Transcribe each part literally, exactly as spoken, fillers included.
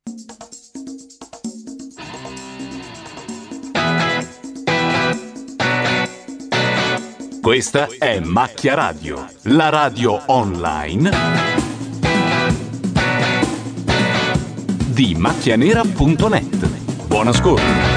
Questa è Macchia Radio, la radio online di macchianera punto net. Buon ascolto.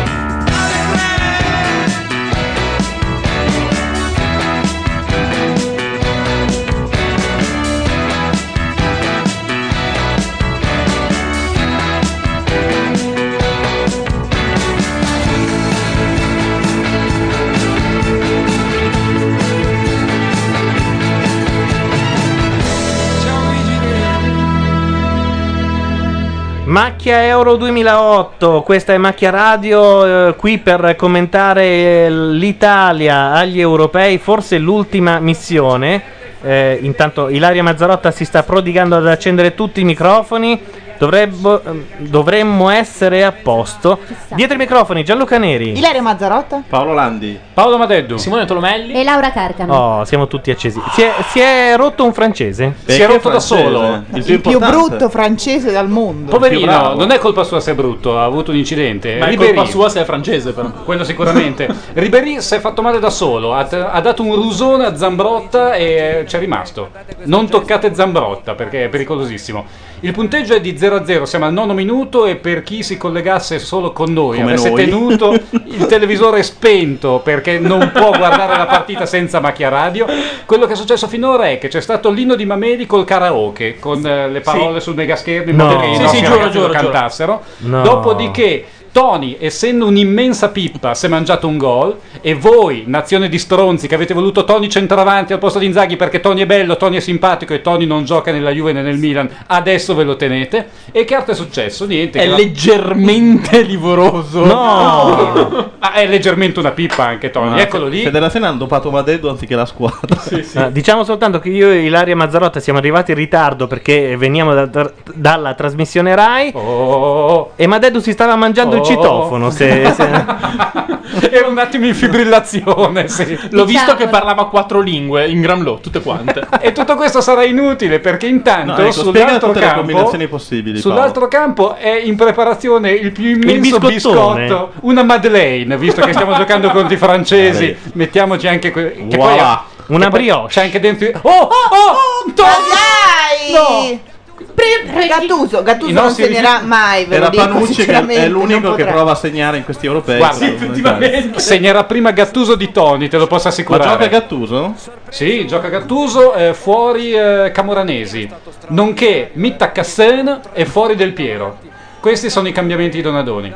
Macchia Euro duemilaotto, questa è Macchia Radio, eh, qui per commentare l'Italia agli europei, forse l'ultima missione. Eh, intanto Ilaria Mazzarotta si sta prodigando ad accendere tutti i microfoni. Dovrebbe, dovremmo essere a posto. Dietro i microfoni Gianluca Neri, Ilaria Mazzarotta, Paolo Landi, Paolo Madeddu, Simone Tolomelli e Laura Carcano. Oh, siamo tutti accesi. Si è, si è rotto un francese. Beh, si è rotto da solo. Il più, il più brutto francese del mondo. Poverino, non è colpa sua se è brutto, ha avuto un incidente. Ma è Ribéry, colpa sua se è francese, però. Quello sicuramente. Ribéry si è fatto male da solo, ha, ha dato un rusone a Zambrotta e c'è rimasto. Non toccate Zambrotta perché è pericolosissimo. Il punteggio è di zero a zero, siamo al nono minuto e per chi si collegasse solo con noi, come avesse noi. tenuto il televisore spento perché non può guardare la partita senza Macchia Radio, quello che è successo finora è che c'è stato l'inno di Mameli col karaoke, con eh, le parole Sì. sul megaschermo in No. modo che i Sì, nostri sì, ragazzi giuro, giuro, lo giuro. cantassero. No. Dopodiché Tony, essendo un'immensa pippa, si è mangiato un gol e voi, nazione di stronzi che avete voluto Tony centravanti al posto di Inzaghi perché Tony è bello, Tony è simpatico e Tony non gioca nella Juve né nel Milan, adesso ve lo tenete. E che altro è successo? Niente. È che la- leggermente livoroso. No, Ma è leggermente una pippa anche Tony, Ma eccolo lì. Federazione hanno dopato Madeddu anziché la squadra. Sì, sì. Ah, diciamo soltanto che io e Ilaria Mazzarotta siamo arrivati in ritardo perché veniamo da- da- dalla trasmissione Rai Oh, e Madeddu si stava mangiando il Oh. citofono. Se, se... era un attimo in fibrillazione, sì. L'ho visto che parlava quattro lingue in gran low, tutte quante. E tutto questo sarà inutile perché intanto No, ecco, spiega sull'altro tutte le campo, combinazioni possibili, sull'altro campo è in preparazione il più immenso biscottone. biscotto, una Madeleine, visto che stiamo giocando contro i francesi, mettiamoci anche que- che poi Voilà. ha- Una che poi brioche. c'è anche dentro. Oh, oh, oh, to- Dai! Gattuso, Gattuso I non nostri segnerà rigi- mai, ve lo Era dico Panucci che sinceramente, è l'unico non che potrà. prova a segnare in questi europei. Guarda, Sì, effettivamente. segnerà prima Gattuso di Toni, te lo posso Ma assicurare. gioca Gattuso? Sì, gioca Gattuso, eh, fuori eh, Camoranesi, nonché Mitta Cassen e fuori Del Piero. Questi sono i cambiamenti di Donadoni.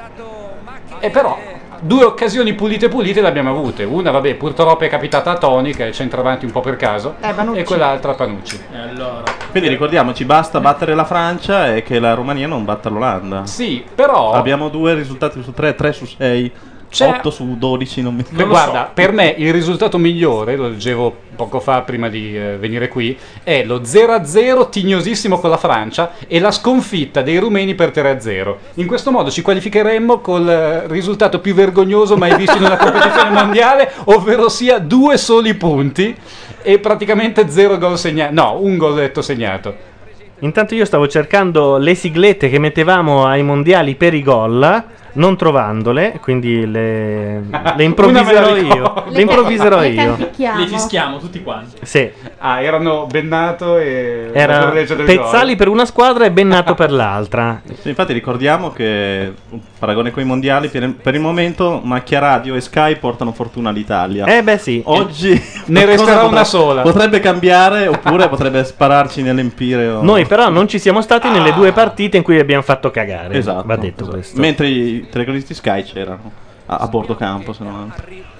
E però due occasioni pulite pulite le abbiamo avute. Una, vabbè, purtroppo è capitata a Toni, che è centravanti un po' per caso, Eh, Panucci. e quell'altra a Panucci. E allora. Quindi ricordiamoci, basta battere la Francia e che la Romania non batta l'Olanda. Sì, però Abbiamo due risultati su tre, tre su sei, C'è- otto su dodici. Non mi... Beh, guarda, per me il risultato migliore, lo leggevo poco fa prima di eh, venire qui, è lo zero a zero tignosissimo con la Francia e la sconfitta dei rumeni per tre a zero. In questo modo ci qualificheremmo col eh, risultato più vergognoso mai visto in una competizione mondiale, ovvero sia due soli punti e praticamente zero gol segnato. No, un gol detto segnato. Intanto io stavo cercando le siglette che mettevamo ai mondiali per i gol, non trovandole, quindi le, le improvviserò Una me la io. ricordo. Le improvviserò Le io. canticchiamo. Li fischiamo tutti quanti. Sì, Ah, erano Bennato e era la del Pezzali gol. per una squadra e Bennato per l'altra. Sì, infatti ricordiamo che un paragone con i mondiali, per, per il momento Macchia Radio e Sky portano fortuna all'Italia. Eh beh sì. Oggi Ne qualcosa resterà una potrebbe- sola. Potrebbe cambiare oppure potrebbe spararci nell'empireo. Noi però non ci siamo stati nelle due partite in cui abbiamo fatto cagare. Esatto, Va detto esatto. questo. Mentre i telecronisti Sky c'erano a, a bordo campo, se non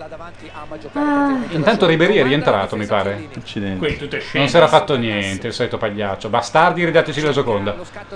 Ah, Intanto Ribéry è rientrato, mi pare. accidenti. Qui tutte scene. Non si era fatto niente, il solito pagliaccio. Bastardi, ridateci la Gioconda.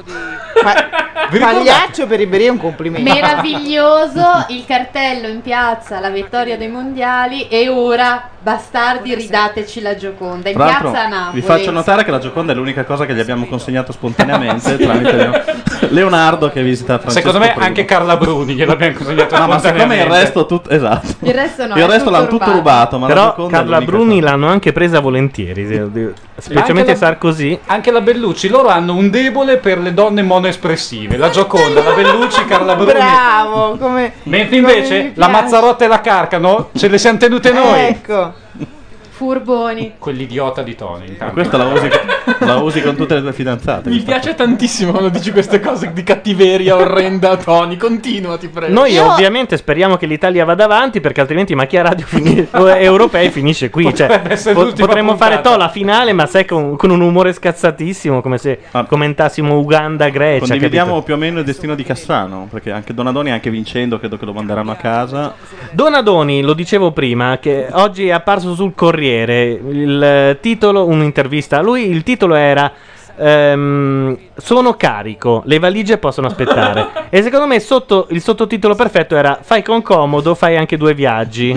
Pa- Vi ricordate? Pagliaccio per Ribéry è un complimento. meraviglioso il cartello in piazza, la vittoria dei mondiali e ora bastardi ridateci la Gioconda in Tra l'altro, piazza a Napoli. vi faccio notare che la Gioconda è l'unica cosa che gli abbiamo consegnato spontaneamente tramite Leo- Leonardo che visita Francesco Secondo me primo. anche Carla Bruni gliel'abbiamo consegnato No, ma siccome il spontaneamente. resto tutto esatto. Il resto no, il è resto tutto l'hanno tutto rubato. rubato, ma la Però Gioconda è Carla l'unica Bruni cosa. l'hanno anche presa volentieri. se- specialmente Anche la- Sarkozy. Anche la Bellucci, loro hanno un debole per le donne monoespressive. La Gioconda, la Bellucci, Carla Bruni. Bravo, come Mentre come invece mi la piace. Mazzarotta e la Carcano ce le siamo tenute noi. Ecco. Furboni. Quell'idiota di Tony. Ma intanto. questa la usi, la usi con tutte le tue fidanzate. Mi piace tantissimo quando dici queste cose di cattiveria orrenda, Tony. Continua, ti prego. Noi Io- ovviamente speriamo che l'Italia vada avanti perché altrimenti Macchia Radio fini- o Europei finisce qui. Cioè, Potrebbe essere po- l'ultima potremmo puntata. fare to la finale, ma sai con, con un umore scazzatissimo, come se Ah. commentassimo Uganda-Grecia. Condividiamo capito? più o meno il destino di Cassano, perché anche Donadoni, anche vincendo, credo che lo manderanno a casa. Donadoni, lo dicevo prima, che oggi è apparso sul Corriere il titolo, un'intervista a lui, il titolo era ehm, sono carico, le valigie possono aspettare. E secondo me sotto, il sottotitolo perfetto era fai con comodo, fai anche due viaggi.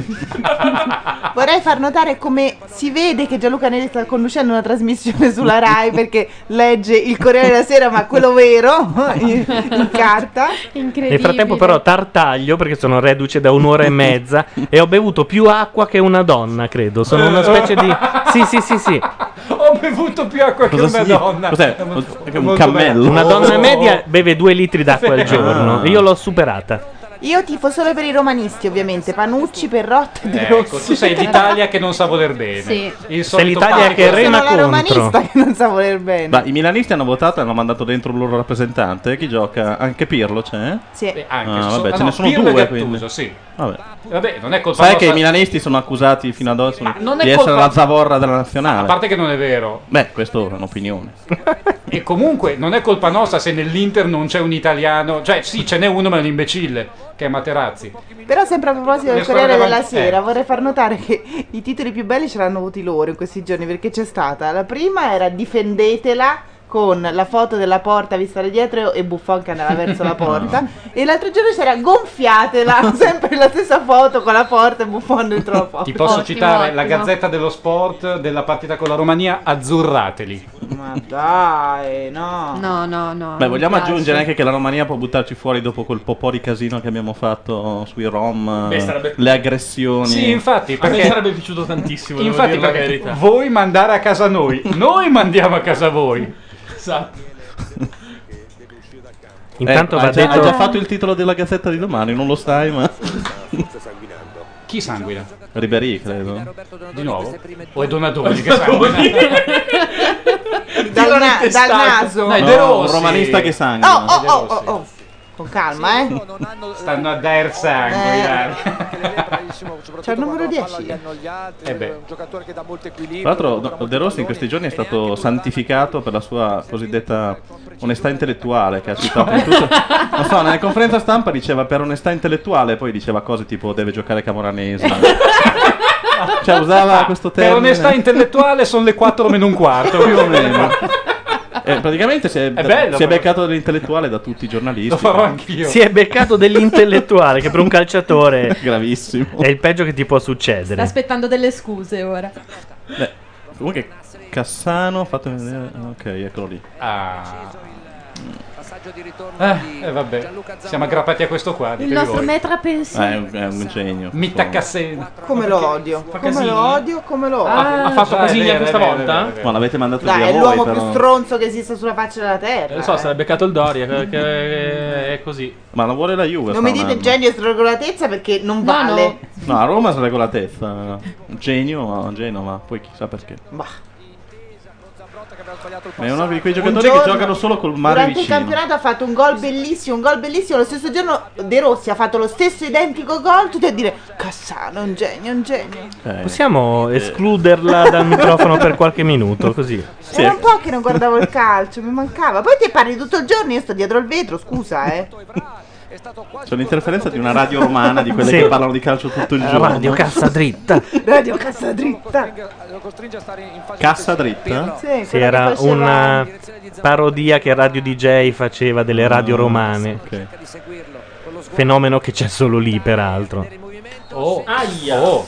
Vorrei far notare come si vede che Gianluca Neri sta conducendo una trasmissione sulla Rai perché legge il Corriere della Sera, ma quello vero, in, in carta. Incredibile. Nel frattempo però tartaglio perché sono reduce da un'ora e mezza e ho bevuto più acqua che una donna, credo. Sono una specie di... Sì, sì, sì, sì. Ho bevuto più acqua che Cosa una significa? donna. Cos'è? È molto- È un molto cammello? bello. Una donna Oh. media beve due litri d'acqua al giorno. Ah. Io l'ho superata. Io tifo solo per i romanisti, ovviamente. Panucci, Perrotta e De Ecco, Rossi. tu sei l'Italia che non sa voler bene. Sì. Il Sei solito l'Italia panico. che rema Sono la contro. romanista che non sa voler bene. Ma i milanisti hanno votato e hanno mandato dentro il loro rappresentante. Chi gioca? Anche Pirlo c'è? Sì. Eh, anche, Ah, so- vabbè, ah, ce no, ne sono Pirlo e due, Gattuso, quindi. sì. Vabbè. Vabbè, non è colpa Sai nostra. che i milanisti sono accusati fino ad oggi Ma non è di essere colpa- la zavorra della A nazionale. parte che non è vero. Beh, questo è un'opinione. E comunque non è colpa nostra se nell'Inter non c'è un italiano. Cioè, sì, ce n'è uno, ma è un imbecille, che è Materazzi. Però sempre a proposito del Le squadre Corriere della davanti- Sera eh. vorrei far notare che i titoli più belli ce l'hanno avuti loro in questi giorni, perché c'è stata la prima era difendetela con la foto della porta vista da dietro e Buffon che andava verso la porta, e l'altro giorno c'era gonfiatela, sempre la stessa foto con la porta e Buffon dentro la porta. Ti posso Ottimo, citare la ottimo. Gazzetta dello Sport della partita con la Romania, azzurrateli. Ma dai, no. No, no, no. Beh, non vogliamo piace. aggiungere anche che la Romania può buttarci fuori dopo quel po' po' di casino che abbiamo fatto sui Rom, Beh, sarebbe- le aggressioni. Sì, infatti, A me perché sarebbe piaciuto tantissimo, devo infatti dire la perché verità. voi mandare a casa noi, noi mandiamo a casa voi. Esatto. Intanto Eh, va hai, già, detto... hai già fatto il titolo della Gazzetta di domani, non lo sai, ma Chi sanguina? Ribéry, credo. Di nuovo? O è Donadoni che sanguina? Dal, na- dal naso. Dai, No, De un Rossi. romanista che Oh, sanguina. oh, oh, oh, oh. Con calma, eh. Stanno a dar sangue. dai. C'è il numero dieci. Eh beh. Tra l'altro, no, De Rossi in questi giorni è stato santificato per la sua cosiddetta onestà intellettuale, che ha citato in tutto. Non so, nella conferenza stampa diceva per onestà intellettuale, poi diceva cose tipo deve giocare Camoranesi. Cioè usava questo Per termine. onestà intellettuale sono le quattro meno un quarto, più o meno. Eh, praticamente si è, È bello, si è però. beccato dell'intellettuale da tutti i giornalisti. Lo farò anch'io. Si è beccato dell'intellettuale che per un calciatore Gravissimo. è il peggio che ti può Sta succedere. aspettando delle scuse ora. Beh, comunque Cassano, fatemi vedere. Ok, eccolo lì. Ah. Eh, eh, vabbè, siamo aggrappati a questo qua. Il ditevi nostro voi. metra Ah, è, pensiero. un, è un genio. Mitta Cassano. Come lo odio. Come casini? lo odio, come lo odio. Ha fatto Ah, casini è vero, questa è vero, volta? è vero, è vero. Ma l'avete mandato Dai, via è voi, l'uomo però. più stronzo che esista sulla faccia della terra. Eh, lo so, eh. se l'è beccato il Doria, che, che è così. Ma la vuole la Juve. Non mi sta un dite anno. genio e sregolatezza perché non No, vale. No, a Roma si regolatezza. Un genio, ma un genio, ma poi chissà perché. Bah. Ma è uno di quei Un giocatori giorno, che giocano solo col mare durante vicino. il campionato ha fatto un gol bellissimo, un gol bellissimo. Lo stesso giorno De Rossi ha fatto lo stesso identico gol. Tutti a dire Cassano, un genio, un genio. Eh, Possiamo escluderla dal microfono per qualche minuto, così. sì, Era un po' che non guardavo il calcio, mi mancava. Poi ti parli tutto il giorno, io sto dietro il vetro, scusa, eh. c'è l'interferenza di una radio romana di quelle Sì. che parlano di calcio tutto il giorno. Radio cassa dritta. Radio cassa dritta. Cassa dritta? Sì, Sì, quella era che faceva- una parodia che Radio D J faceva delle radio romane. Ok. Fenomeno che c'è solo lì, peraltro. Oh, Aia. oh.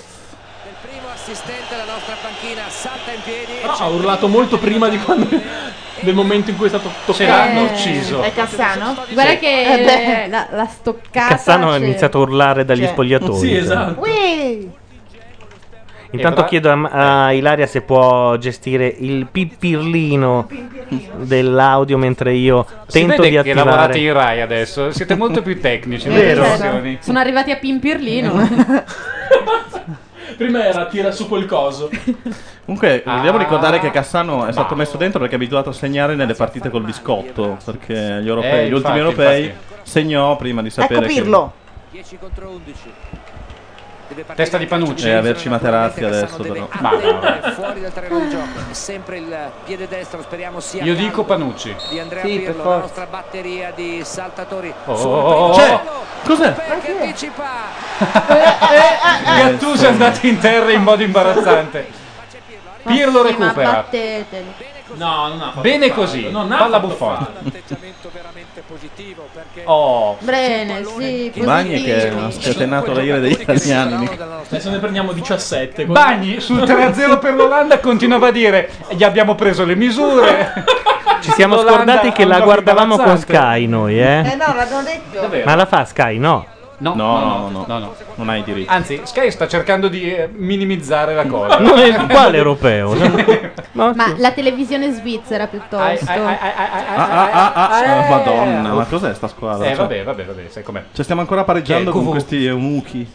Però ha urlato molto prima di quando, del momento in cui è stato Ce toccato. l'hanno Eh, ucciso. È Cassano? Guarda Eh che beh. la, la stoccata. Cassano ha c'è. iniziato a urlare dagli Cioè, spogliatoi. Sì, cioè. esatto. Ui. Intanto Bra- chiedo a, a Ilaria se può gestire il pippirlino dell'audio mentre io Si tento vede di che lavorate attivare. in Rai adesso, siete molto più tecnici. Vero. nelle sessioni. Sono arrivati a Pimpirlino. Prima era tira su quel coso. Comunque, Ah. dobbiamo ricordare che Cassano è stato messo dentro perché è abituato a segnare nelle partite col biscotto. Perché gli europei, Eh, gli ultimi infatti, europei, infatti. segnò prima di sapere Ecco Pirlo. dieci contro undici. Testa di Panucci. che e averci Materazzi adesso però. Ma no. Fuori dal terreno di gioco, sempre il piede destro, speriamo sia Io calmo dico Panucci. di Andrea Sì, per Pirlo, la forza. nostra batteria di saltatori. Oh, sul oh, primo oh, C'è! gol. Cos'è? Perché anticipa. Gattuso è andato in terra in modo imbarazzante. Pirlo Ma sì, ma recupera. batteteli. No, non ha fatto Bene fallo. così. Non ha Palla fatto Buffon. fallo. Atteggiamento veramente positivo perché Oh. Bene, sì, Bagni che ha positivi. scatenato la ira degli italiani. Adesso ne prendiamo diciassette. Bagni sul tre a zero per l'Olanda continuava a dire gli abbiamo preso le misure. Ci siamo L'Olanda scordati che ha un la gioco guardavamo con imbarazzante. Sky noi, Eh eh? no, l'abbiamo detto. Davvero? Ma la fa Sky? No. No, No, no, no, no, no, no. Non hai diritto. Anzi, Sky sta cercando di eh, minimizzare la cosa. Non è quale europeo? No, Ma sì. la televisione svizzera Ai, piuttosto. ai, ai, ai, ai, Ah, ah, ah, ah, ai, ai, Madonna, ai. ma cos'è sta squadra? Eh Cioè, vabbè, vabbè, vabbè, sai com'è. cioè, stiamo ancora pareggiando Che è con Q V? questi eunuchi.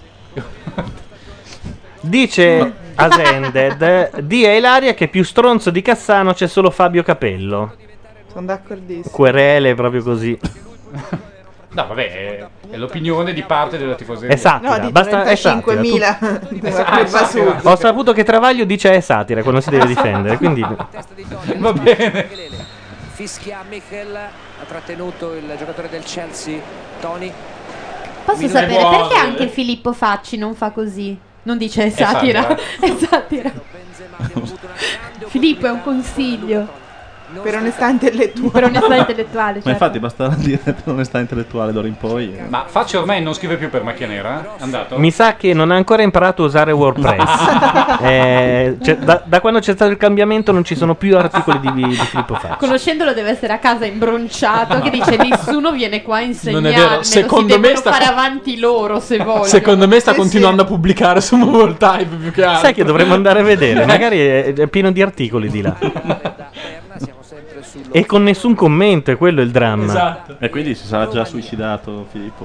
Dice Asended, di a Ilaria che più stronzo di Cassano c'è solo Fabio Capello. Sono d'accordissimo. Querele proprio così. No, vabbè, è, è l'opinione di parte della tifoseria. È satira, No, di basta, è satira. trentacinquemila Tu- della Ah, curva satira. sud. Ho saputo che Travaglio dice è satira quando si deve difendere, quindi testa di Toni. Va bene. Fischia Michel, ha trattenuto il giocatore del Chelsea, Toni. Posso Mi dai sapere buone. perché anche Filippo Facci non fa così? Non dice è satira. satira. È satira. Benzema, abbiamo avuto una grande Filippo è un consiglio. Per onestà intellettuale. Per onestà intellettuale, Ma certo. infatti basta dire per onestà intellettuale d'ora in poi. Ma Facci ormai non scrive più per Macchia Nera? È andato? mi sa che non ha ancora imparato a usare WordPress. Eh, cioè, da, da quando c'è stato il cambiamento non ci sono più articoli di, di Filippo Facci. Conoscendolo deve essere a casa imbronciato che dice nessuno viene qua a insegnarmi. Non è vero, secondo si me devono sta- fare avanti loro se vogliono. Secondo me sta Sì, continuando sì. a pubblicare su Mobile Type più che altro. Sai che dovremmo andare a vedere, magari è, è pieno di articoli di là. siamo sempre sullo E con nessun commento, è quello il dramma. Esatto. E quindi si sarà già suicidato Filippo.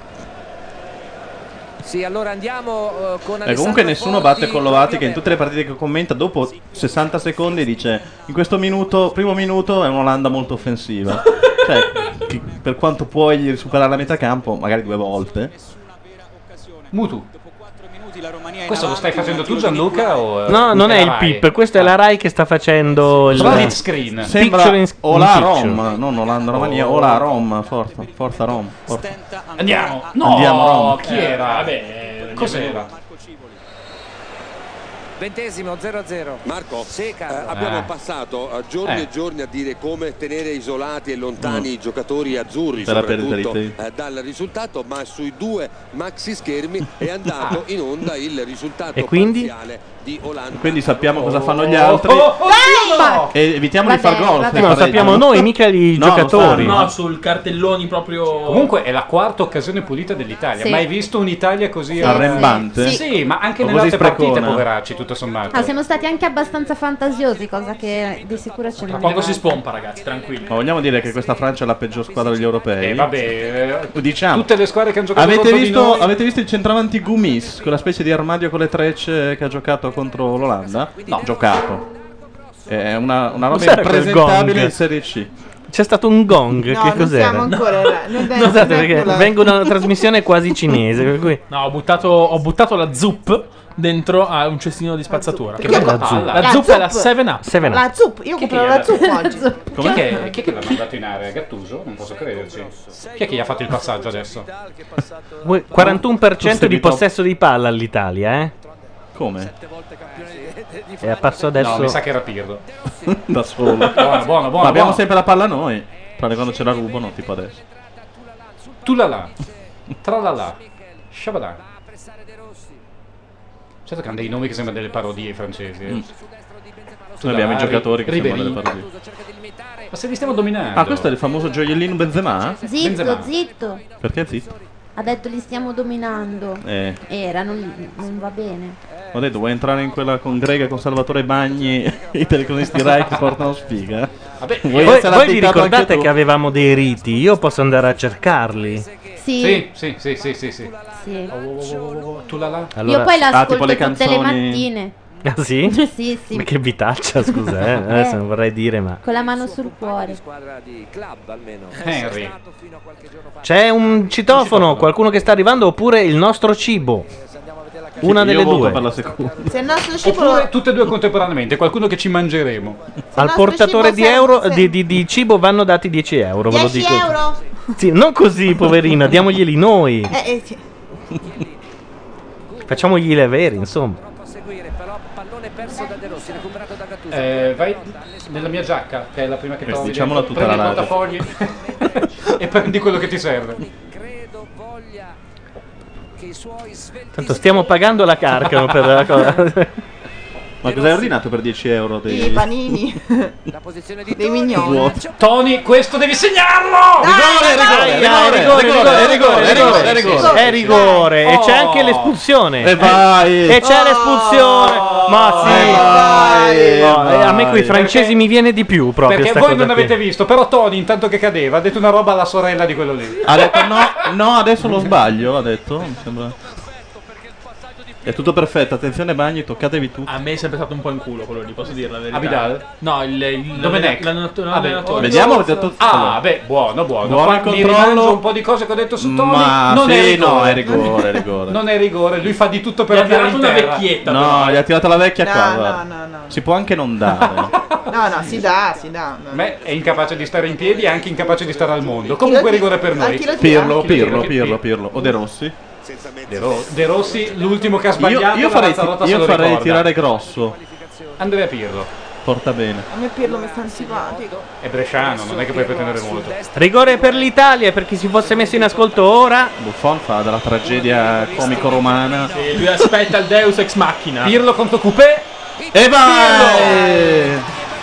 Sì, allora andiamo eh, con E comunque nessuno batte Collovati che in tutte le partite che commenta dopo sessanta secondi dice in questo minuto, primo minuto è un'Olanda molto offensiva. Cioè, chi- per quanto puoi superare la metà campo, magari due volte. Mutu. Questo lo stai facendo tu Gianluca o No, non è la il Rai? P I P, questa è la Rai che sta facendo il Split screen. Sembra Picture in- Ola in picture. Rom, non Olanda Romania, Ola Rom, forza, forza Rom. Forza. Andiamo. No, Andiamo, Rom. chi era? Vabbè, Cos'era? Ventesimo zero a zero. Marco, Sì, eh, Carlo. abbiamo Ah. passato eh, giorni Eh. e giorni a dire come tenere isolati e lontani i giocatori azzurri Per la soprattutto perdita di tempo. eh, dal risultato, ma sui due maxi schermi è andato in onda il risultato E quindi? parziale di Olanda. Quindi sappiamo cosa fanno gli altri Oh, oh, oh, e evitiamo di Vabbè, far gol. vabbè. se No, lo pareggiano. sappiamo noi, mica i No, lo giocatori. sanno. No, sul cartelloni proprio. Comunque è la quarta occasione pulita dell'Italia. Sì. Mai visto un'Italia così Sì, Arrembante? sì. Sì, ma anche O nelle così altre partite, sprecona. poveracci, tutto sommato. Ah, siamo stati anche abbastanza fantasiosi, cosa che di sicuro ci Tra poco si spompa, ragazzi, tranquilli. Ma vogliamo dire che questa Francia è la peggior squadra degli europei? Eh, vabbè, eh, Diciamo. tutte le squadre che hanno giocato Avete contro di visto, noi- avete visto il centravanti Gumis, quella specie di armadio con le trecce che ha giocato contro l'Olanda? No, giocato. È una, una roba Cos'era quel impresentabile gong? in Serie C. C'è stato un gong, No, che non cos'era? siamo ancora là. Non dai- Scusate, non perché ecco là. vengo da una trasmissione quasi cinese, per cui No, ho buttato, ho buttato la zup dentro a un cestino di spazzatura. Che Cos'è bella la zup? palla. La La zup è la zup. seven up. Seven Up. La zup, io ho Chi comprato che la zup oggi. Chi è che, chi è che l'ha mandato in area? Gattuso? Non posso crederci. Chi è che gli ha fatto il passaggio adesso? Vuoi- quarantuno per cento Tu di stai top. possesso di palla all'Italia, eh? Come? E a passo adesso. No, mi sa che era Pirlo. Da solo. Buono, buono, buono. Ma abbiamo buono. sempre la palla noi. Tranne quando ce la rubano, tipo adesso. Tulala. Tralala. Shabada. Certo che hanno dei nomi che sembrano delle parodie francesi. eh. Mm. Tulala, Noi abbiamo i giocatori che Ribery. sembrano delle parodie. Ma se li stiamo dominando. Ah, questo è il famoso gioiellino Benzema? Zitto, Benzema. zitto. Perché zitto? Ha detto li stiamo dominando. Eh. Era, non, non va bene. Ho detto, vuoi entrare in quella congrega con Salvatore Bagni, i telecronisti Rai che portano sfiga? Vabbè, Vuoi Voi, essere voi vi additato anche ricordate tu? che avevamo dei riti? Io posso andare a cercarli. Sì. Sì, sì, sì, sì, sì, sì. Sì. Tu la la? Allora- Io poi Ah, l'ascolto tipo le tutte le canzoni- mattine. Ah sì? Sì, sì. Ma che vitaccia, scusa, eh. Adesso non vorrei dire, ma Con la mano sul cuore. Squadra di club almeno. Henry. c'è un citofono, qualcuno che sta arrivando oppure il nostro cibo. Una Io delle voto due. per la seconda. Se il nostro cibo Oppure tutte e due contemporaneamente, qualcuno che ci mangeremo. Al nostro portatore cibo di, serve- euro, se- di, di- di cibo vanno dati dieci euro, ve lo dieci dico. euro? Sì, non così, poverina, diamoglieli noi. Eh, eh, sì. Facciamogli le veri, insomma. Seguire però pallone perso da De Rossi, recuperato da Gattuso. Eh, vai nella mia giacca, che è la prima che Eh, trovi. diciamola dentro. tutta Prendi la il radio. portafogli e prendi quello che ti serve. Credo voglia che i suoi svelti Tanto stiamo pagando la Carcano per la cosa. Ma cosa hai ordinato per dieci euro? Dei... I panini. la posizione di Dei Toni. mignon. Tony, questo devi segnarlo! Rigore, rigore, rigore, rigore, rigore, rigore. È rigore. E c'è anche l'espulsione. E vai! E c'è l'espulsione. Ma sì. vai, No, eh, a me vai. quei francesi mi viene di più proprio. Perché sta voi cosa non qui. avete visto, però Tony intanto che cadeva ha detto una roba alla sorella di quello lì. Ha detto no, no, adesso lo sbaglio, ha detto, mi sembra. È tutto perfetto, attenzione Bagni, toccatevi tutti. A me è sempre stato un po' in culo quello lì, posso dire la verità. Abidal? No, il, il Domenech. l'allenatore- Vabbè, l'allenatore. Vediamo, ho detto- Ah, beh, buono, buono. Buono Qua il mi controllo. rimangio un po' di cose che ho detto su Tony. Ma non sì, è rigore. no, è rigore, è rigore. Non è rigore, lui fa di tutto per Gli ha andare tirato in una terra. vecchietta. No, gli ha tirato la vecchia No, qua, no, guarda. no, no. Si può anche non dare. No, no, si dà, si dà. No. Me è incapace di stare in piedi e anche incapace di stare al mondo. Comunque Chi lo rigore per tira? noi. Chi lo tira? Pirlo, Chi lo tira? Pirlo, Chi- Pirlo, Pirlo. O De Rossi. De, Ro- De Rossi, l'ultimo che ha Io, sbagliato. io la farei, Mazzarotta se io lo farei ricorda. tirare grosso. Andrea Pirlo. Porta bene. A me Pirlo mi sta antipatico. È bresciano, non è che puoi pretendere molto. Rigore per l'Italia, per chi si fosse messo in ascolto ora. Buffon fa della tragedia comico-romana. Sì, lui aspetta il Deus ex machina. Pirlo contro Coupé. E vai!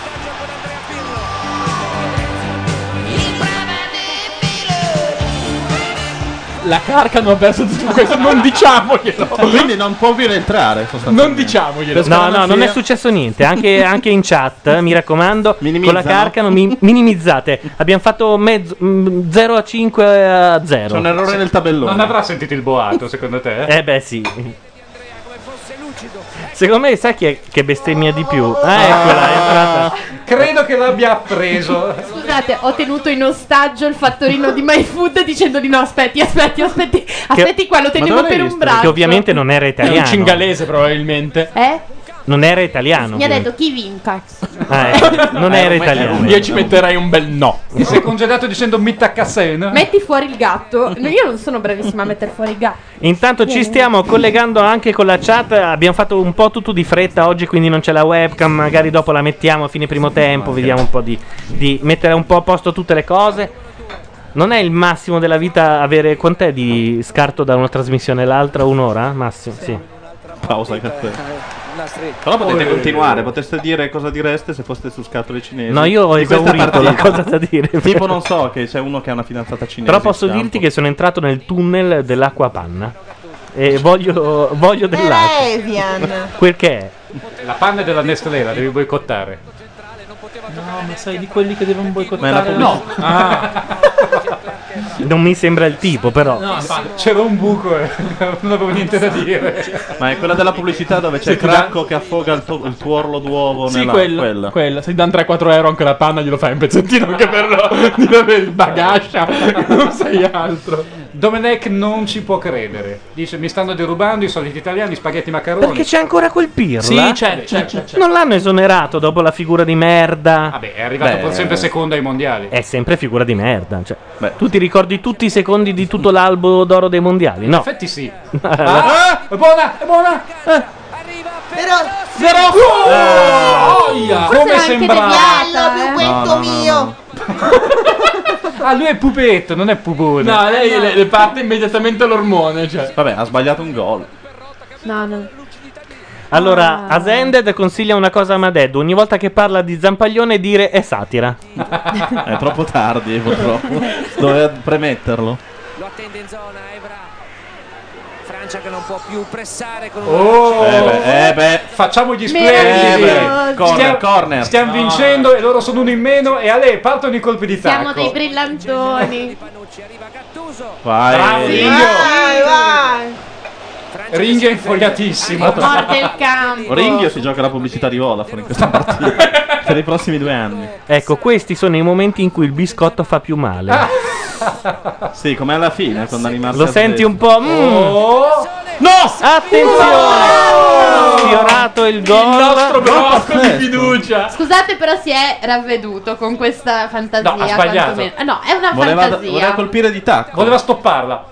La Carcano ha perso tutto questo, non diciamoglielo. Quindi non può più entrare. Non diciamoglielo. No, no, non è successo niente. Anche, anche in chat, mi raccomando, con la Minimizzano. Carcano mi, minimizzate. Abbiamo fatto mezzo, mm, zero a cinque a zero. C'è un errore nel tabellone. Non avrà sentito il boato, secondo te? Eh beh sì. Secondo me sai chi è che bestemmia di più? Ah, eccola, è entrata. Credo che l'abbia appreso. Scusate, ho tenuto in ostaggio il fattorino di My Food dicendo di no, aspetti, aspetti, aspetti. Aspetti qua, lo tenevo dove per l'hai un visto? braccio. Che ovviamente non era È italiano. un cingalese probabilmente. Eh? Non era italiano. Mi ha ovviamente. detto chi vinca. Ah, ecco, non era italiano. Io ci metterei un bel no. Ti sei congedato dicendo Mittaccassen? Metti fuori il gatto. No, io non sono bravissima a mettere fuori il gatto. Intanto ci stiamo collegando anche con la chat. Abbiamo fatto un po' tutto di fretta oggi, quindi non c'è la webcam. Magari dopo la mettiamo a fine primo tempo. Vediamo un po' di, di mettere un po' a posto tutte le cose. Non è il massimo della vita avere. Quant'è di scarto da una trasmissione all'altra? Un'ora? Massimo, sì. Pausa caffè. Però potete continuare, potreste dire cosa direste se foste su scatole cinesi. No, io ho Di questa esaurito la partita. cosa da dire. Tipo, non so, che c'è uno che ha una fidanzata cinese. Però posso in campo. dirti che sono entrato nel tunnel dell'acqua panna. E voglio, voglio dell'acqua. Evian. Quel che è. La panna è della Nestlé, la devi boicottare. No, ma sei di quelli che devono Ma è boicottare. la No. Ah. Non mi sembra il tipo, però. No, infatti. C'era un buco e non avevo niente da dire. Ma è quella della pubblicità dove c'è Sì, il ti dà- cracco che affoga il, tuo- il tuorlo d'uovo Sì, nella quella, quella. quella. Se ti danno tre quattro euro anche la panna glielo fai un pezzettino anche per lo, di avere il bagascia. Non sei altro. Domenech non ci può credere. Dice mi stanno derubando i soliti italiani, spaghetti macaroni. Perché c'è ancora quel Pirla? Sì, c'è, c'è, c'è, c'è. Non l'hanno esonerato dopo la figura di merda. Vabbè, è arrivato Beh. pur sempre secondo ai mondiali. È sempre figura di merda. Cioè, Beh. tu ti ricordi tutti i secondi di tutto l'albo d'oro dei mondiali? In No. effetti sì. Ah, è buona, è buona. Eh. Però Zero. Oh, oia, Forse come era anche sembrava. deviata, più eh. questo No, no, no, mio. no. Ah, lui è pupetto, non è pupone. No, lei le, le parte immediatamente l'ormone. Cioè. Vabbè, ha sbagliato un gol. No, no. Allora, Ah. Asended consiglia una cosa a Madeddu: ogni volta che parla di Zampaglione dire è satira. È troppo tardi, purtroppo. Doveva premetterlo. Lo attende in zona Evra. Francia che non può più pressare con Oh, Eh beh, eh beh. facciamo gli Meraviglioso. splendidi. Eh beh, corner, stiamo, corner. stiamo No. vincendo e loro sono uno in meno e a lei partono i colpi di tacco. Siamo dei brillantoni. Vai. Bravo, Ringhio. Vai, vai. Ringhio è infogliatissimo. Morte il campo. Ringhio si gioca la pubblicità di Vodafone in questa partita per i prossimi due anni. Ecco, questi sono i momenti in cui il biscotto fa più male. Sì, come alla fine quando animarsi Lo a senti destra. un po'? mm. Oh, No! Attenzione! Sfiorato il gol. il nostro blocco di pazzesco. fiducia. Scusate, però si è ravveduto con questa fantasia. No, ha sbagliato. quantomeno. Ah, no, è una Voleva, fantasia. voleva colpire di tacco. Voleva stopparla.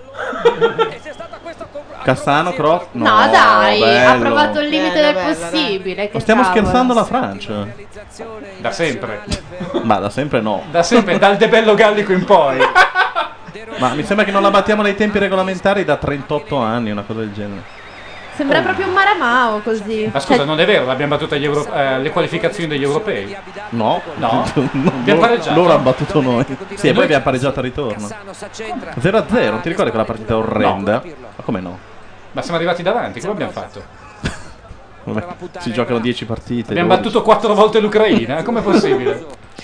Cassano, cross. No, No, dai, ha bello. provato il limite Bella, del bella, possibile. Che Ma stiamo cavolo. scherzando la Francia? Da sempre. Ma da sempre no. Da sempre, dal De Bello Gallico in poi. Ma mi sembra che non la battiamo nei tempi regolamentari da trentotto anni, una cosa del genere. Sembra proprio un Maramao così. Ma scusa, Cioè, non è vero, l'abbiamo battuta agli euro- eh, alle qualificazioni degli europei. No, No? No, Abbiamo loro, pareggiato? loro hanno battuto noi. Sì, e poi abbiamo pareggiato al ritorno. zero a zero, non ti ricordi quella partita orrenda? Ma come no? Ma siamo arrivati davanti, come abbiamo fatto? Vabbè, si giocano dieci partite. Abbiamo dodici. battuto quattro volte l'Ucraina, com'è possibile?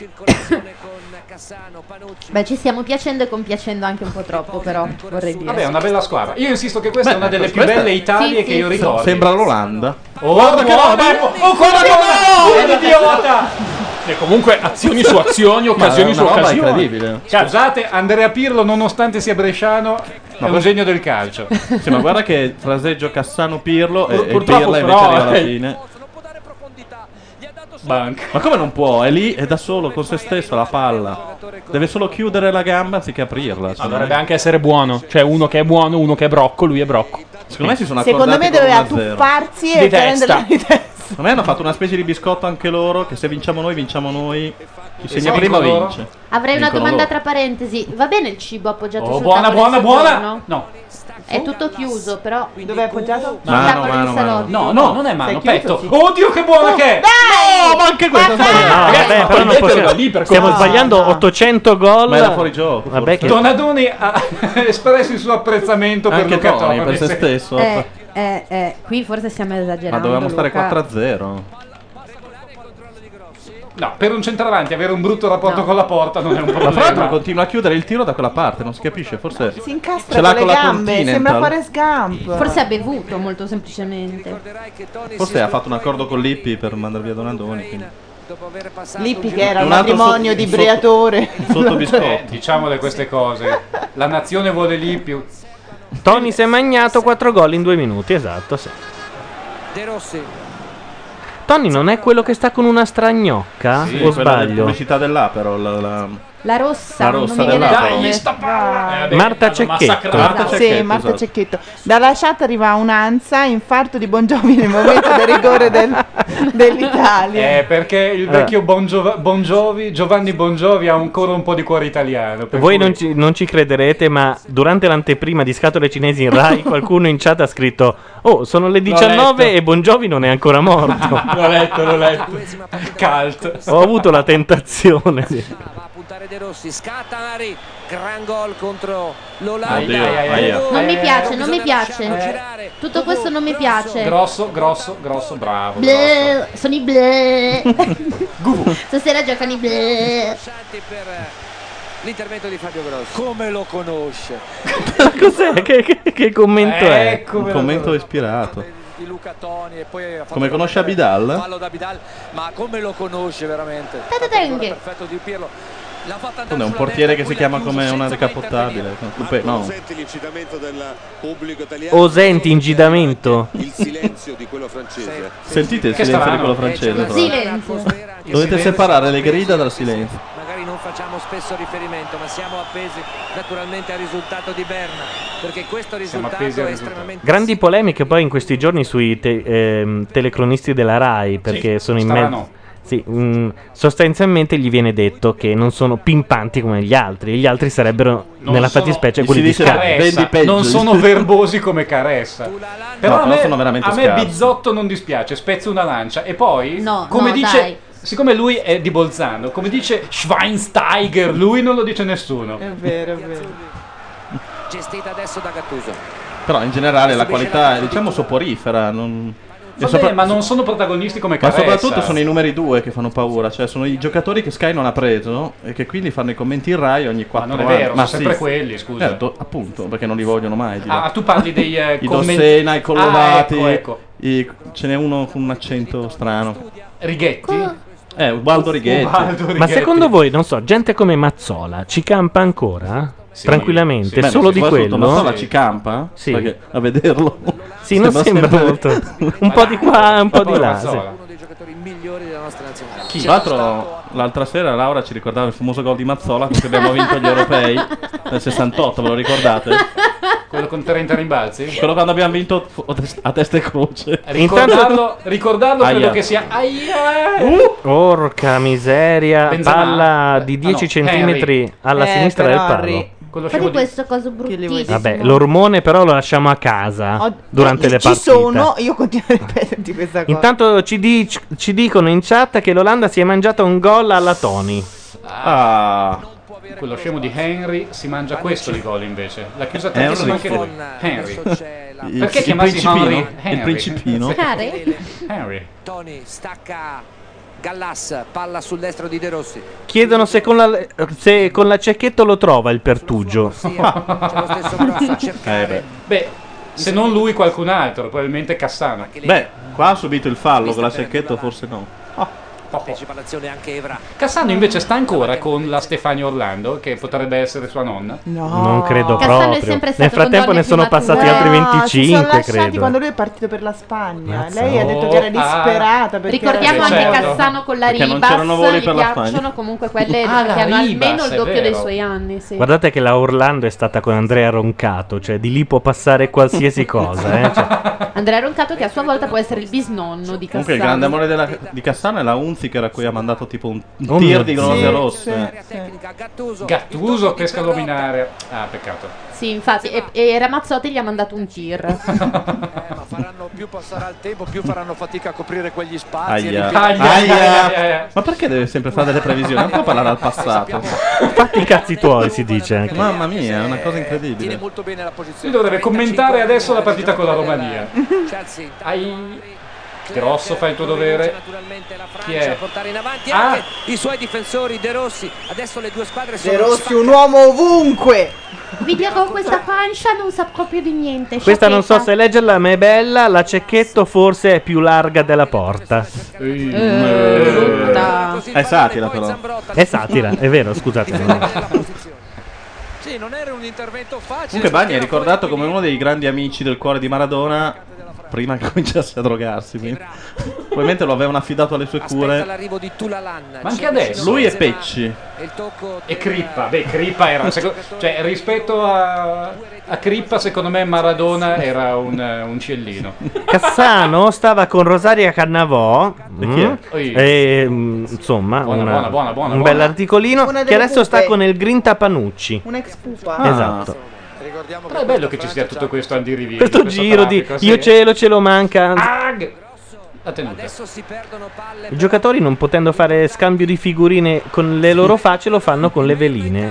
beh, ci stiamo piacendo e compiacendo anche un po' troppo, però vorrei dire. Vabbè, è una bella squadra. Io insisto che questa Beh, è una delle più questa- belle Italie Sì, che sì, io sì. ricordi. Sembra l'Olanda. Oh, guarda che no, no! Oh, guarda che no! Idiota! E comunque azioni su azioni, occasioni su Ma è una roba occasioni. incredibile. Scusate, Andrea Pirlo, nonostante sia bresciano, è un genio del calcio. Sì, ma guarda che fraseggio Cassano Pirlo e, Pur- e purtroppo Pirlo invece però, arriva alla eh. fine. Bank. Ma come non può? È lì, è da solo con se stesso la palla. Deve solo chiudere la gamba anziché aprirla. Cioè, Dovrebbe anche essere buono. Cioè uno che è buono, uno che è brocco, lui è brocco. secondo me si sono Secondo accordati me con doveva uno a zero. tuffarsi Di e testa. prenderla di testa. Secondo me hanno fatto una specie di biscotto anche loro, che se vinciamo noi, vinciamo noi. Chi segna se prima vincono loro? vince. Avrei una Vincono domanda loro. tra parentesi. Va bene il cibo appoggiato Oh, sul buona, tavolo buona, di buona! soggiorno? No. È tutto chiuso, però. Dove è appoggiato? Sul Mano, tavolo mano, di mano. salotto. No, no, non è mano, Sei chiuso, petto. sì. Oddio, che buona che è! No, ma anche questo è sbagliato. No, Ragazzi, vabbè, ma però non toglietelo possiamo. da lì, per Stiamo cortesia. sbagliando no. ottocento gol. Ma era fuori gioco, Vabbè, forse. che Donadoni ha espresso il suo apprezzamento per Anche Luca Toni, per Toni. se stesso. Eh, eh, eh, qui forse stiamo Ma esagerando. dovevamo stare Luca. quattro a zero. No, per un centravanti avere un brutto rapporto No. con la porta non è un Ma fra l'altro problema. continua a chiudere il tiro da quella parte, non si capisce, forse Si incastra ce l'ha con con le la gambe, Continental. sembra Forrest Gump. Forse ha bevuto molto semplicemente. Forse ha fatto un accordo con Lippi per mandare via Donadoni. Quindi. Lippi che era un Un altro matrimonio sotto- di Briatore. Sotto Eh, biscotti. diciamole queste cose. La nazione vuole lì più. Tony si è magnato quattro gol in due minuti, esatto, sì. De Rossi. Tony non è quello che sta con una stragnocca? Sì, o quella sbaglio? pubblicità dell'Aperol. La, la... La rossa, La non rossa mi viene dell'Aperol. il nome. Dai, sta palla! Eh, vabbè, Marta hanno Cecchetto. massacrato. Marta Sì, Cecchetto, Marta esatto. Cecchetto. Dalla chat arriva un'ansia, infarto di Bon Jovi nel momento del rigore del- dell'Italia. Eh, perché il vecchio Bon, Giova- Bon Jovi, Giovanni Bon Jovi ha ancora un po' di cuore italiano. per Voi cui- non ci, non ci crederete, ma durante l'anteprima di Scatole Cinesi in Rai qualcuno in chat ha scritto: oh, sono le diciannove letto. e Bon Jovi non è ancora morto. L'ho letto, l'ho letto. Cult. Ho avuto la tentazione. Va a puntare De Rossi, scatta Ari, gran gol contro l'Olanda. Oddio, aia. Non mi Eh, piace, non mi bisogna piace. lasciarlo girare. Tutto questo non mi piace. Grosso, grosso, grosso, bravo. grosso. Bleh, sono i bleh. Stasera giocano i bleh. Lasciati per eh, l'intervento di Fabio Grosso. Come lo conosce? Cos'è? Che, che- che commento è? Ecco, Un commento ispirato. di Luca Toni e poi ha fatto Come conosce il Abidal? fallo da Abidal, ma come lo conosce veramente? Tadadenghe. Perfetto di Pirlo. L'ha fatta andare Non è un sulla portiere destra, che si poi l'ha chiama chiuso come una senza decappottabile. Marco, No. senti l'incitamento del pubblico italiano? O senti ingidamento? Il silenzio di quello francese. Sentite il Che silenzio di strano. quello francese. però. Silenzio. Dovete separare le grida dal silenzio. Magari non facciamo spesso riferimento, ma siamo appesi naturalmente al risultato di Berna, perché questo Siamo risultato appesi è al risultato. estremamente Grandi polemiche poi in questi giorni sui te- ehm, telecronisti della Rai, perché sono in strano. mezzo. Sì, mm, sostanzialmente gli viene detto che non sono pimpanti come gli altri, e gli altri sarebbero Non nella sono- fattispecie si quelli di dice- Sky. Caressa. Vendi peggio. Non sono verbosi come Caressa. Però No, a però me, sono veramente a me scarsi. Bizzotto non dispiace, spezzo una lancia. E poi, No, come no, dice, dai. siccome lui è di Bolzano, come dice Schweinsteiger, lui non lo dice nessuno. È vero, è vero. gestita adesso da Gattuso. Però in generale la qualità è, diciamo, soporifera. Non... e Vabbè, sopra- ma non sono protagonisti come Ma Caressa. soprattutto sono i numeri due che fanno paura, cioè sono i giocatori che Sky non ha preso e che quindi fanno i commenti in Rai ogni quattro non anni. è vero, sono sì. sempre quelli, scusa. Certo, appunto, perché non li vogliono mai. di là. Ah, tu parli dei eh, I commenti- Dossena, i Collovati, Ah, ecco, ecco. i- ce n'è uno con un accento strano. Righetti? Eh, Ubaldo Righetti. Ubaldo Ma secondo voi, non so, gente come Mazzola ci campa ancora? Tranquillamente, Beh, solo se di poi sotto quello? Mazzola ci campa? Sì. Perché a vederlo. Sì, non sembra molto. Un po' di qua, un po' di là. sì. uno dei giocatori migliori della nostra nazionale. Tra l'altro, l'altra sera Laura ci ricordava il famoso gol di Mazzola perché abbiamo vinto gli europei nel sessantotto, ve lo ricordate? Quello con trenta rimbalzi? Quello quando abbiamo vinto a testa e croce. Ricordarlo, ricordarlo credo Aia. che sia. Aia! Uh, Orca miseria, Benzema? palla di dieci no, centimetri Henry. alla Eh, sinistra però del palo. Henry- Fate questo coso bruttissimo. Vabbè, l'ormone però lo lasciamo a casa Oh, durante eh, le ci partite. sono, io continuo a ripeterti questa cosa. Intanto ci, dic- ci dicono in chat che l'Olanda si è mangiata un gol alla Toni. Ah. Quello scemo di Henry si mangia questo di gol invece. L'ha chiusa tantissimo anche lui. Henry. Il- Perché il chiamarsi principino? Henry? Il Henry. principino? Harry? Henry. Toni stacca Gallas, palla sul destro di De Rossi. Chiedono se con la, se con la Cecchetto lo trova il Pertugio. C'è lo stesso Grosso a cercare. Eh beh. Beh, se non lui qualcun altro, probabilmente Cassano. Beh, qua ha subito il fallo, con la Cecchetto forse no. Partecipa all'azione anche Evra. Cassano invece sta ancora con la Stefania Orlando, che potrebbe essere sua nonna. No. Non credo Cassano è proprio. sempre stato Nel frattempo con donne ne sono più passati mature. altri No, si sono venticinque, lasciati credo. quando lui è partito per la Spagna. Mazza. Lei ha detto che era Oh, disperata. perché Ricordiamo era- anche certo. Cassano con la Perché non Ribas, c'erano voli gli per la piacciono Spagna. comunque quelle Ah, la che hanno Ribas, almeno il è doppio dei vero. suoi anni. Sì. Guardate che la Orlando è stata con Andrea Roncato, cioè di lì può passare qualsiasi cosa. Eh? Cioè, Andrea Roncato che a sua volta può essere il bisnonno di Cassano. Comunque il grande amore della- di Cassano è la Unziker a cui ha mandato tipo un Oh tir mio di Dio. rose Sì, rosse. sì. Gattuso. Gattuso pesca luminare. Ah, peccato. Sì, infatti, e, e Ramazzotti gli ha mandato un tir. Eh, ma faranno più passare il tempo, più faranno fatica a coprire quegli spazi. Aia. e riempire- Aia, Aia. aia, aia. Ma perché deve sempre fare delle previsioni? Non può parlare al passato. fatti i cazzi tuoi, si dice anche. Mamma mia, è una cosa Tiene incredibile. molto bene la Lui posizione. dovrebbe commentare adesso la partita con la Romania. Romania. Chelsea. Ai. Grosso, fai il tuo dovere. Naturalmente la Chi Francia è? a portare in avanti Ah. anche i suoi difensori De Rossi. Adesso le due squadre sono De Rossi, spaccate. un uomo ovunque. Vi dirò, questa pancia non sa proprio di niente. Questa non so sciacchetta. se leggerla, ma è bella. La Cecchetto forse è più larga della porta. Ehi. Eh, brutta. Così il È pallone, satira, poi però. Zambrotta. È satira, è vero, scusate. Della posizione. Sì, non era un intervento facile. Comunque Bagni è perché era ricordato fuori come uno dei grandi amici del cuore di Maradona prima che cominciasse a drogarsi. quindi. Probabilmente lo avevano affidato alle sue Aspetta cure. l'arrivo di Tulalan. Ma anche C'è adesso. vicino Lui e Benzema. Pecci. E il tocco E Crippa, beh, Crippa era. seco- cioè, rispetto a, a Crippa, secondo me Maradona era un, un ciellino. Cassano stava con Rosaria Cannavò. E chi è? mm, Oi. e, mm, insomma, Buona, una- buona, buona, buona, un buona. bell'articolino Una che delle adesso sta pupe. con il Grinta Panucci. Un'ex pupa. Ah. Esatto. Ricordiamo Però è bello che ci sia tutto questo andirivieni. Questo giro di traffico, io sì. cielo, cielo manca. Ag! La tenuta. Adesso si perdono palle. I giocatori, non potendo fare scambio di figurine con le loro facce, lo fanno con le veline.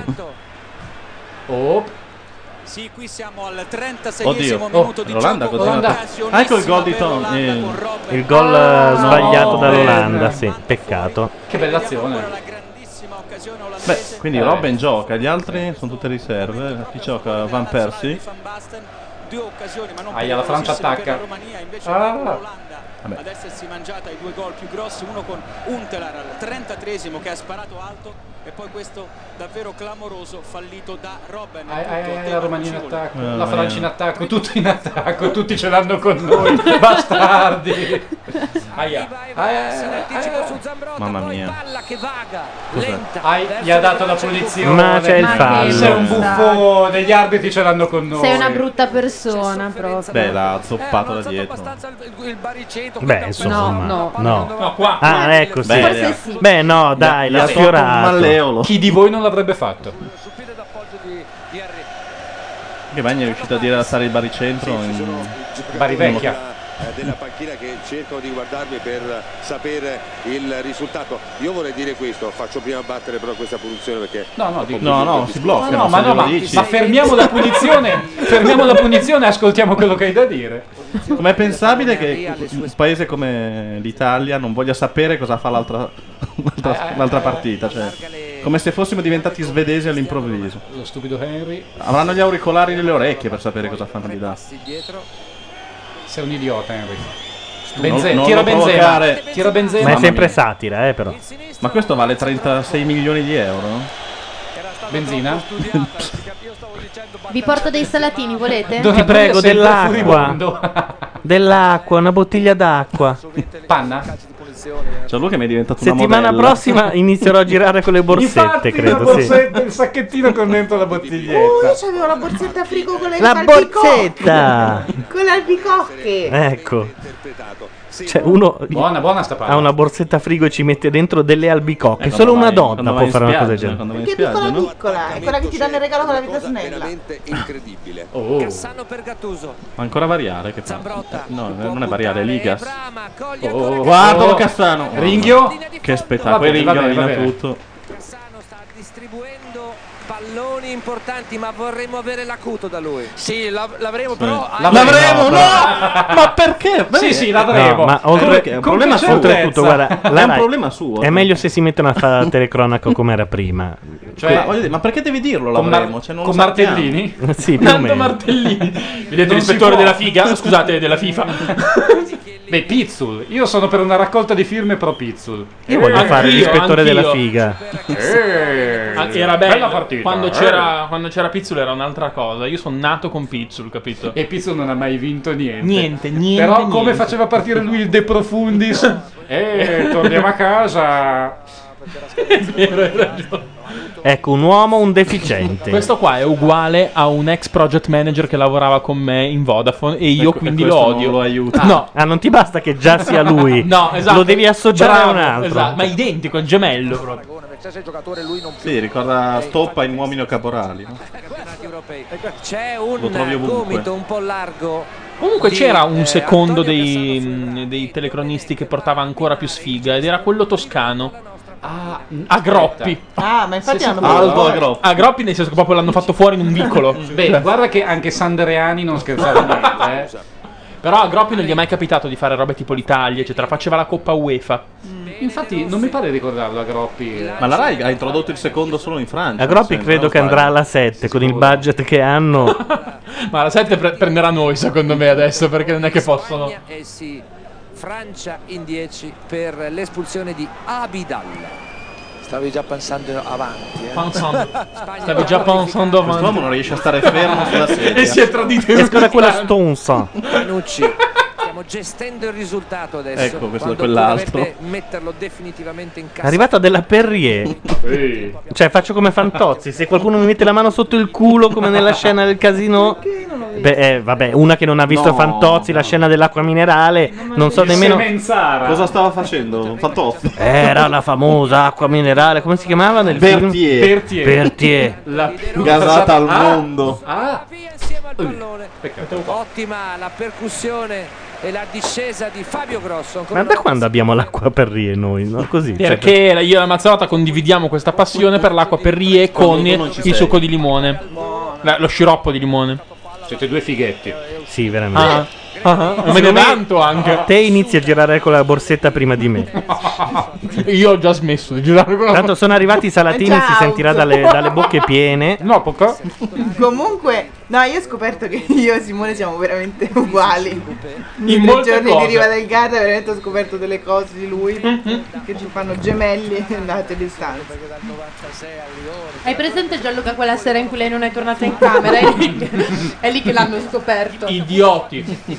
Oh, Sì, qui siamo al trentaseiesimo Oddio. minuto Oh, di l'Olanda gioco. continua a- Occasionissima Ah, ecco il gol di per Tom- l'Olanda eh, con Robben. Il gol Ah, eh, sbagliato no, dall'Olanda, bene. sì, peccato. che bella azione. La grandissima occasione Beh, olandese. quindi Eh. Robben gioca, gli altri sono tutte riserve. Chi gioca? Van Persie. Van Basten, due occasioni, ma non Aia, la Francia pericolosissime per attacca. la Romania, invece Ah. per l'Olanda Vabbè. ad essersi mangiata i due gol più grossi, uno con Untelar al trentatreesimo che ha sparato alto e poi questo davvero clamoroso fallito da Robben. Ai, Tutto ai, ai, del la Romania in Ciccione. attacco, Eh, la Romania. Francia in attacco, tutti in attacco, tutti ce l'hanno con noi, bastardi. Aia, aia, Si in anticipo aia. su Zambrotta. Mamma poi mia. palla che vaga. Cos'è? Lenta. Ai, verso gli ha le dato la braccia del punizione. Ma c'è il Ma che fallo. Sei un brutta. buffone, gli arbitri ce l'hanno con noi. Sei una brutta persona proprio. Beh, l'ha Eh, zoppato ha da alzato dietro. abbastanza il, il baricentro. Beh, quindi insomma, ha no, preso la palla no. quando doveva- No, qua. Ah, ecco, sì. Beh, Forse eh, sì. Beh, no, dai, Gli l'ha ha tolto un sfiorato. malleolo. Chi di voi non l'avrebbe fatto? Sul piede d'appoggio di, di Henry. Che Bagni è riuscito a dirastare il baricentro Sì, ci in... sono i giocatori Bari vecchia. della, eh, della panchina che cercano di guardarmi per sapere il risultato. Io vorrei dire questo, faccio prima battere però questa punizione perché No, no, di- No, no, si blocca. No, no, ma no, ma, ma fermiamo la punizione. Fermiamo la punizione e ascoltiamo quello che hai da dire. Com'è pensabile che un paese come l'Italia non voglia sapere cosa fa l'altra, l'altra, l'altra partita? Cioè, come se fossimo diventati svedesi all'improvviso. Lo stupido Henry. Avranno gli auricolari nelle orecchie per sapere cosa fanno di là. Sei un idiota, Henry. Non- Benze- non tira lo Benzema. provocare. Tira Benzema. Ma è Mamma sempre mia. satira, eh, però. Ma questo vale trentasei milioni di euro? Benzina? Vi porto dei salatini, volete? Ti prego, dell'acqua. Dell'acqua, una bottiglia d'acqua. Panna? Cioè, lui che mi è diventato una Settimana modella. prossima inizierò a girare con le borsette, Infatti, credo. la sì. borsetta, il sacchettino con dentro la bottiglietta. Uh, io c'avevo la borsetta a frigo con le La albicocche. borsetta! Con le albicocche. Ecco. Cioè, uno Buona, buona sta palla. ha una borsetta a frigo e ci mette dentro delle albicocche. Eh, Solo quando una vai- donna quando può vai in fare una cosa del spiaggia, genere. quando vai in Che piccola spiaggia, no? piccola, è quella che ti danno in regalo con la vita snella. incredibile. Oh. Cassano per Gattuso. Ma ancora variare? Che fa? No, non è variare, è Ligas. coglie Oh, ancora guardalo Oh. Cassano. Ringhio? Che spettacolo. Va bene, Ringhio va bene, va rovina bene. tutto. Cassano sta distribuendo palloni importanti, ma vorremmo avere l'acuto da lui. Sì, l'av- l'avremo, però. L'avremo, no! però- Ma perché? Sì, sì, l'avremo. No, ma Eh, oltre, perché è un problema suo. oltretutto, guarda, la È un Rai- problema suo. È meglio se si mettono a fare la telecronaca come era prima. Cioè, ma, voglio dire, ma perché devi dirlo con, l'avremo? mar- Cioè, non lo con sappiamo. martellini? Sì, più o Nando meno. Martellini. Vedete Non l'ispettore si può. della figa? Scusate, della FIFA. Beh, Pizzul. Io sono per una raccolta di firme pro Pizzul. Io voglio Anch'io, fare l'ispettore anch'io. della figa. Eh, Ah, era bella bello. partita. Quando eh. c'era, quando c'era Pizzul era un'altra cosa. Io sono nato con Pizzul, capito? E Pizzul non ha mai vinto niente. Niente, niente. Però come niente. faceva partire lui il De Profundis? Eh, torniamo a casa. È vero, hai ragione. Ecco, un uomo, un deficiente. Questo qua è uguale a un ex project manager che lavorava con me in Vodafone e io Ecco, quindi e lo questo odio. non lo aiuta. No, Ah, non ti basta che già sia lui. no, esatto. Lo devi associare Bravo, a un altro. Esatto, ma identico, è gemello proprio. Sì, ricorda Stoppa in Uomini o Caporali. No? C'è Lo un trovi ovunque. gomito un po' largo. Comunque di, c'era un eh, secondo Antonio dei, Cassano sul- mh, dei telecronisti che portava ancora più sfiga ed era quello toscano. Ah, Agroppi. Ah, ma infatti Sì, sì, hanno Aldo preso- Agroppi. Agroppi nel senso che proprio l'hanno fatto fuori in un vicolo. Beh, guarda che anche Sandreani non scherzava niente, eh. Però a Groppi non gli è mai capitato di fare robe tipo l'Italia, eccetera. Faceva la Coppa UEFA. Infatti non mi pare di ricordarlo a Groppi. Ma la Rai ha introdotto il secondo solo in Francia. A Groppi mi sembra, credo non che sbaglio. andrà alla sette con il budget che hanno. Ma la sette pre- prenderà noi, secondo me, adesso, perché non è che possono. Spagna e si Francia in dieci per l'espulsione di Abidal. Stavi già pensando avanti. Eh? Pensando. Stavi già pensando avanti. Quest'uomo non riesce a stare fermo sulla sedia. E si è tradito in Esco da quella stonza. Panucci. Stiamo gestendo il risultato adesso. Ecco, questo è quando quell'altro. dovrebbe metterlo definitivamente in È casa. arrivata della Perrier. Cioè, faccio come Fantozzi. Se qualcuno mi mette la mano sotto il culo, come nella scena del casino. Beh, eh, vabbè, una che non ha visto No, Fantozzi, la scena dell'acqua minerale. Non so Il nemmeno. Semenzara. Cosa stava facendo? Fantozzi. Era la famosa acqua minerale. Come si chiamava nel film? Berthier. Pertier. Pertier. La più Gasata al Ah, mondo. Ah, Via insieme al pallone. peccato. Ottima la percussione e la discesa di Fabio Grosso. Ancora Ma da una quando abbiamo l'acqua Perrier noi? No? Così. cioè, Perché io e la Mazzarota condividiamo questa passione per l'acqua Perrier con Quando tu non ci il sei. succo di limone. La- lo sciroppo di limone. Siete due fighetti. Sì, veramente. Ah, ah, ah, me ne vanto anche. Te inizi a girare con la borsetta prima di me. Io ho già smesso di girare con la Tanto sono arrivati i salatini, Ciao. si sentirà dalle, dalle bocche piene. No, poco. Comunque, no, io ho scoperto che io e Simone siamo veramente uguali. In Nei molte giorni cose. di Riva del Garda veramente ho scoperto delle cose di lui che ci fanno gemelli nate distanza. Hai presente Gianluca quella sera in cui lei non è tornata in camera? È lì che, è lì che l'hanno scoperto. Idioti.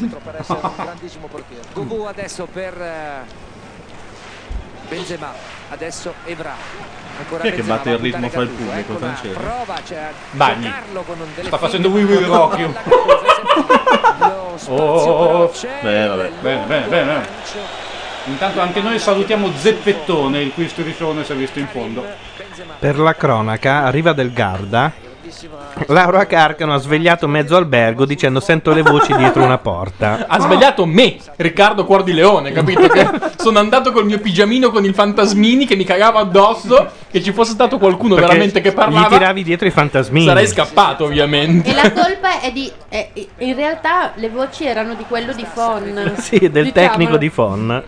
Gugu adesso per eh, Benzema. Adesso Evra. Ancora Chi è che Benzema, batte il va a ritmo buttare fra il Gattuso, pubblico, ecco la francese? prova, cioè, a Bagni. giocarlo con un delle Sta finte facendo We Will con Rock You. la Gattuso, sempre lo spazio Oh, però c'è, beh, vabbè. Bene, bene, bene. lancio. Intanto anche noi salutiamo Zeppettone, il cui striscione si è visto in fondo. Per la cronaca, a Riva del Garda Laura Carcano ha svegliato mezzo albergo dicendo sento le voci dietro una porta. Ha svegliato me, Riccardo Cuor di Leone, capito? Che sono andato col mio pigiamino con il fantasmini che mi cagava addosso. Che ci fosse stato qualcuno Perché veramente che parlava, gli tiravi dietro i fantasmini. sarei scappato ovviamente. E la colpa è di. è- in realtà le voci erano di quello di Fon. Sì, del Diciamolo. tecnico di Fon.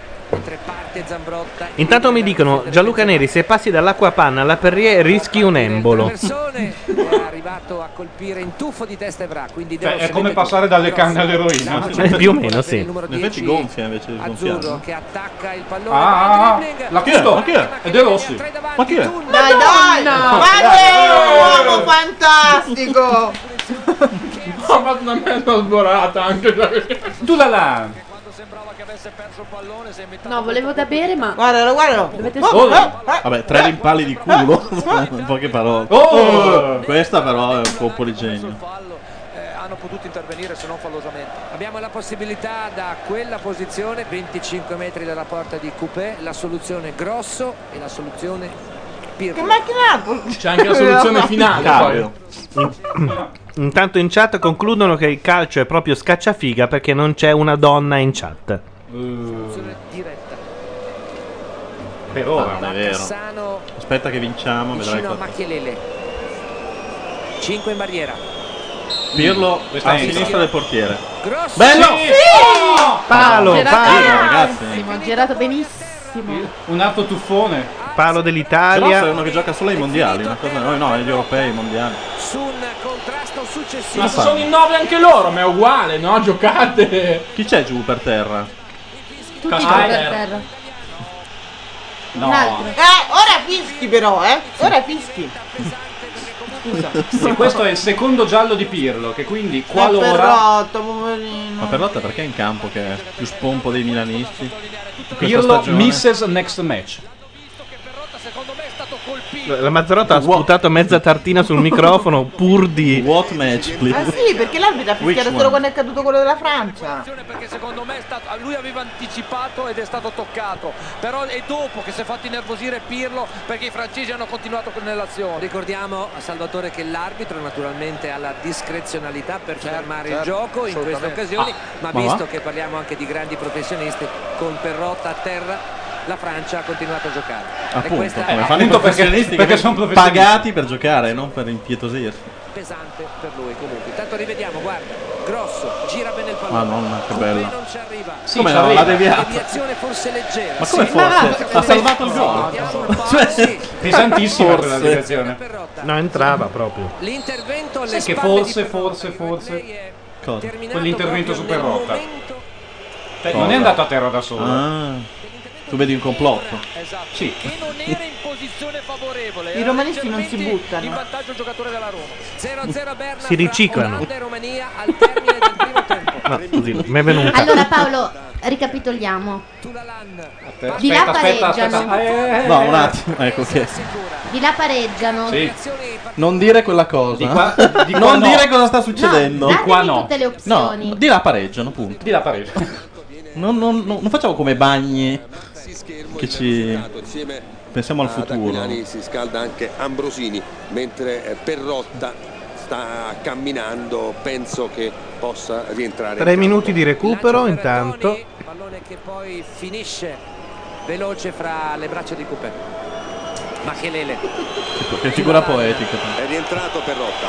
Intanto mi dicono Gianluca Neri, se passi dall'acquapanna alla Perrier rischi un embolo. È arrivato a colpire in tuffo di testa e bra, quindi Cioè, De è Rossi come mette passare dalle canne all'eroina. Eh, più o meno, sì. il numero In effetti dieci, gonfia invece di Azzurro gonfiare. che attacca il pallone. Ah, ah, ah, dribbling. l'ha Chi è? chiuso. Ma chi è? È De Rossi. Ma chi è? Dai, dai! Ma che uomo fantastico! Ho fatto una mezza sborata anche. Tu la là. No, volevo da bere, ma. Guardalo, guardalo! Dovete Oh, Oh, oh, eh. vabbè, tre rimpalli di culo. In poche parole. Oh! Questa però è un colpo di genio. Eh, hanno potuto intervenire se non fallosamente. Abbiamo la possibilità da quella posizione, venticinque metri dalla porta di Coupé, la soluzione Grosso e la soluzione Pirlo. Che macchina! C'è anche la soluzione finale. Cambio. Intanto in chat concludono che il calcio è proprio scacciafiga perché non c'è una donna in chat. Soluzione diretta. Per ora. Non è vero. Cassano Aspetta che vinciamo, vedrai vicino a cosa. Macchielele. cinque in barriera. Pirlo Questa a entra. sinistra del portiere. Grosso. Bello! Palo, Girato palo, ragazzi. benissimo, girato benissimo. Un altro tuffone. palo Grosso è dell'Italia. uno che gioca solo ai mondiali. Una cosa, noi no, agli europei, ai mondiali. Su un contrasto successivo. Ma se sono in nove anche loro, ma è uguale, no? Giocate. Chi c'è giù per terra? Tutti Cascai. per terra. No. Un altro. Eh, ora fischi però, eh! Ora fischi! E questo è il secondo giallo di Pirlo, che quindi È qualora Perrotta, poverino. Ma Perrotta perché è in campo che è più spompo dei milanisti? In questa Pirlo stagione? misses next match. La Mazzarotta ha sputato mezza tartina sul microfono pur di. What match, please? Ah sì, perché l'arbitro ha fischiato Which solo one? quando è caduto quello della Francia. Perché secondo me è stato, lui aveva anticipato ed è stato toccato, però è dopo che si è fatto innervosire Pirlo perché i francesi hanno continuato nell'azione. Ricordiamo a Salvatore che l'arbitro naturalmente ha la discrezionalità per fermare il certo, gioco in queste assolutamente. occasioni, ma ma visto va? che parliamo anche di grandi professionisti, con Perrotta a terra la Francia ha continuato a giocare. E Appunto, questa come è fanno i appunto perché- professionisti perché che sono professionisti. pagati per giocare, non per impietosirsi. pesante per lui comunque. Intanto rivediamo, guarda, Grosso, gira bene il pallone. Madonna, che Coupé bella. non ci arriva. Sì, Come ci no, arriva. l'ha deviata. Deviazione forse leggera. Ma come sì. forse? Ha salvato il gol. Vediamo un po', Cioè, sì. Pesantissima Forse. quella direzione. Perrotta. No, entrava proprio. L'intervento alle Sai che spalle forse, di Perrotta. forse, forse- Lei è Cosa? terminato Quell'intervento su proprio nel Perrotta. momento- Cioè, non è andato a terra da solo. Ah, tu vedi un complotto. Esatto. Sì. Che non era in posizione favorevole. I era romanisti non si leggermente buttano. in vantaggio il giocatore della Roma. zero a zero Berna Si riciclano. fra Olanda e Romania al termine del primo tempo. No, scusi, mi è venuta. Allora Paolo, ricapitoliamo. Aspetta, Di là aspetta, pareggiano. aspetta. Eh, No, un attimo, ecco che. Di là pareggiano. Sì. Non dire quella cosa. Di qua- di qua non no. dire cosa sta succedendo. No, datevi qua no. tutte le No, opzioni. di là pareggiano, punto. Di là pareggio. Non, non- non- non facciamo come Bagni che ci Insieme pensiamo al ad futuro. Aquilani si scalda anche Ambrosini, mentre eh, Perrotta sta camminando, penso che possa rientrare. Tre in minuti di recupero Lancio per intanto. Toni, pallone che poi finisce veloce fra le braccia di Coupé. Machelele. Che figura poetica. È rientrato Perrotta.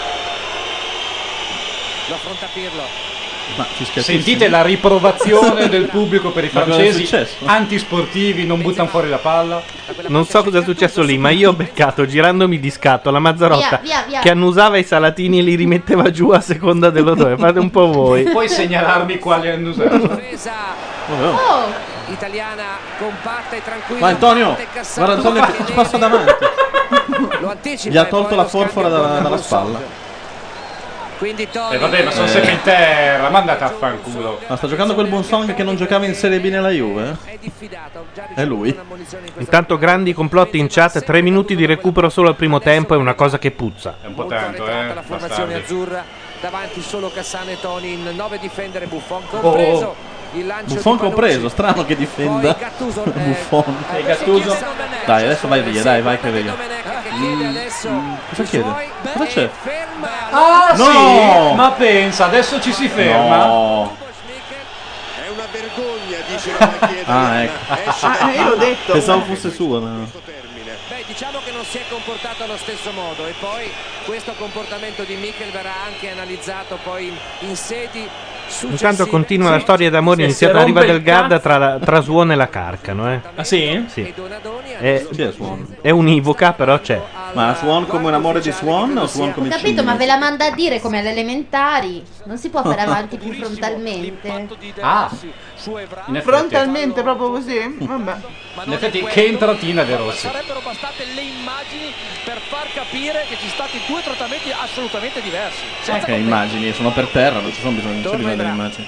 Lo affronta Pirlo. Ma fischiatissimo. Sentite la riprovazione del pubblico per i Ma cosa è francesi successo? antisportivi, non buttano fuori la palla. Non so cosa è successo lì, ma io ho beccato girandomi di scatto la Mazzarotta Via, via, via. che annusava i salatini e li rimetteva giù a seconda dell'odore. Fate un po' voi. Puoi segnalarmi quali hanno usato? Difesa Oh, italiana compatta e tranquilla. Ma Antonio, Parte Cassano, guarda Antonio che ci passa davanti. Lo anticipa Gli ha e tolto poi la lo forfora scambia dalla, con dalla Bolsonaro. spalla. Quindi Toni. E vabbè, ma sono Eh. sempre in terra, ma andate a fanculo. Ma sta giocando quel buon song che non giocava in Serie B nella Juve? È diffidato, già È lui? una munizione in questo Intanto grandi complotti in chat, tre minuti di recupero solo al primo tempo è una cosa che puzza. È un po' molto tanto, arretrata eh. la formazione bastardi. azzurra, davanti solo Cassano e Toni, in nove difendere Buffon Oh, compreso il lancio Buffon di Panucci. compreso, strano che difenda Poi Gattuso, eh, Buffon. E Gattuso? Dai, adesso vai via, dai, vai che vedi. Domenech che chiede adesso Cosa i chiede? suoi, Cosa e c'è? ferma Ah No! sì, ma pensa, adesso ci si ferma. No. È una vergogna, dice la macchina Ah, italiana. ecco. Esce Ah, da- io l'ho detto. Pensavo fosse sua. No. Beh, diciamo che non si è comportato allo stesso modo e poi questo comportamento di Mikel verrà anche analizzato poi in, in sedi successive. Intanto continua la storia d'amore Se iniziata si a Riva rompe del il Garda cazzo- tra, la- tra Suono e la Carcano. Eh. Ah sì? Sì. Donadoni È, Chi è Suono? è univoca, però c'è. Ma Swan come un amore di Swan o Swan come Ho capito, Cigno? ma ve la manda a dire come alle elementari? Non si può fare avanti più frontalmente. Ah, in effetti, Frontalmente proprio così? Vabbè. in effetti che entratina De Rossi. Sarebbero bastate le immagini per far capire che ci sono stati due trattamenti assolutamente diversi. Senza Che commenti. immagini? Sono per terra, non ci sono bisogno, non c'è bisogno delle immagini.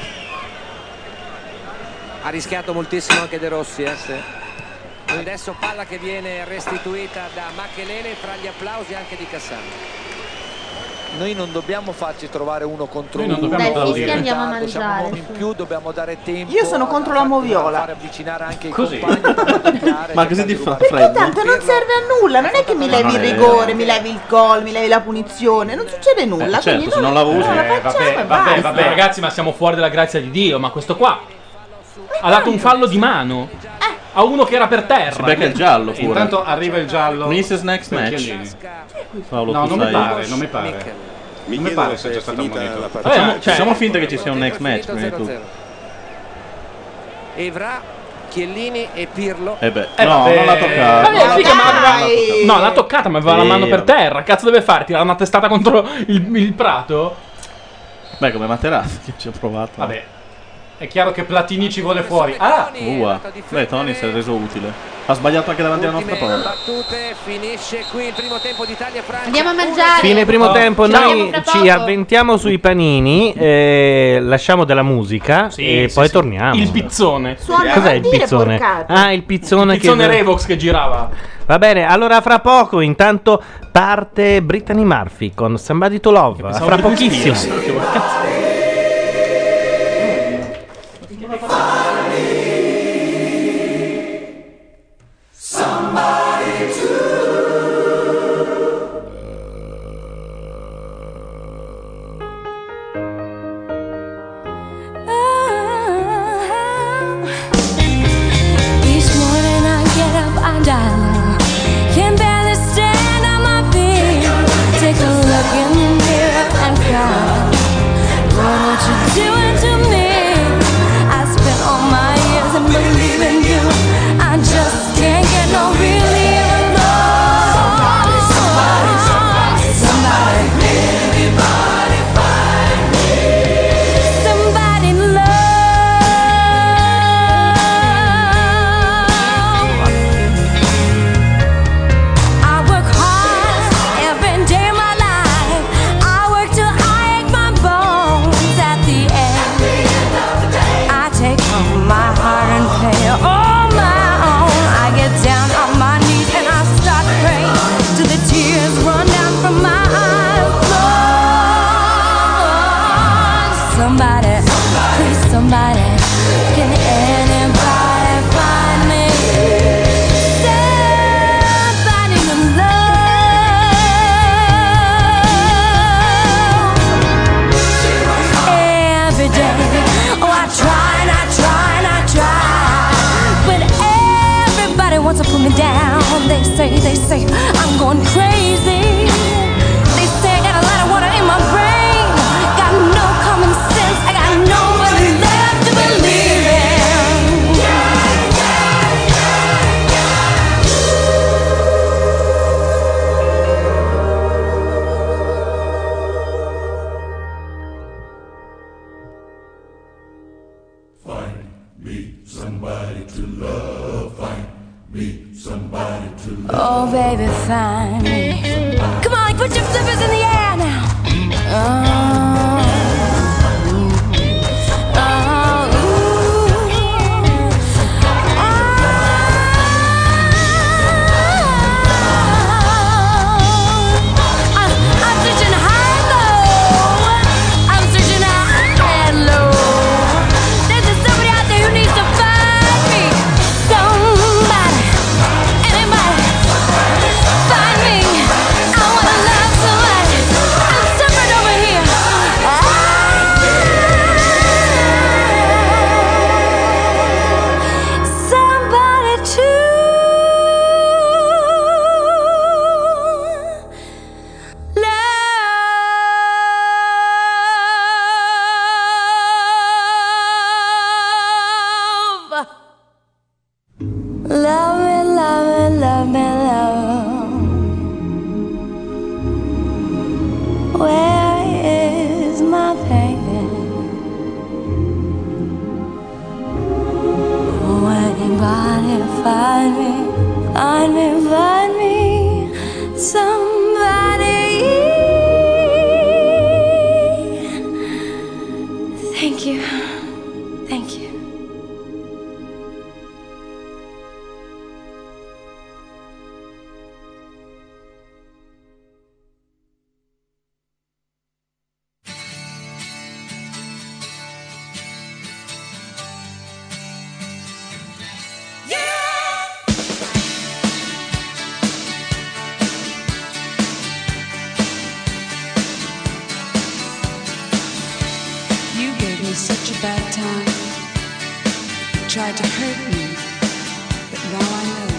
ha rischiato moltissimo anche De Rossi, eh? Adesso palla che viene restituita da Machelele tra gli applausi anche di Cassano. Noi non dobbiamo farci trovare uno contro Noi non uno. dobbiamo Dai, applaudire. fischi andiamo a Siamo un mangiare. uomo in più, dobbiamo dare tempo. Io sono contro la moviola. Fare avvicinare anche Così. i compagni per toccare, Ma così di cercare fa- freddo? Tanto non serve a nulla, non è che mi levi non il è rigore, vero. mi levi il gol, mi levi la punizione, non succede nulla. Eh, certo, quindi se non la usi. non la Eh, facciamo vabbè, e vabbè, basta. Vabbè, ragazzi, ma siamo fuori dalla grazia di Dio. Ma questo qua ha dato un fallo di mano a uno che era per Si terra. becca il giallo pure. Intanto arriva il giallo. Misses next per match. Chiellini. Paolo, No, tu non mi sai. pare, non mi pare. Mi Non mi chiedo pare se sia è già stato finita ammonito. la Vabbè, partita. ma- cioè- Facciamo finta che ci sia un next match prima di tutto. Evra, Chiellini e Pirlo. Eh beh, Eh, no, vabbè. non l'ha toccata. Vabbè, Ma figa, ma dai! aveva- No, l'ha toccata, ma aveva la Sì, mano per vabbè. terra. Cazzo deve fare? Tirare una testata contro il, il prato? Beh, come Materazzi che ci ha provato. Vabbè, è chiaro che Platini ci vuole fuori. Ah, Ua. Beh, Tony si è reso utile. Ha sbagliato anche davanti alla nostra Ultime porta. battute, finisce qui il primo tempo d'Italia-Francia. Andiamo a mangiare. Fine primo No. tempo, Ci noi vediamo fra ci poco. avventiamo sui panini, eh, lasciamo della musica Sì, e sì, poi sì. torniamo. Il pizzone. Suona Cos'è a il dire pizzone? porcate. Ah, il pizzone, Il pizzone che... Revox che girava. Va bene, allora fra poco, intanto parte Brittany Murphy con Somebody to Love. Pensavo Fra di pochissimo. Spears. Che cazzo. Each morning I get up, I dial. Can barely stand on my feet. Take a look in the mirror and cry. Lord, what you doing to me? I spent all my years in believing you. I just can't get no relief. Somebody, somebody, somebody, somebody, anybody find me? Somebody love. I work hard every day of my life. I work till I ache my bones. At the end, I take home my heart and pay all my own. I get down on my knees and I start praying till the tears run down from my eyes. Lord, somebody, please somebody, can anybody find me? Somebody to love. Every day, oh I try and I try and I try, but everybody wants to put me down. They say, they say I'm going crazy. They say I got a lot of water in my brain. Got no common sense. I got nobody left to believe in. Oh, baby, find me. Come on, put your flippers in the air now. Oh, oh, ooh. Ah, I'm searching high and low. I'm searching high and low. There's somebody out there who needs to find me. Somebody, anybody, find where is my pain? Oh, anybody find me, find me, find me somebody. Thank you, thank you. You gave me such a bad time. You tried to hurt me, but now I know.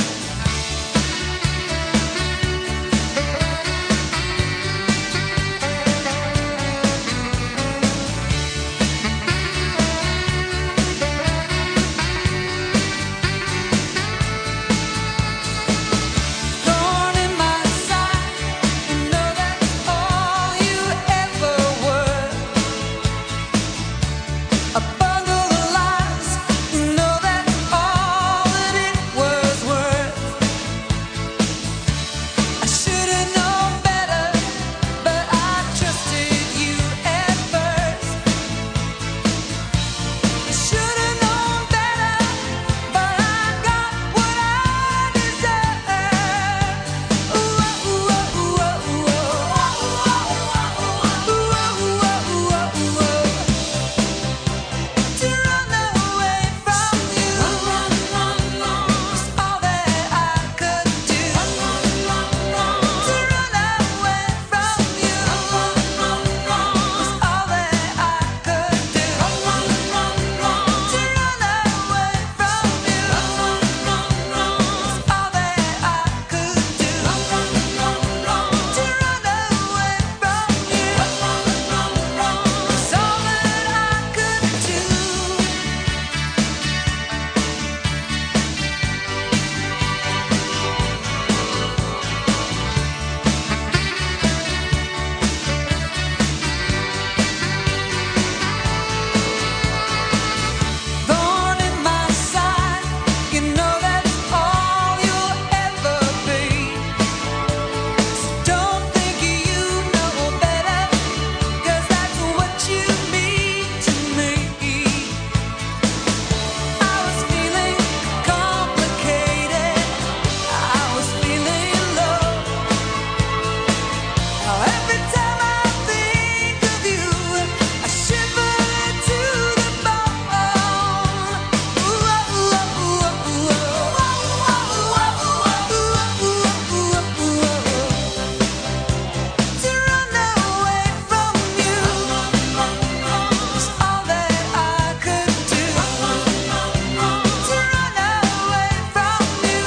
Thorn in my side, you know that's all you ever were. A bundle of lies, you know that's all that it was worth. I should have known better, but I trusted you at first. I should have known better, but I got what I deserve. Ooh, ooh, ooh, ooh, ooh, ooh, ooh, ooh, ooh, ooh. To run away from you, run, run, run, run, was all that I could do. Run, run, run, run. To run away from you, run, run, run, run, was all that I could do. Run, run, run, run. To run away from you, run, run, run, run, was all that I could do. Run, run, run, run. To run away from you, run, run, run, run, was all that I could do. Thorn in my side, you know that's all you'll ever be. So don't think you know better, 'cause that's what you mean to me. I was feeling complicated, I was feeling low. Now every time I think of you, I shiver to the bone. Ooh, ooh, ooh, ooh, ooh, ooh, ooh, ooh, ooh. To run away from you was all that I could do. To run away from you.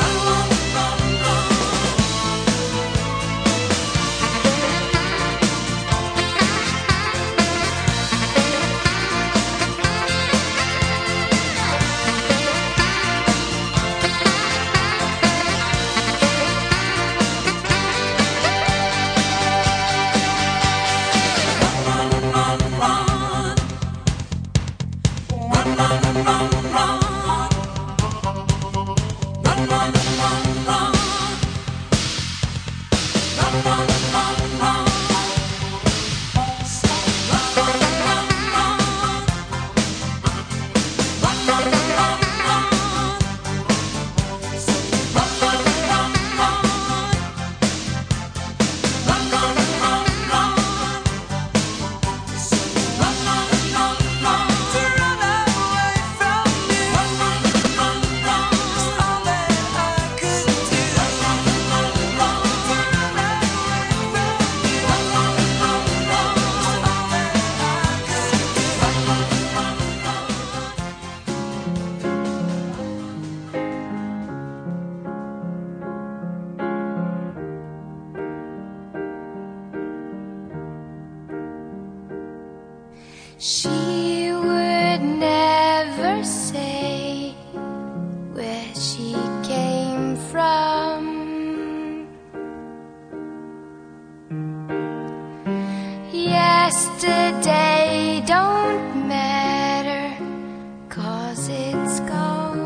She would never say where she came from. Yesterday don't matter, 'cause it's gone.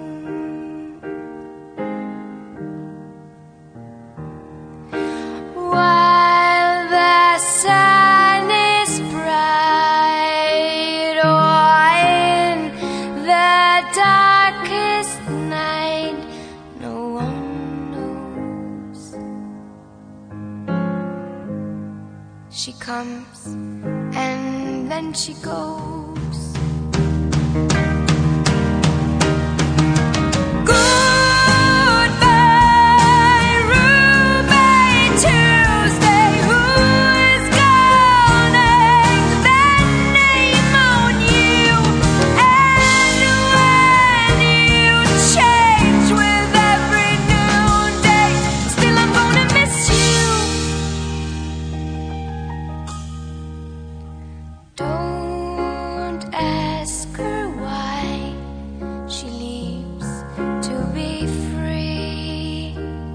While the sun is bright, or in the darkest night, no one knows. She comes and then she goes. Goodbye, Ruby Tuesday. Who is gonna hang that name on you? And when you change with every new day, still I'm gonna miss you. Don't ask her why she leaves to be free.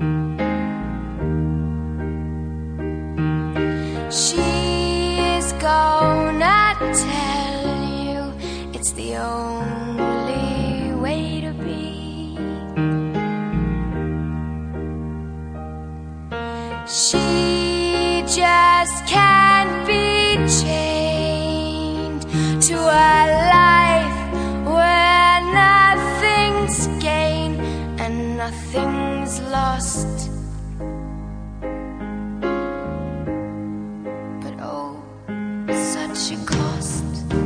She is gonna tell you it's the only way to be. She just can't be chained to a life where nothing's gained and nothing's lost. But oh, such a cost.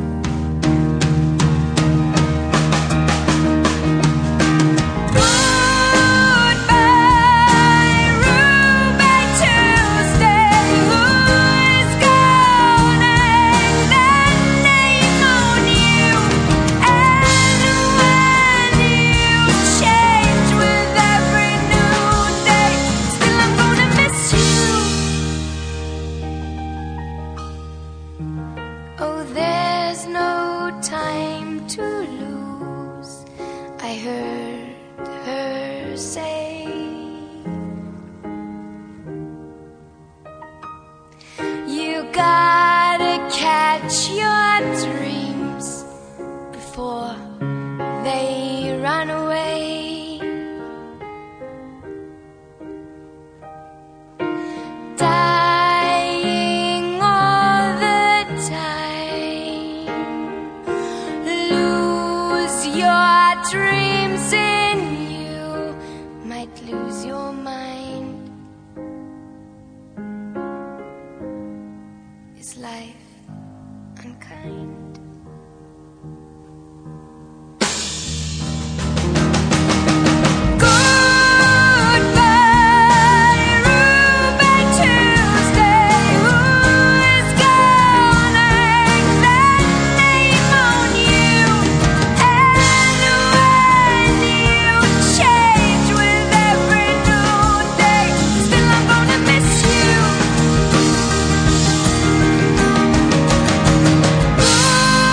Goodbye, Ruby Tuesday. Who is gonna hang that name on you? And when you change with every new day, still I'm gonna miss you. Oh, there's no time to lose, I heard her say. You gotta catch your dreams before they run away. Dying all the time. Lose your dreams in you, might lose your mind. Is life unkind? Goodbye, Ruby Tuesday. Who is gonna hang that name on you? And when you change with every new day, still I'm gonna miss you. Goodbye,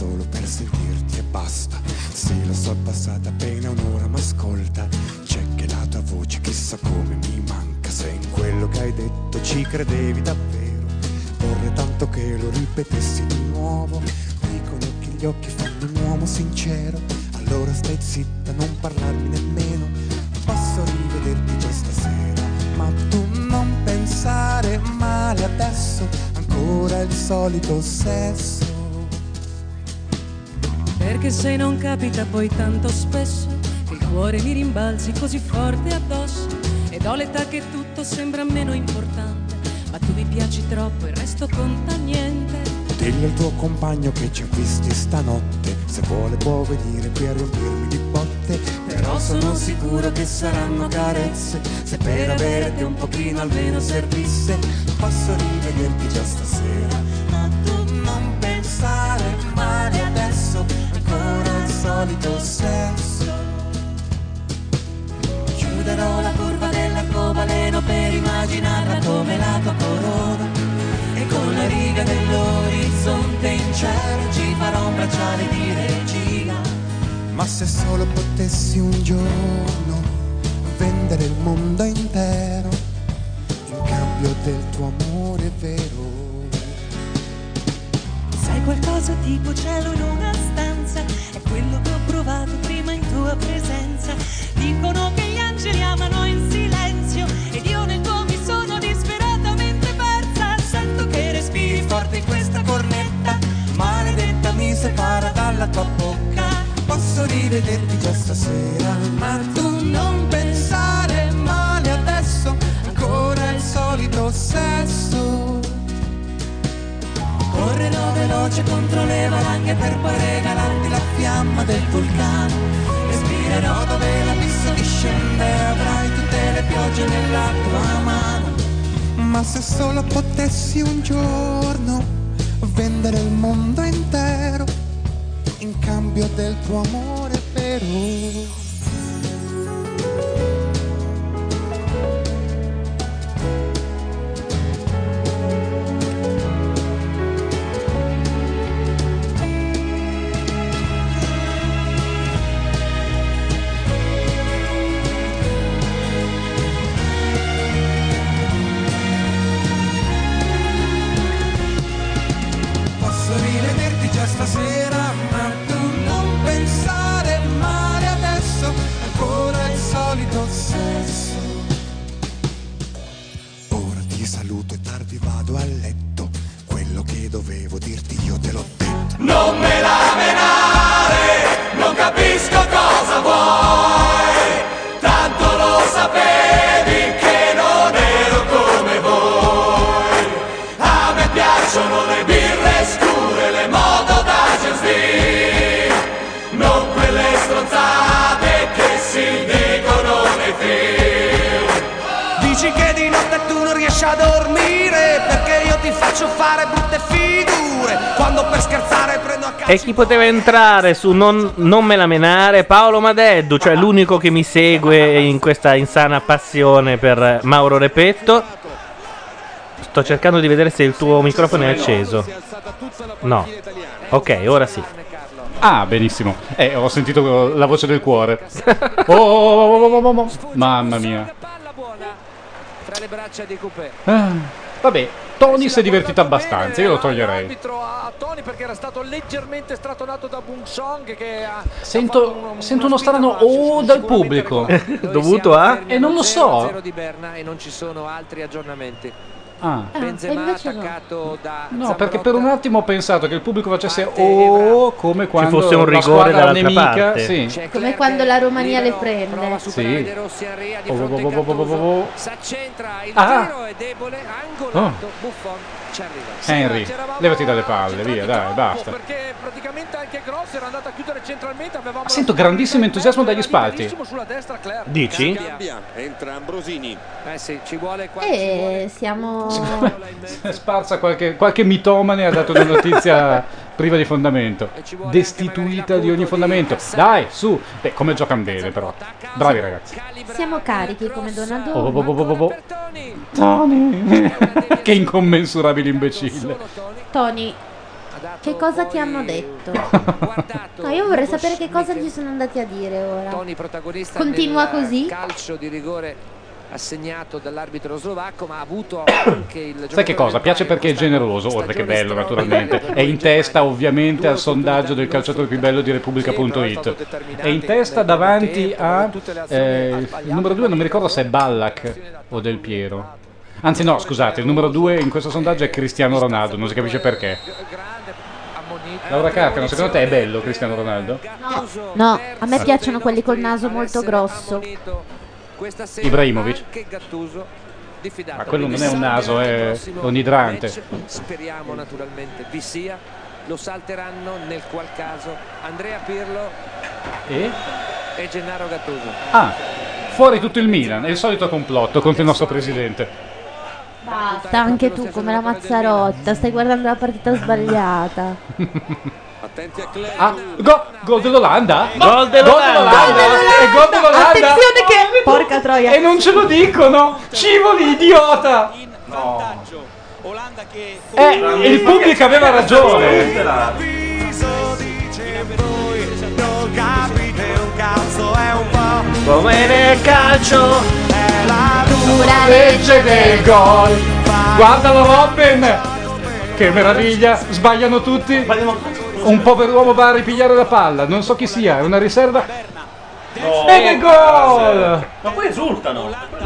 solo per sentirti e basta. Sì, lo so, è passata appena un'ora, ma ascolta, c'è che la tua voce chissà come mi manca. Se in quello che hai detto ci credevi davvero, vorrei tanto che lo ripetessi di nuovo. Dicono che gli occhi fanno un uomo sincero, allora stai zitta, non parlarmi nemmeno. Posso rivederti già stasera, ma tu non pensare male adesso, ancora il solito sesso. Perché se non capita poi tanto spesso che il cuore mi rimbalzi così forte addosso, ed ho l'età che tutto sembra meno importante, ma tu mi piaci troppo, il resto conta niente. Dillo al tuo compagno che ci ha visti stanotte, se vuole può venire qui a riempirmi di botte. Però sono sicuro che saranno carezze, se per avere te un pochino almeno servisse. Posso rivederti già stasera, ma tu non pensare male adesso, ancora il solito sesso. Chiuderò la curva dell'arcobaleno per immaginarla come la tua corona, e con la riga dell'orizzonte in cielo ci farò un bracciale di regina. Ma se solo potessi un giorno vendere il mondo intero in cambio del tuo amore vero. Sai qualcosa tipo cielo in una stanza, è quello che ho provato prima in tua presenza. Dicono che gli angeli amano in silenzio, ed io nel tuo mi sono disperatamente persa. Sento che respiri forte in questa cornetta, maledetta mi separa dalla tua bocca. Posso rivederti già stasera, ma tu non pensare male adesso, ancora il solito sesso. Correrò veloce contro le valanghe per poi regalarti la fiamma del vulcano. Respirerò dove l'abisso discende, avrai tutte le piogge nella tua mano. Ma se solo potessi un giorno vendere il mondo intero in cambio del tuo amore vero. Stasera, ma tu non pensare male adesso, ancora il solito sesso. Ora ti saluto e tardi vado a letto, quello che dovevo dirti io te l'ho detto. Non me la menare, non capisco cosa vuoi, tanto lo sapevi che non ero come voi. A me piacciono le birre scure, le moto da Gensby, non quelle stronzate che si dicono nei film. Dici che di notte tu non riesci a dormire, perché io ti faccio fare brutte figure, quando per scherzare prendo a cazzo. E chi poteva entrare su non, non me la menare? Paolo Madeddu, cioè l'unico che mi segue in questa insana passione per Mauro Repetto. Sto cercando di vedere se il tuo microfono è acceso. No. Ok, ora sì. Ah, benissimo. Eh, ho sentito la voce del cuore. Oh, oh, oh, oh, oh, oh. Mamma mia. Fra le braccia di Coupé. Ah, vabbè, Tony si è divertito abbastanza, io lo toglierei. L'arbitro a Tony perché era stato leggermente strattonato da Bung Song che ha Sento, sento uno strano oh dal pubblico. Dovuto a? E non lo so. zero di Berna e non ci sono altri aggiornamenti. Ah. Benzema invece no. attaccato da No, perché per un attimo ho pensato che il pubblico facesse oh come quando fosse un la rigore squadra dall'altra nemica, parte. sì. Come quando la Romania le prende. Sì. Oh, oh, oh, oh, oh, oh, oh. S'accentra, il Ah. tiro è debole, angolato, Buffon ci arriva. Henry, levati dalle palle, via, dai, basta. Perché praticamente anche Gross era andato a chiudere centralmente, avevamo Sento grandissimo entusiasmo dagli spalti. sulla destra Claire. Dici? Cambia, entra Ambrosini. Eh sì, ci vuole qua. E siamo. È sparsa qualche, qualche mitomane, ha dato una notizia priva di fondamento, destituita di ogni fondamento. Dai, su. Beh, come giocano bene però. Bravi ragazzi. Siamo carichi come Donadoni. Oh, oh, oh, oh, oh. Tony. Che incommensurabile imbecille. Tony. Che cosa ti hanno detto? No, io vorrei sapere che cosa gli sono andati a dire ora. Toni protagonista Continua nel così? calcio di rigore assegnato dall'arbitro slovacco, ma ha avuto anche il Sai che cosa? Piace perché è generoso, oltre che bello naturalmente. È in testa ovviamente al sondaggio del calciatore più bello di Repubblica punto it. È in testa davanti a eh, il numero due, non mi ricordo se è Ballack o Del Piero. Anzi no, scusate, il numero due in questo sondaggio è Cristiano Ronaldo, non si capisce perché. Laura Carcano, secondo te è bello Cristiano Ronaldo? No, no, a me piacciono quelli col naso molto grosso. Ibrahimovic? Ma quello non è un naso, è un idrante. Speriamo naturalmente vi sia. Lo salteranno, nel qual caso Andrea Pirlo E? e Gennaro Gattuso. Ah, fuori tutto il Milan, è il solito complotto contro il nostro presidente. Basta, anche tu come la Mazzarotta, stai guardando la partita sbagliata. Ah, go- gol dell'Olanda? Gol Gol dell'Olanda! dell'Olanda! È gol dell'Olanda! Attenzione che... Porca troia! E non ce lo dicono! Scivoli, idiota! Eh, il pubblico aveva ragione! Non capite un cazzo, è un po' come nel calcio, è la dura legge del gol. Guardalo Robben! Che meraviglia! Sbagliano tutti! Un pover'uomo va a ripigliare la palla, non so chi sia, è una riserva. No, E che gol! Ma poi esultano.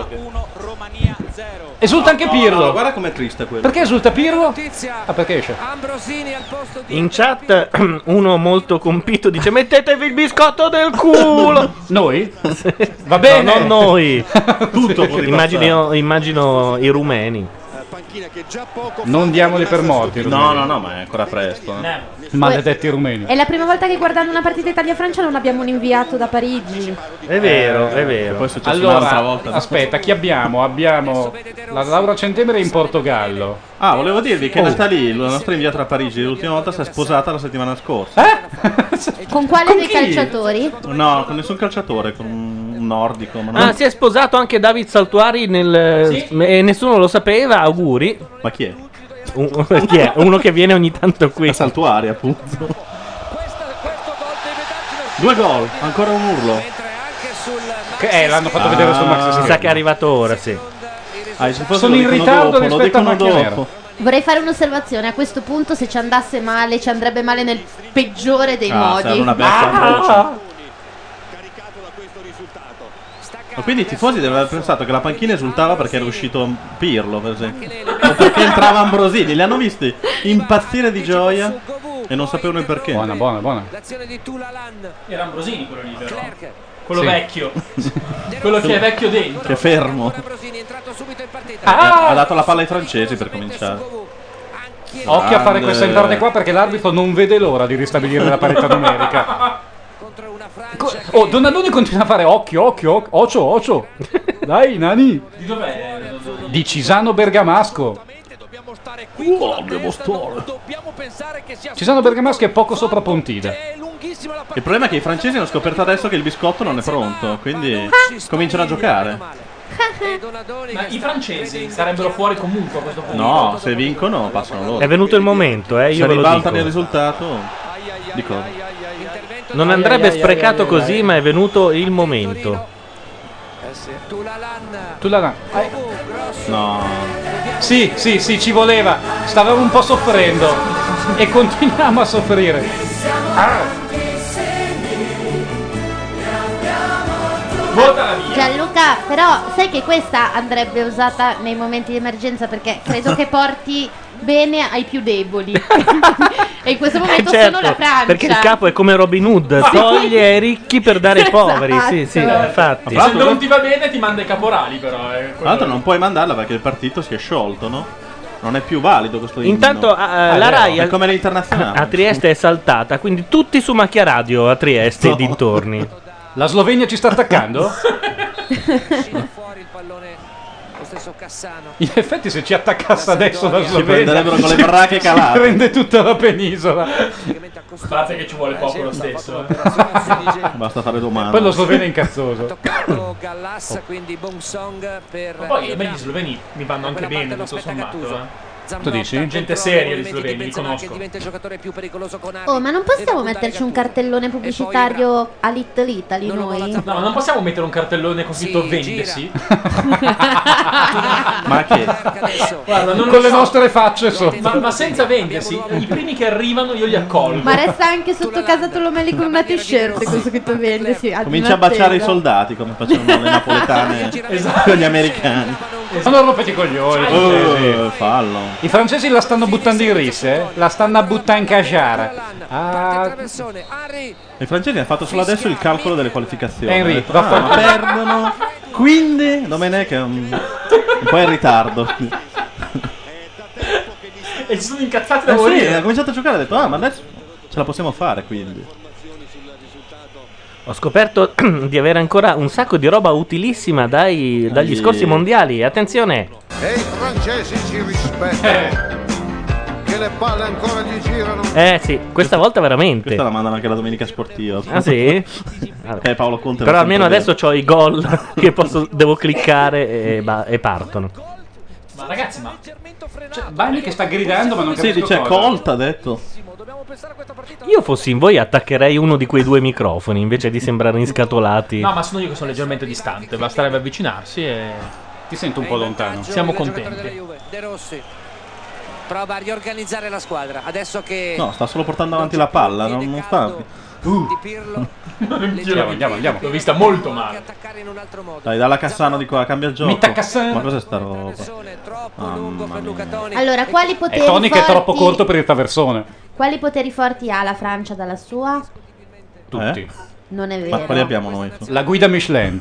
Esulta anche Pirlo. No, guarda com'è triste quello. Perché esulta Pirlo? Ah, perché esce? In chat uno molto compito dice: mettetevi il biscotto del culo. Noi? Va bene. No, non noi. Tutto può immagino, immagino i rumeni. Non diamoli per morti. No, rumeni. no, no, ma è ancora presto. Eh. Maledetti rumeni. È la prima volta che guardando una partita Italia-Francia non abbiamo un inviato da Parigi. È vero, è vero. Poi è successo un'altra Allora, volta. aspetta, chi abbiamo? Abbiamo la Laura Centemere in Portogallo. Ah, volevo dirvi che Oh. Nathalie, la nostra inviata a Parigi, l'ultima volta si è sposata la settimana scorsa. Eh? Con quale Con dei chi? calciatori? No, con nessun calciatore, con un nordico. Ma non- Ah, si è sposato anche David Saltuari nel... e nessuno lo sapeva, auguri. Ma chi è? Un- chi è? Uno che viene ogni tanto qui. Saltuari, appunto. Due gol, ancora un urlo. Che eh, l'hanno fatto vedere sul Max Mi Schermo. sa che è arrivato ora, sì. Ah, i tifosi Sono lo in dicono ritardo dopo, lo rispetto a dicono Macchia dopo. Nera. Vorrei fare un'osservazione. A questo punto, se ci andasse male, ci andrebbe male nel peggiore dei Ah, serve modi. una becca atroce. Ma quindi i tifosi devono aver pensato che la panchina esultava perché era uscito Pirlo, per esempio. O perché entrava Ambrosini. Li hanno visti impazzire di gioia e non sapevano il perché. Buona, buona, buona. Era Ambrosini quello lì, però. Quello Sì. vecchio. Quello che è vecchio dentro. Che è fermo. Ah! Ha dato la palla ai francesi per cominciare. Occhio a fare Grande. queste entrate qua perché l'arbitro non vede l'ora di ristabilire la parità numerica. Co- oh, Donadoni continua a fare occhio, occhio, occhio, ocio, ocio. Dai, nani. Di dov'è? Di Cisano Bergamasco. Oh, devo stare. Cisano Bergamasco è poco sopra Pontida. Il problema è che i francesi hanno scoperto adesso che il biscotto non è pronto, quindi cominciano a giocare. Ma i francesi sarebbero fuori comunque a questo punto. No, se vincono passano loro. È venuto il momento, eh, io Se ve lo ribaltano il dico. risultato, di cosa? Non Ai, andrebbe ai, ai, sprecato ai, ai, così, ai. ma è venuto il momento. Tu la Ai. No. Sì, sì, sì, ci voleva. Stavamo un po' soffrendo. E continuiamo a soffrire. Ah. Gianluca, però sai che questa andrebbe usata nei momenti di emergenza perché credo che porti bene ai più deboli. E in questo momento Eh, sono la Francia. perché il capo è come Robin Hood, Sì. toglie ai ricchi per dare ai poveri. Sì, sì, Esatto. infatti. Se non ti va bene ti manda i caporali però. eh, Tra l'altro non puoi mandarla perché il partito si è sciolto, no? Non è più valido questo inno. Intanto ah, la vero, Rai è come le internazionali. a Trieste è saltata, quindi tutti su Macchia Radio a Trieste e dintorni. La Slovenia ci sta attaccando? Lo stesso Cassano. In effetti se ci attaccasse adesso la Si Slovenia prenderebbero con le baracche si calate. prende tutta la penisola. Guardate che ci vuole poco lo stesso. eh. Basta fare domande. Poi lo sloveno è incazzoso. Toccato Gallas, quindi Bong Song per Ma poi a me gli sloveni mi vanno anche bene, tutto sommato. eh. Tu dici? Gente seria di sloveni, li conosco. Diventa il giocatore più pericoloso con Arri. Oh, ma non possiamo metterci un cartellone pubblicitario a Little Italy noi? No, ma non possiamo mettere un cartellone con scritto vendesi? Ma che? Guarda, non Con lo le so. nostre facce sotto. Ma, ma senza vendersi, i primi che arrivano io li accolgo. Ma resta anche sotto casa Tolomelli con una t-shirt con scritto vende, sì. Comincia a baciare i soldati come facevano le napoletane Esatto. con gli americani. Sono rompiti i coglioni. Oh, fallo. I francesi la stanno buttando in risse, eh? La stanno a buttare in caciara. Ah, I francesi hanno fatto solo adesso il calcolo delle qualificazioni. Henry, Hanno detto, va ah, fuori. ma perdono. Quindi Domenech è un, un po' in ritardo. E si sono incazzati da Eh sì, morire. ha cominciato a giocare e ha detto ah ma adesso ce la possiamo fare quindi. Ho scoperto di avere ancora un sacco di roba utilissima dai, dagli Ehi. scorsi mondiali. Attenzione! E i francesi ci rispettano. Che le palle ancora gli girano. Eh sì, questa volta veramente. Questa la mandano anche la domenica sportiva. Ah sì? Eh, Paolo Conte Però va almeno sempre adesso ho i gol che posso, devo cliccare e, ba- e partono. ma ragazzi, ma cioè, Bagni che sta gridando, ma non Sì, capisco dice cosa. Colt ha detto. Io fossi in voi attaccherei uno di quei due microfoni invece di sembrare inscatolati. No, ma sono io che sono leggermente distante. Basterebbe avvicinarsi e. Ti sento un po' lontano. Siamo Il giocatore contenti. della Juve, De Rossi prova a riorganizzare la squadra adesso che No, sta solo portando avanti la palla, non, non sta. Di Pirlo Andiamo, andiamo, andiamo. L'ho vista molto male. Dai, dalla Cassano di qua, cambia il gioco. Mitta Cassano. Ma cos'è sta roba? Mamma mia. Allora, quali È poteri Tony che è troppo forti- corto per il traversone. Quali poteri forti ha la Francia dalla sua? Tutti. Eh? Non è Ma vero. quali abbiamo noi? La guida Michelin.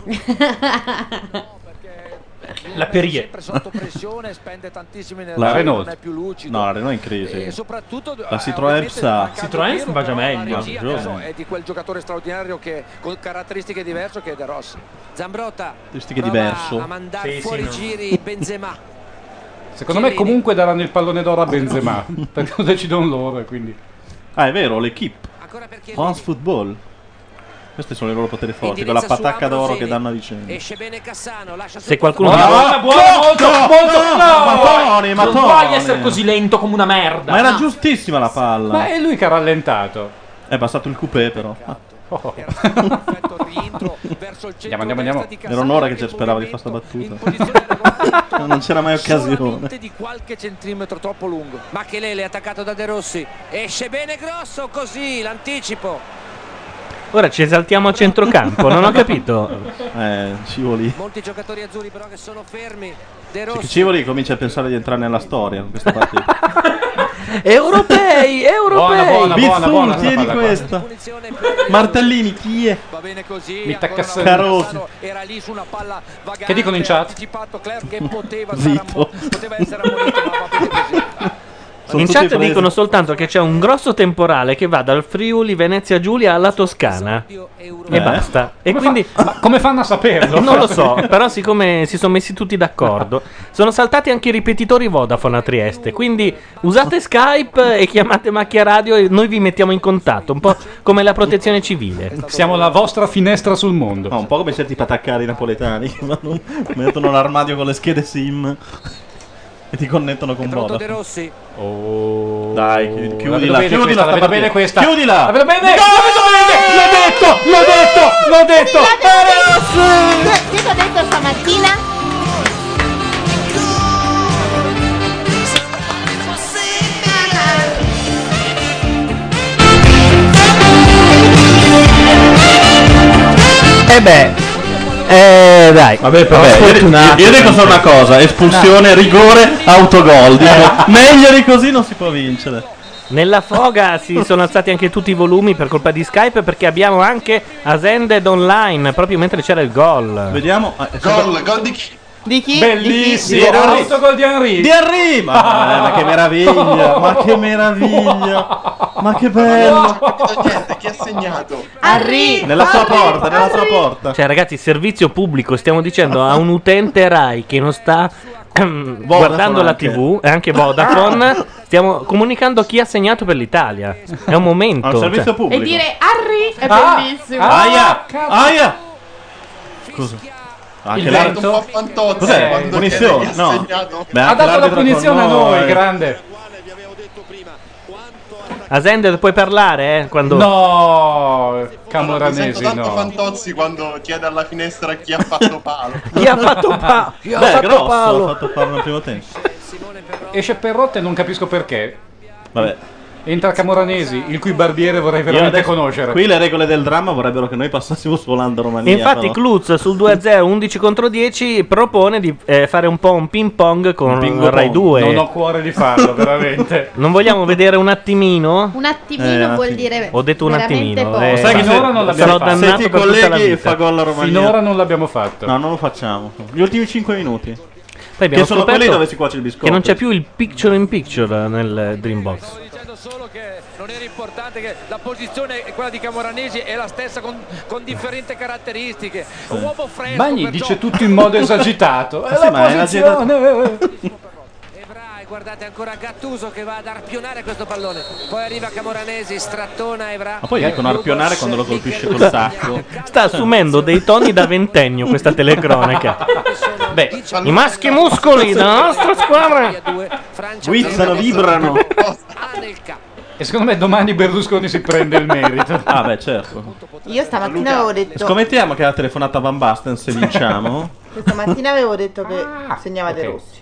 La Perrier. sempre sotto pressione, spende tantissime energie, La non Renault. è più lucido. No, la Renault è in crisi. E soprattutto La Citroën sa. Citroën va già meglio. regia adesso è di quel giocatore straordinario che con caratteristiche diverse che è De Rossi. Zambrotta Caratteristiche prova diverso. a mandare Sì, sì, fuori no. giri Benzema. Secondo me comunque daranno il pallone d'oro a Benzema. Perché lo decidono loro e quindi. Ah, è vero, l'equipe. France Football. Questi sono i loro poteri forti, quella Indirizza su patacca d'oro Ambrosini. che danno a vicenda. Esce bene Cassano, lascia Se qualcuno Ma- Buona, buona, molto, molto. No, Ma Tony, ma non Tony. puoi essere così lento come una merda. Ma era No. giustissima la palla. Ma è lui che ha rallentato. È passato il coupé però. Ah. Oh. Andiamo, andiamo, andiamo. Era un'ora che ci speravo di fare sta battuta. Non c'era mai occasione. solamente di qualche centimetro troppo lungo. Machelele attaccato da De Rossi. Esce bene Grosso, così l'anticipo. Ora ci esaltiamo a centrocampo, non ho capito. Eh, Scivoli. Molti giocatori azzurri però che sono fermi. De Cioè, che Rossi Scivoli comincia a pensare di entrare nella storia con questa partita. Europei, europei. Buona, buona, buona, buona Bizzun, tieni sta palla qua. questa. Martellini, chi è? va bene così. Mitta ancora Cassano. Carosi. era lì su una palla vagante. Che dicono in chat? Anticipato Clerc che poteva, stare Vito. ammo- poteva essere ammonito, ma va bene così. Sono In tutti chat presi. dicono soltanto che c'è un grosso temporale che va dal Friuli Venezia Giulia alla Toscana e Eh? basta. E Come quindi fa- ma come fanno a saperlo? non lo so, però siccome si sono messi tutti d'accordo, sono saltati anche i ripetitori Vodafone a Trieste. Quindi usate Skype e chiamate Macchia Radio e noi vi mettiamo in contatto, un po' come la protezione civile. Siamo la vostra finestra sul mondo. No, un po' come certi pataccari napoletani che vanno- mettono l'armadio con le schede SIM e ti connettono con Pronto De Vodafone. Rossi. Oh. Dai, chi- La vedo chiudila, bene chiudila questa, sta la vedo partita. bene questa. Chiudila! La vedo bene! La vedo bene! L'ho detto! L'ho detto! L'ho detto! Che ti ho detto stamattina? E beh, eh, dai. Vabbè, però io, io- io dico solo una cosa: espulsione, rigore, autogol. Dico, meglio di così non si può vincere. Nella foga si sono alzati anche tutti i volumi per colpa di Skype perché abbiamo anche Ascended Online proprio mentre c'era il gol. Vediamo. ah, è Gol, gol di chi? Di chi? Bellissimo! Di chi? Di Rossi. Autogol di Henry! Di Henry! Ma, eh, ma che meraviglia! Ma che meraviglia! Ma che bello! Niente, chi ha segnato? Arri. Nella sua porta, nella sua porta. Cioè ragazzi, servizio pubblico, stiamo dicendo a un utente Rai che non sta ehm, guardando la anche. tivù e anche Vodafone, stiamo comunicando chi ha segnato per l'Italia. È un momento. Al servizio cioè. pubblico. E dire Arri è Ah. bellissimo. Ah. Aia! cazzo. Aia! Scusa. Anche Il l'arbitro- vento? un po' Fantozzi Cos'è? quando Punizione? chiede di No. assegnato. Beh, Ha anche dato la l'arbitro punizione a con noi, grande. Asender, puoi parlare, eh? Quando... No, Mi sento Camoranesi, tanto no. Fantozzi quando chiede alla finestra chi ha fatto palo. Chi ha fatto palo? Chi ha Beh, fatto grosso, palo? ha fatto palo nel primo tempo. Esce Perrotta e non capisco perché. Vabbè. Entra Camoranesi, il cui barbiere vorrei Io veramente adesso- conoscere. Qui le regole del dramma vorrebbero che noi passassimo su Olanda-Romania. Infatti però. Klutz sul due a zero undici contro dieci propone di eh, fare un po' un ping pong con Un pingo Rai pong. due. Non ho cuore di farlo, veramente. Non vogliamo vedere un attimino? Un attimino Eh, un vuol attimo. dire Ho detto un veramente attimino, poco. eh. Sai che Finora se, non l'abbiamo se- fatto. se Dannato ti per tutta la colleghi vita. fa gol la Romania. Finora non l'abbiamo fatto. No, non lo facciamo. Gli ultimi cinque minuti. Poi abbiamo Che sono scoperto quelli dove si cuoce il biscotto. che non c'è più il picture in picture nel Dreambox. Dicendo solo che non era importante, che la posizione quella di Camoranesi è la stessa con, con differenti caratteristiche. Un uomo fresco. Bagni perciò- dice tutto in modo esagitato. È sì, la ma è posizione. E guardate ancora Gattuso che va ad arpionare questo pallone. Poi arriva Camoranesi, strattona Evra. Ma poi dicono arpionare quando lo colpisce col Sta- sacco. Sta assumendo dei toni da ventennio questa telecronaca. Beh, i maschi muscoli della nostra squadra. Guizzano, vibrano. E secondo me domani Berlusconi si prende il merito. Ah, beh, certo. Io stamattina avevo detto. Scommettiamo che la telefonata a Van Basten se vinciamo. Questa mattina avevo detto che Ah, segnava De ok. Rossi.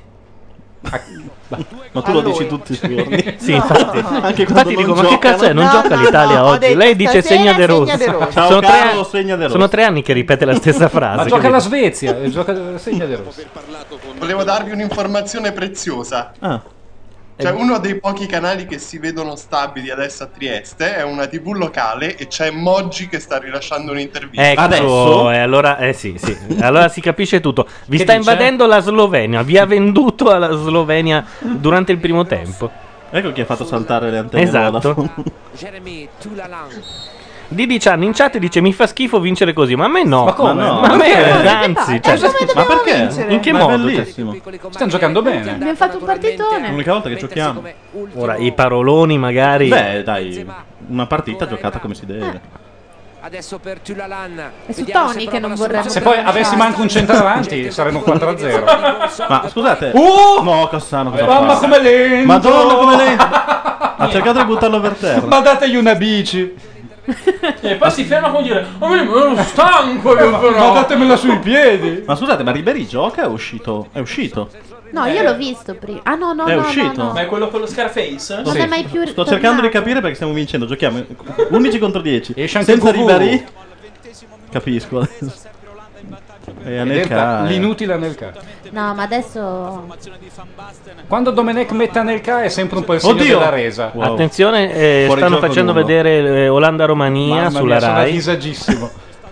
Ma tu lo A lui. dici tutti i giorni. Sì, infatti. Anche quando Infatti non dico, ma che giocano. cazzo è? Non No, gioca no, l'Italia no, ho oggi. detto, Lei dice stasera segna De segna Rossi. De Rossi. Ciao Sono, tre Carlo, anni, segna De Rossi. sono tre anni che ripete la stessa frase. Ma gioca capito? la Svezia, e gioca segna De Rossi. Volevo darvi un'informazione preziosa. Ah. C'è uno dei pochi canali che si vedono stabili adesso a Trieste, è una tivù locale e c'è Moggi che sta rilasciando un'intervista. Ecco, Adesso? e allora, eh sì, sì. Allora si capisce tutto. Vi Che sta dice? invadendo la Slovenia, vi ha venduto alla Slovenia durante il primo tempo. Ecco chi ha fatto saltare le antenne Esatto. Vodafone. Jeremy Toulalan. Didi Chan in chat dice mi fa schifo vincere così, ma a me no. Ma come? Ma no. Ma a me Perché? anzi, cioè, Ma perché? in che Ma è modo? Cioè, bellissimo. Stanno giocando bene. Abbiamo fatto un partitone. L'unica volta che giochiamo. ora i paroloni magari. Beh, dai, una partita giocata come si deve. Adesso per Toulalan. È su Vediamo Toni se che prova non la vorrebbe. Se poi avessimo anche un centravanti saremmo quattro a zero. Ma scusate. Uh! No, Cassano cosa Mamma fa? come lento! Madonna come lento! Ha cercato di buttarlo per terra. Ma dategli una bici! E poi si ferma con dire: "Oh, ma sono stanco io Ma, però". ma datemela sui piedi! Ma scusate, ma Ribéry gioca? È uscito? È uscito? No, io l'ho visto prima. Ah no, no, È no, uscito? no, no. Ma è quello con lo Scarface? Non Sì. è mai più Sto tornato. cercando di capire perché stiamo vincendo. Giochiamo undici contro dieci. Esce anche Senza il Q V. Ribéry. Capisco adesso. E Ed Anelka è è- l'inutile Anelka. No, ma adesso. Quando Domenech mette Anelka è sempre un po' il segno Oddio! della resa. Wow. Attenzione, eh, Fuori stanno gioco facendo nullo. vedere eh, Olanda-Romania Mamma sulla mia, sono Rai. disagissimo.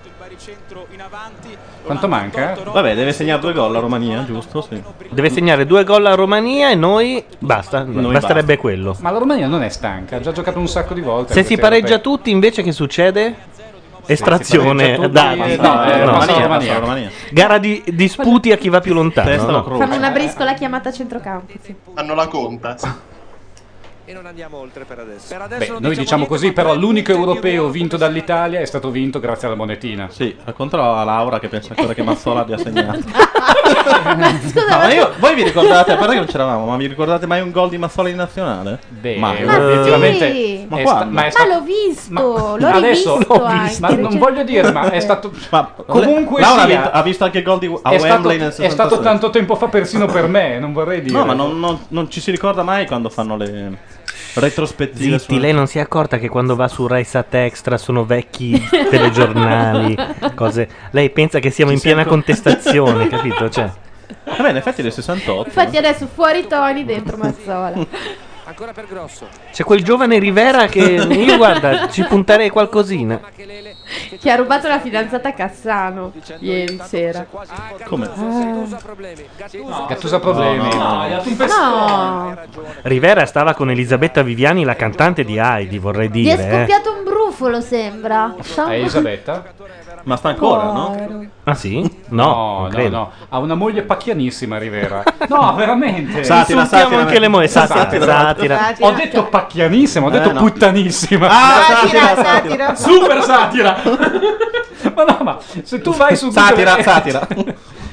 Quanto manca? Vabbè, deve segnare due gol la Romania, giusto? Sì. Deve segnare due gol a Romania e noi basta, Noi basterebbe quello. Ma la Romania non è stanca, ha già giocato un sacco di volte. Se si pareggia tutti invece che succede? Estrazione pareggia tutti, dati. eh, no, eh, No. passa la Romania, Romania. passa la Romania. Gara di disputi a chi va più lontano. Testa no? o croce? Fanno una briscola chiamata a centrocampo. Sì. Hanno la conta. E non andiamo oltre per adesso. Per adesso Beh, non noi diciamo niente, così, ma però tre l'unico punti di europeo avvio. vinto dall'Italia è stato vinto grazie alla monetina. Sì, contro a Laura che pensa ancora che Mazzola abbia segnato. Ma scusa, No, ma ma io, voi vi ricordate, a parte che non c'eravamo, ma vi ricordate mai un gol di Mazzola in nazionale? Beh, Ma- Ma obiettivamente sì. Ma è quando? sta- ma è Ma stato- l'ho visto, Ma- l'ho adesso rivisto l'ho anche, visto, ma non voglio dire, ma è stato Ma comunque Laura ha, sia- vinto- ha visto anche il gol di, a è stato, Wembley nel è stato sessantasei. tanto tempo fa persino per me, non vorrei dire. No, ma non, non- non ci si ricorda mai quando fanno le retrospettive. Zitti, lei non si è accorta che quando va su Rai Sat Extra sono vecchi telegiornali, cose. Lei pensa che siamo Ci in si piena accor- contestazione, capito? Cioè, Vabbè, in effetti del sessantotto. Infatti adesso fuori Toni, dentro Mazzola. Ancora per Grosso. c'è quel giovane Rivera che io guarda, ci punterei qualcosina. Che ha rubato la fidanzata a Cassano ieri sera. Come? Gattuso ha problemi. Gattuso. Gattuso ha problemi. No, no, No, gli ha dato un No, pestone. Rivera stava con Elisabetta Viviani, la cantante di Heidi, vorrei gli è dire. eh. scoppiato un brufolo, sembra. Sta un È po'- Elisabetta? Ma sta ancora, no? Povero. Ah sì? No, No, no, non no, credo. Ha una moglie pacchianissima Rivera. No, veramente. Satira, Insultiamo satira, anche le mogli. Satira, satira. satira. Satira. Ho detto pacchianissima, ho detto Eh, no. puttanissima. Ah, Satira, satira, satira. satira. Super satira. Ma no, ma se tu vai su Satira, Google- satira.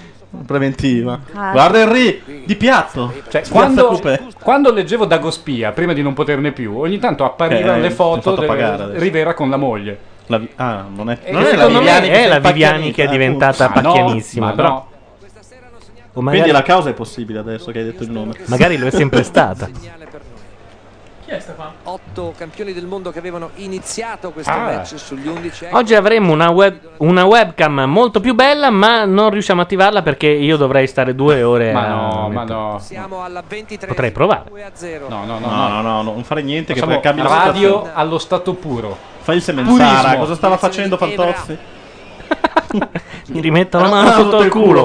preventiva. Ah. Guarda Henry, di piatto. Cioè, Spiazza quando, Coupé. quando leggevo Dagospia, prima di non poterne più, ogni tanto apparivano Eh, le ti ho foto fatto di pagare adesso. Rivera con la moglie. La vi- ah, non è, E non è la secondo me Viviani che è si la Viviani impacchianita, che è diventata appunto. Ah, no, pacchianissima, ma però- no. O magari- Quindi la causa è possibile adesso che hai detto il nome. Magari lo è sempre stata. Chi è Stefano? Otto campioni del mondo che avevano iniziato questo Ah. match sugli undici. Oggi avremo una, web, una webcam molto più bella, ma non riusciamo a attivarla perché io dovrei stare due ore Ma a no, ma mettere- no. Siamo alla ventitré. Potrei provare. No, no, no, No, no, no, non fare niente che Facciamo poi cambia la radio situazione. allo stato puro. Fai il semenzara, Purismo. cosa stava facendo Fantozzi? Mi rimetto la No, mano no, sotto il culo.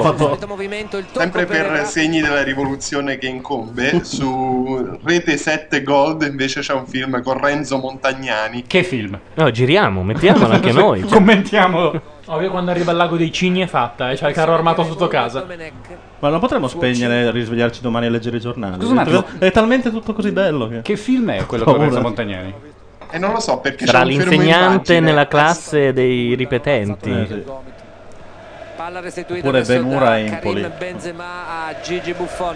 Sempre per segni della rivoluzione che incombe, su Rete sette Gold invece c'è un film con Renzo Montagnani. Che film? No, giriamo, mettiamolo anche noi. cioè. Commentiamolo. Ovvio quando arriva il lago dei cigni è fatta, e c'ha il carro armato sotto casa. Ma non potremmo spegnere e risvegliarci domani a leggere i giornali? Scusa un attimo. È talmente tutto così bello che... Che film è quello Ho con Renzo paura. Montagnani? E non lo so perché Sarà c'è un fermo l'insegnante immagine. nella classe dei ripetenti. Eh, sì. Palla restituita Oppure adesso Ben Hur da a Empoli. Karim Benzema a Gigi Buffon.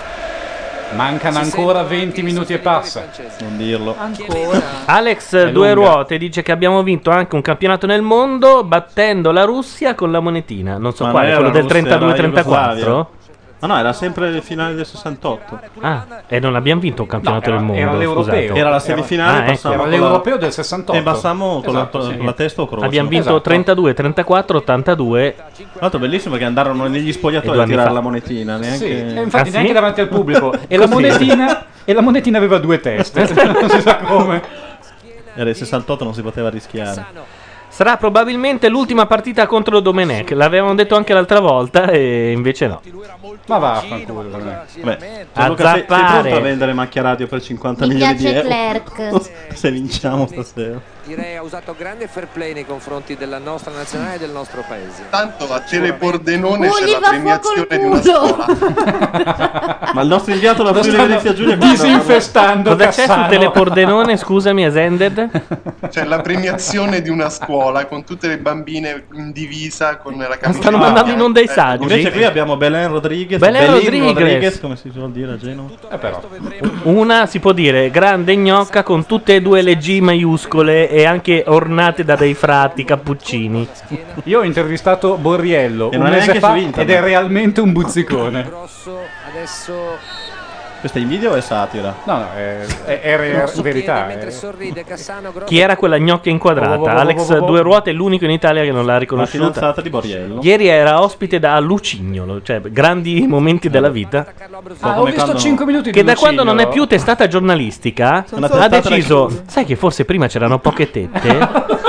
Mancano ancora venti minuti e passa. Non dirlo. Ancora. Alex È Due lunga. Ruote dice che abbiamo vinto anche un campionato nel mondo battendo la Russia con la monetina. Non so Ma quale, non quello era del Russia, era trentadue trentaquattro? Jugoslavia. Ma no, era sempre il finale del sessantotto. Ah, e non abbiamo vinto un campionato No, era- del mondo. era l'europeo. scusate. Era la semifinale, Ah, ecco. passammo Era con la- l'europeo del sessantotto. E passammo con, Esatto, la, sì. con la testa o croce. Abbiamo vinto Esatto. trentadue trentaquattro ottantadue. Tra l'altro bellissimo che andarono negli E spogliatoi due a anni tirare fa. la monetina. Neanche... Sì, e infatti Ah, sì? neanche davanti al pubblico. E la, Così. monetina, e la monetina aveva due teste. Non si sa come. Era il sessantotto, non si poteva rischiare. Sarà probabilmente l'ultima partita contro Domenech. L'avevamo detto anche l'altra volta e invece no. Ma vaffanculo. vabbè. Beh, A Gianluca, sei, sei zappare. pronto a vendere macchia radio per cinquanta Mi milioni di piace euro? Clerc. Se vinciamo stasera. Direi ha usato grande fair play nei confronti della nostra nazionale e del nostro paese. Tanto a Telepordenone Uh, c'è gli la va premiazione fuoco il di una culo. scuola. Ma il nostro inviato alla Lo Friuli stanno Venezia Giulia disinfestando Cosa c'è su Cassano. Telepordenone? Scusami, Asended? C'è la premiazione di una scuola con tutte le bambine in divisa con la camicia. Stanno mandando in onda i Eh, saggi. Invece qui abbiamo Belen Rodriguez. Belen Belin Rodriguez. come si suol dire a Genova. Eh, però. Una si può dire grande gnocca con tutte e due le G maiuscole e anche ornate da dei frati cappuccini. Io ho intervistato Borriello E un non è mese neanche fa su internet. ed è realmente un buzzicone. Grosso adesso Questa è invidia o è satira? No, no, è, è, è re- verità. mentre è- sorride Cassano. Grosso Chi era quella gnocca Oh, oh, oh, inquadrata? oh, Alex oh, oh. Due Ruote è l'unico in Italia che non l'ha La riconosciuta. fidanzata di Borriello. Ieri era ospite da Lucignolo, cioè grandi momenti della vita. Ah, ho come visto quando- cinque minuti di Che da quando non è Lucignolo. più testata giornalistica Una ha testata deciso, da- sai che forse prima c'erano poche tette?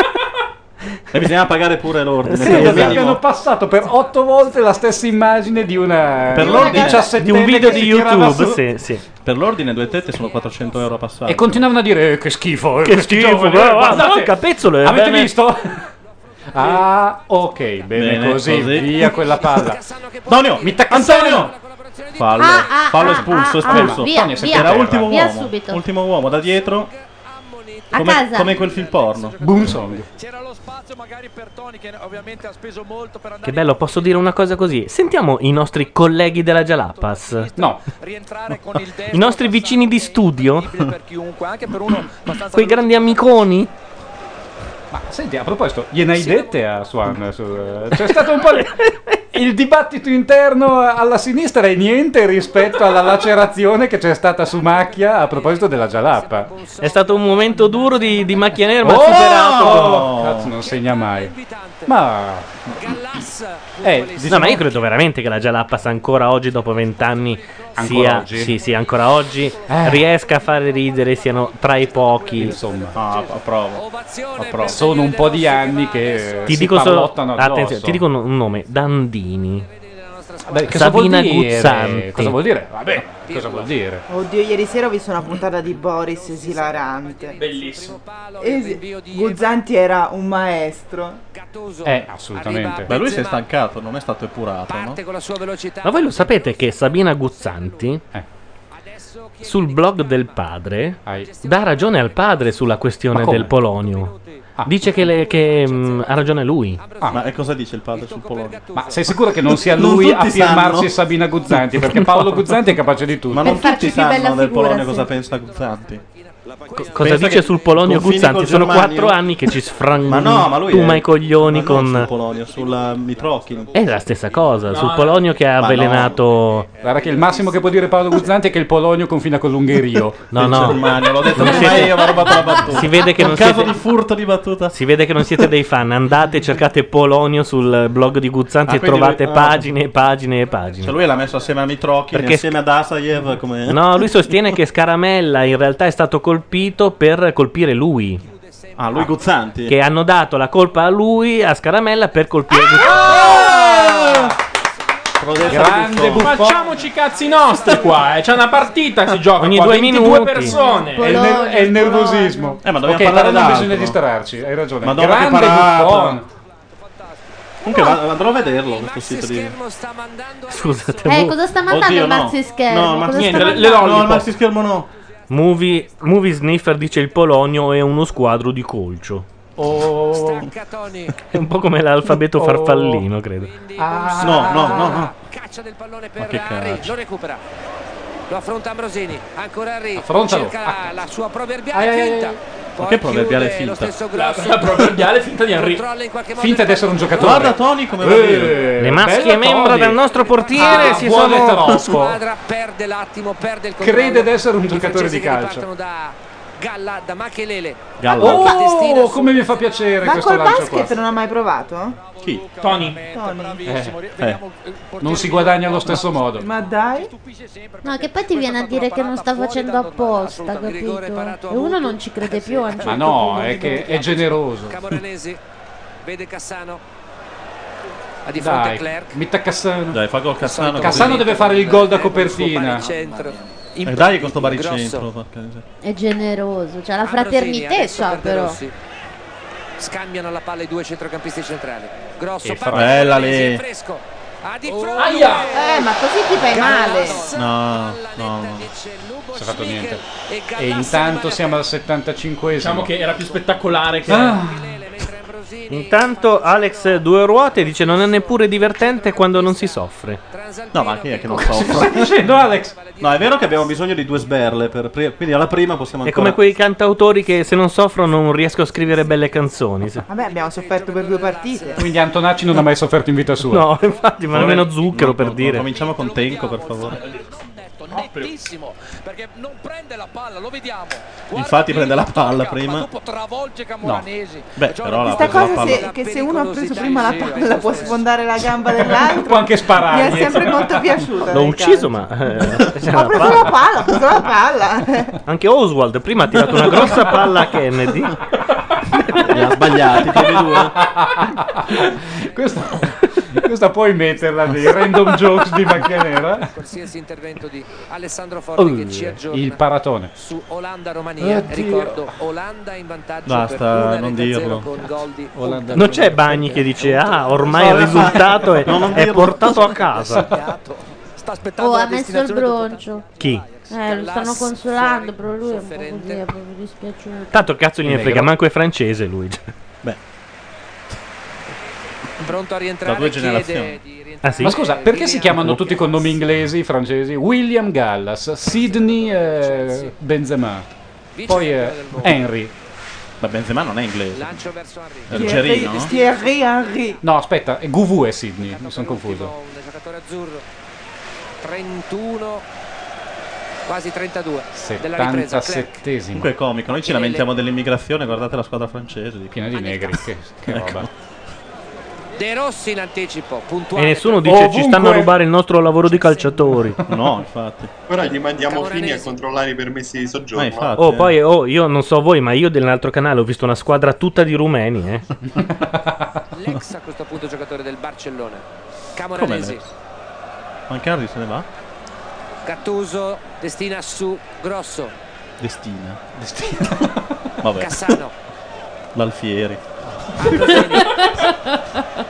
E bisognava pagare pure l'ordine. Sì, per perché esempio. hanno passato per otto volte la stessa immagine di una Per di l'ordine- una diciassettenne Di un video che di si tirava YouTube, su- sì, sì. Per l'ordine due tette sono quattrocento euro a passaggio. E continuavano a dire eh, che schifo, eh, Che schifo, eh, guarda, guardate, il capezzolo è avete bene- visto? Ah, ok, bene, Bene, così, così. via quella palla. Antonio! Mi tacca Antonio! Fallo, Ah, ah, fallo ah, espulso, ah, ah, espulso. via, Antonio, se via. Era ultimo Via uomo. subito. Ultimo uomo da dietro. A Come, casa. come quel film porno. Boom song. C'era lo spazio magari per Toni che ovviamente ha speso molto per andare Che bello, posso dire una cosa così? Sentiamo i nostri colleghi della Jalapas. No, rientrare con il destro I nostri vicini di studio. per chiunque, anche per uno abbastanza Quei grandi amiconi. ma senti, a proposito, gliene hai dette a Swan? Su, eh, c'è stato un po' di... Il dibattito interno alla sinistra è niente rispetto alla lacerazione che c'è stata su Macchia a proposito della Jalappa. È stato un momento duro di, di macchia nera, ma Oh! superato. con- Cazzo, non segna mai. Ma eh, No, diciamo- ma io credo veramente che la Jalapas ancora oggi, dopo vent'anni, Ancora sia, oggi? sì, sì, ancora oggi, Eh. riesca a fare ridere, siano tra i pochi. insomma, Ah, approvo. approvo. sono un po' di anni che eh, Ti si dico solo, pallottano addosso. attenzione, ti dico un un nome, Dandini. Vabbè, cosa vuol Sabina dire? Guzzanti. Cosa vuol dire? Vabbè, cosa vuol dire? Oddio, ieri sera ho visto una puntata di Boris esilarante. Bellissimo. Esi- Guzzanti era un maestro. Eh, assolutamente. Beh, lui si è stancato, non è stato epurato, no? con la sua velocità. Ma voi lo sapete che Sabina Guzzanti Eh. sul blog del padre Ai. dà ragione al padre sulla questione Ma come? del Polonio. Dice che, le- che, mh, ha ragione lui. Ma e cosa dice il padre sul Polonia? Ma sei sicuro che non sia Non lui tutti a firmarsi sanno. Sabina Guzzanti? Perché Paolo Guzzanti è capace di tutto. Ma non farci tutti più bella sanno del figura, Polonia sì. cosa pensa Guzzanti. Cosa Pensa dice che sul Polonio confini Guzzanti? col Sono Germania? quattro anni che ci sfrangano Ma no, ma lui tu è- mai coglioni ma non sul con. Polonio, sulla Mitrokhin. È la stessa cosa, No, sul no. Polonio che ha Ma avvelenato. Guarda che il massimo che può dire Paolo Guzzanti è che il Polonio confina con l'Ungheria. No, no. Germania, l'ho detto Non prima siete- io, ma ho rubato la battuta. Si vede che Un non caso siete di furto di battuta. Si vede che non siete dei fan. Andate e cercate Polonio sul blog di Guzzanti Ah, e quindi trovate lui- ah. pagine e pagine e pagine. Cioè lui l'ha messo assieme a Mitrokhin, Perché- assieme ad Asayev come... No, lui sostiene che Scaramella in realtà è stato colpito per colpire lui. Ah, lui Guzzanti. Che hanno dato la colpa a lui, a Scaramella, per colpire Grande Buffon. Facciamoci i cazzi nostri qua, eh. C'è una partita, si gioca Ogni qua, due ventidue minuti. persone. È il, ner- è il nervosismo. Eh, ma dobbiamo Ok, parlare però non d'altro. bisogna distrarci, hai ragione. Madonna, che Grande parata. Buffon. Comunque va- andrò a vederlo questo sito di... Scusate. Eh, mu- cosa sta mandando Oddio, il no. maxi schermo? No, il maxi Cosa sta schermo- mandando? No, il maxi schermo no. Movie, movie Sniffer dice il Polonio è uno squadro di colcio. Oh. È un po' come l'alfabeto Oh. farfallino, credo. Ah. No, no, no, no. Caccia del pallone Ma per che Harry, caccia. lo recupera. Lo affronta Ambrosini, ancora Harry. Affrontalo. Cerca Ah. la, la sua proverbiale Ai, ai, ai. finta. Ma Poi che proverbiale chiude lo finta? stesso La, Grosso. la proverbiale finta di Henry. Controlla in qualche modo Finta il di essere un pallone. giocatore. Guarda Tony come va a dire. Eh, Le maschie bella membra Tony. del nostro portiere Ah, si vuole sono. La troppo. squadra perde l'attimo, perde il controllo. Crede di essere un I giocatore francesi di che calcio. ripartono da Galla, da Machelele. Galla. Oh, come mi fa piacere Ma questo col lancio basket qua. non ha mai provato? Chi? Tony. Tony. Eh, eh. Non si guadagna allo stesso modo. Ma dai. No, che poi ti viene a dire che non sta facendo apposta, capito? E uno non ci crede più a un certo Ma no, punto. è che è generoso. Camoranesi vede Cassano. Ha di fronte Dai, Clerc. mitta Cassano. Dai, fa gol Cassano. Cassano così. deve fare il gol da Suo copertina. baricentro. E dai con sto baricentro. porca miseria. È generoso, c'ha la Ambrosini, fraternità, adesso c'ha per De però. Rossi. Scambiano la palla i due centrocampisti centrali. Grosso, Che palla bella Camoranesi, lì. è fresco. Ha di fronte. Aia! Eh, ma così ti fai male. No, no, no. Non si è fatto niente. E intanto siamo al settantacinquesimo. Diciamo che era più spettacolare che. Ah. Intanto Alex Due Ruote dice non è neppure divertente quando non si soffre. No, ma chi è che non Cosa stai soffre? dicendo, Alex? No, è vero che abbiamo bisogno di due sberle, per, pri- quindi alla prima possiamo È ancora... come quei cantautori che se non soffrono non riesco a scrivere belle canzoni. se- Vabbè, abbiamo sofferto per due partite. Quindi Antonacci non ha mai sofferto in vita sua. No, infatti, ma nemmeno zucchero per dire. Cominciamo con Tenco, per favore. nettissimo perché non prende la palla, lo vediamo. Guarda Infatti che prende la tocca, palla ma prima. dopo travolge Camoranesi. Beh, però la Questa presa la cosa palla. se, che se uno ha preso prima la palla può sfondare la gamba dell'altro. Può anche sparare. Mi è sempre molto piaciuta. L'ho nel ucciso, ma. eh, c'era Ho la preso palla. la palla, ho preso la palla. Anche Oswald prima ha tirato una grossa palla a Kennedy. Li ha sbagliati tutti e due. questa, questa puoi metterla nei random jokes di Macchia Nera. Qualsiasi intervento di Alessandro Forti che ci aggiorna Il paratone. su Olanda-Romania. Oddio. Ricordo Olanda in vantaggio Basta, per una non rete a zero dirlo. con gol di Olanda. Non c'è Bagni che dice: ah, ormai No, il risultato è, no, non è dirlo. portato a casa. Sta aspettando Oh, la ha messo il destinazione totale. broncio. Chi? Eh, lo stanno consolando, però lui è un po' così, è proprio dispiaciuto. Tanto cazzo gliene frega, manco è francese lui. Beh, Pronto a rientrare, da due chiede generazioni. di rientrare. Ah sì? Ma scusa, perché si chiamano tutti con nomi inglesi, i francesi? William Gallas, Sidney eh, Benzema, poi eh, Henry. ma Benzema non è inglese. Lancio verso Henry. È algerino? Thierry Henry. No, aspetta, è Gouvou e Sidney, mi sono confuso. Un giocatore azzurro. trentuno, quasi trentadue della ripresa. Clerc. settantasettesimo. Comunque è comico, noi ci lamentiamo dell'immigrazione, guardate la squadra francese. Di Piena di negri, che, che Ecco. roba. De Rossi in anticipo, E puntuale. nessuno dice ci stanno a rubare il nostro lavoro di calciatori. No, infatti. Ora gli mandiamo Camoranesi. Fini a controllare i permessi di soggiorno. Ma infatti. Oh, poi oh, io non so voi, ma io dell'altro canale ho visto una squadra tutta di rumeni, eh. L'ex a questo punto giocatore del Barcellona. Come Camoranesi. l'ex? Mancardi se ne va? Gattuso destina su Grosso. Destina. Destina. Vabbè. Cassano. L'Alfieri. Ambrosini.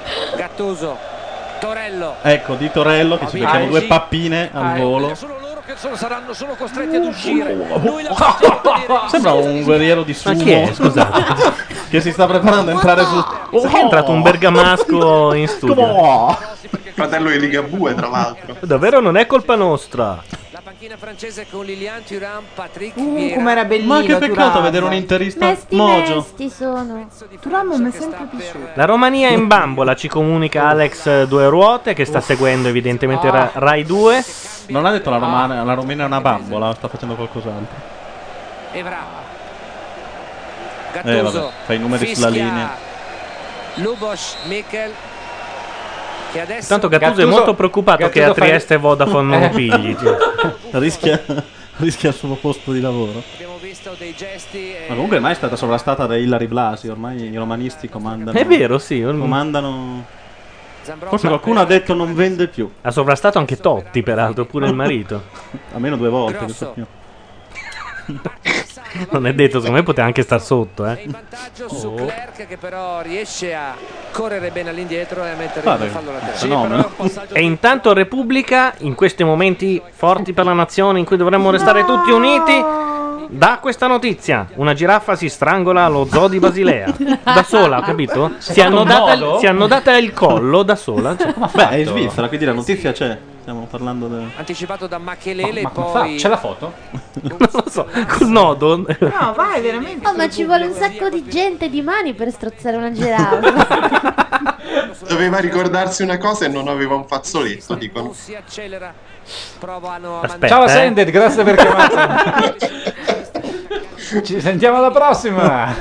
Gattuso. Torello. Ecco, di Torello che ci Ai, becchiamo ai, due sì. pappine al Ai. volo. Sono loro che sono, saranno solo costretti ad uscire. Lui la faccia tenere in Sembra un guerriero di Ma sumo. chi è? Scusate. Che si sta preparando a entrare su. Perché è entrato un bergamasco in studio? Fratello di Ligabue, tra l'altro. Davvero non è colpa nostra. la panchina francese con Lilian Thuram, Patrick Uh, Vieira. com'era bellino. Ma che peccato Thuram. vedere un interista Mesti mogio. mesti sono. Thuram mi è sempre piaciuto. La Romania è in bambola, ci comunica Alex Due Ruote che sta seguendo evidentemente Ra- Rai due. Non ha detto la Romana, la Romania è una bambola, sta facendo qualcos'altro. Evra. Eh Gattuso. vabbè, fai i numeri sulla Fischia. linea. Lubos, Mikel. Che adesso Tanto Gattuso, è molto preoccupato che a Trieste Vodafone non lo pigli. rischia, rischia il suo posto di lavoro. abbiamo visto dei gesti e Ma comunque ormai è stata sovrastata da Ilari Blasi, ormai i romanisti comandano. È vero, sì. Comandano. Zambrotta Forse qualcuno ha detto non vende più. Ha sovrastato anche Totti, peraltro, pure il marito. Almeno due volte. che Grosso. sappia. Non è detto, secondo me poteva anche star sotto, eh. vantaggio su Oh. Clerc che però riesce a correre bene all'indietro e a mettere Guarda, il fallo laterale. fenomeno. E intanto Repubblica, in questi momenti forti per la nazione in cui dovremmo restare tutti uniti, dà questa notizia: una giraffa si strangola allo zoo di Basilea da sola, capito? Si è fatto un annodata, nodo? si è annodata il collo da sola. Cioè, Beh, è in Svizzera, quindi la notizia c'è. Stiamo parlando del. Anticipato da Machelele, Ma- ma come poi fa? C'è la foto? Non lo so, col nodo. No, vai, veramente. Oh, ma ci vuole un sacco di gente di mani per strozzare una giraffa. Doveva ricordarsi una cosa e non aveva un fazzoletto, dicono. si accelera. Provano a Aspetta, Ciao mandare- Sended, grazie per chiamata. Ci sentiamo alla prossima.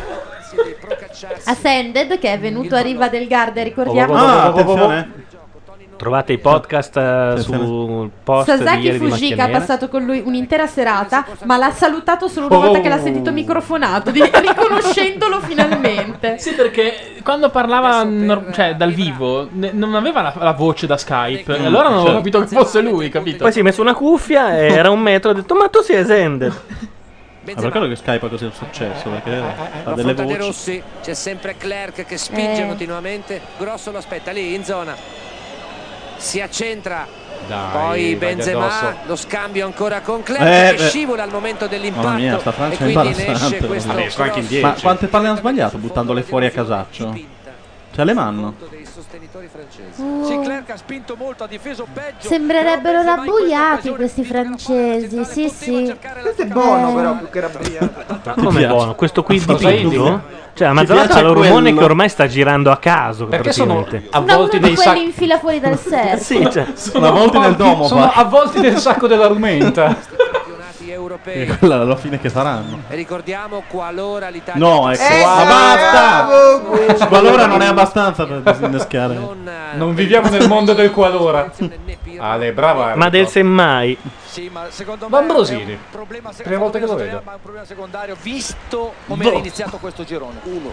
Ascended, che è venuto a Riva del Garda, ricordiamo. Ah, attenzione. Trovate i podcast eh, sul post di Sasaki ieri di Fujika ha Macchianera. passato con lui un'intera serata, ma l'ha salutato solo una volta Oh. che l'ha sentito microfonato, di- riconoscendolo finalmente. Sì, perché quando parlava nor- cioè, dal vivo ne- non aveva la, la voce da Skype. Mm, allora non certo. ho capito che fosse lui, capito? Poi si è messo una cuffia e era un metro. Ha detto: ma tu sei Ascended. Ma per quello che Skype ha così un successo, perché ha delle Affronta De voci. Rossi, c'è sempre Clerc che spinge Eh. continuamente. Grosso lo aspetta lì in zona. Si accentra. Dai, Poi vai Benzema, addosso. lo scambio ancora con Clerc Eh, che beh. scivola al momento dell'impatto. Mamma mia, sta e Francia è quindi ne imbarazzante. esce questo Vabbè, sto anche in cross. Ma quante palle hanno sbagliato buttandole fuori a casaccio? Cioè le manno. Sì, Clerc ha spinto molto, ha difeso peggio. Sembrerebbero rabbuiati questi francesi, sì sì. Questo è buono, però, più che rabbriato. Ma come è buono? Questo qui Cosa dipinto? indica? Cioè, a Ti Mazzarotto piace ha l'ormone quello? che ormai sta girando a caso. Perché sono praticamente. Ma uno avvolti di nei quelli sacchi. in fila fuori dal set. Sì, cioè, Sono avvolti nel domo. Sono fa. avvolti nel sacco della rumenta. Europei. E quella alla fine che faranno? E ricordiamo qualora l'Italia No, ecco. Eh, Ma basta! bravo! Qualora non è abbastanza per disinnescare. Non viviamo nel mondo del qualora. Ale, bravo. Ale. Ma del semmai. Sì, ma secondo me Mambrosini. è un problema se- Prima volta che lo forse vedo. ma è un problema secondario visto come Boh. era iniziato questo girone. Uno.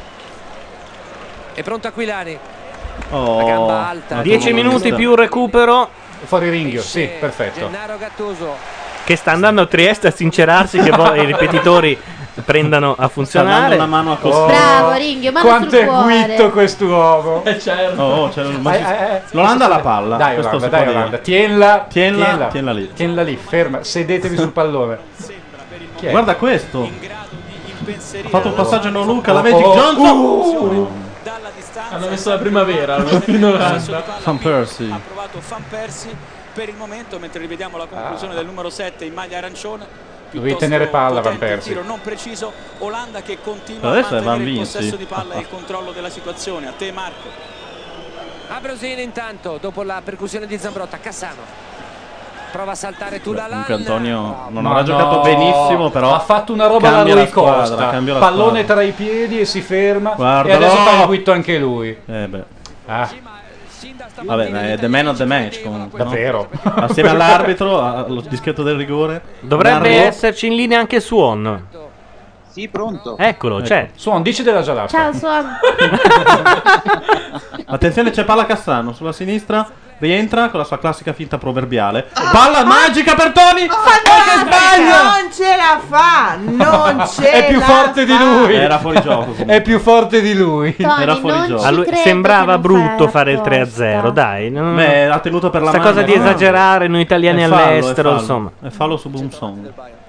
È pronto Aquilani. Oh, La gamba alta. dieci minuti più recupero. Fuori ringhio, sì, perfetto. Gennaro Gattuso. Che sta andando a Trieste a sincerarsi che poi i ripetitori prendano a funzionare. Una mano a Oh, Bravo Ringhio, mano quanto sul è cuore. guitto quest'uomo. Eh, certo. Oh, c'è il magis- Eh, eh, eh. L'Olanda ha la palla. Dai, questo Olanda, si dai, può dire. Olanda. Tienla, Tienla, tienla lì. Tienla lì, ferma, sedetevi sul pallone. Chi è? Guarda questo. Ha fatto un passaggio non Luca, la Oh, Magic oh, Johnson. uh. Hanno messo la primavera in Olanda. Van Persie. Ha provato Van Persie per il momento, mentre rivediamo la conclusione del numero sette in maglia arancione. Dovevi tenere palla, Van potente, Persie. tiro non preciso, Olanda che continua Però a adesso è mantenere Van il Vinci. possesso di palla e il controllo della situazione. A te Marco. Ambrosini intanto dopo la percussione di Zambrotta. Cassano. Prova a saltare Beh, Tulalan. comunque Antonio non Ma avrà no, giocato benissimo, però ha fatto una roba alla cambia Rui la squadra, Costa. cambia la Pallone squadra. tra i piedi e si ferma. Guardalo. E adesso fa il guitto anche lui. Eh beh. Ah, Vabbè, ma è the man of the match comunque. no? davvero. Assieme all'arbitro, allo dischetto del rigore. Dovrebbe Narro. esserci in linea anche Suon. Sì, pronto. Eccolo, c'è. Suon, dici della Jalapa. Ciao, Suon. Attenzione, c'è palla Cassano sulla sinistra. Rientra con la sua classica finta proverbiale. Palla magica per Toni. Che sbaglia! Non ce la fa! Non ce È più la forte fa. di lui. Era fuori gioco comunque. È più forte di lui. Tony, Era fuori non gioco. ci A lui credo sembrava che non brutto fai fare il tre a apposta. zero, dai. non- Beh, ha tenuto per la Sta mano. cosa di no? esagerare noi italiani È fallo, è all'estero, fallo. insomma. È fallo su Boomsong.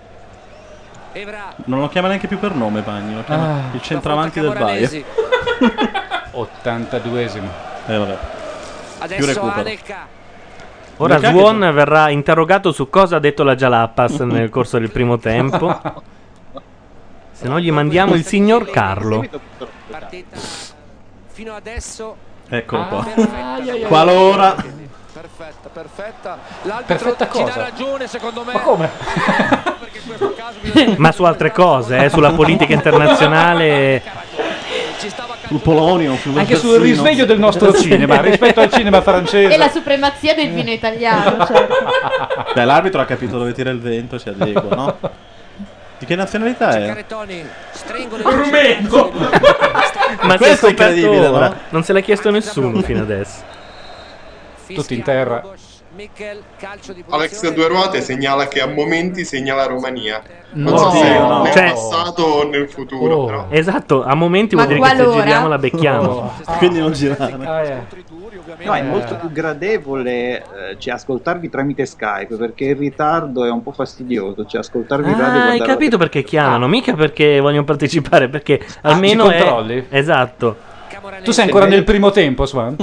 Non lo chiama neanche più per nome, Pagni. Lo chiama Ah. il centravanti del Bayern. ottantaduesimo. Eh, vabbè. Più Adesso recupero. Anelka. Ora Lukaku Suon verrà interrogato su cosa ha detto la Jalapas nel corso del primo tempo. Se no gli mandiamo il signor Carlo. Partita fino adesso Eccolo qua. perfetta. Qualora. Perfetta, perfetta. L'arbitro Perfetta ci dà cosa? ragione, secondo me. Ma come? Perché in questo caso bisogna Ma su altre cose, eh, sulla politica internazionale. Sul Polonio, sul Anche sul Vergine. risveglio del nostro cinema rispetto al cinema francese. E la supremazia del vino italiano, certo. Beh, l'arbitro ha capito dove tira il vento, si adegua, no? Di che nazionalità è? Caretoni stringono Rumeno! Ma si è Questo è scoperto incredibile, ora. no? Non se l'ha chiesto nessuno fino adesso. Tutti in terra. Michel, calcio di Alex Due Ruote segnala che a momenti segna la Romania. Non No, so se no. nel Cioè- passato o nel futuro. Oh. Però. Esatto, a momenti Ma vuol dire che se qualora? giriamo la becchiamo. Oh. Quindi non girare. Ah, eh. No, è molto più gradevole eh, cioè, ascoltarvi tramite Skype perché il ritardo è un po' fastidioso. Cioè, ascoltarvi in radio e Ah, hai guardare la capito perché chiamano? Mica perché vogliono partecipare, perché almeno ci è... controlli? Esatto. Tu sei ancora nel primo tempo, Swan?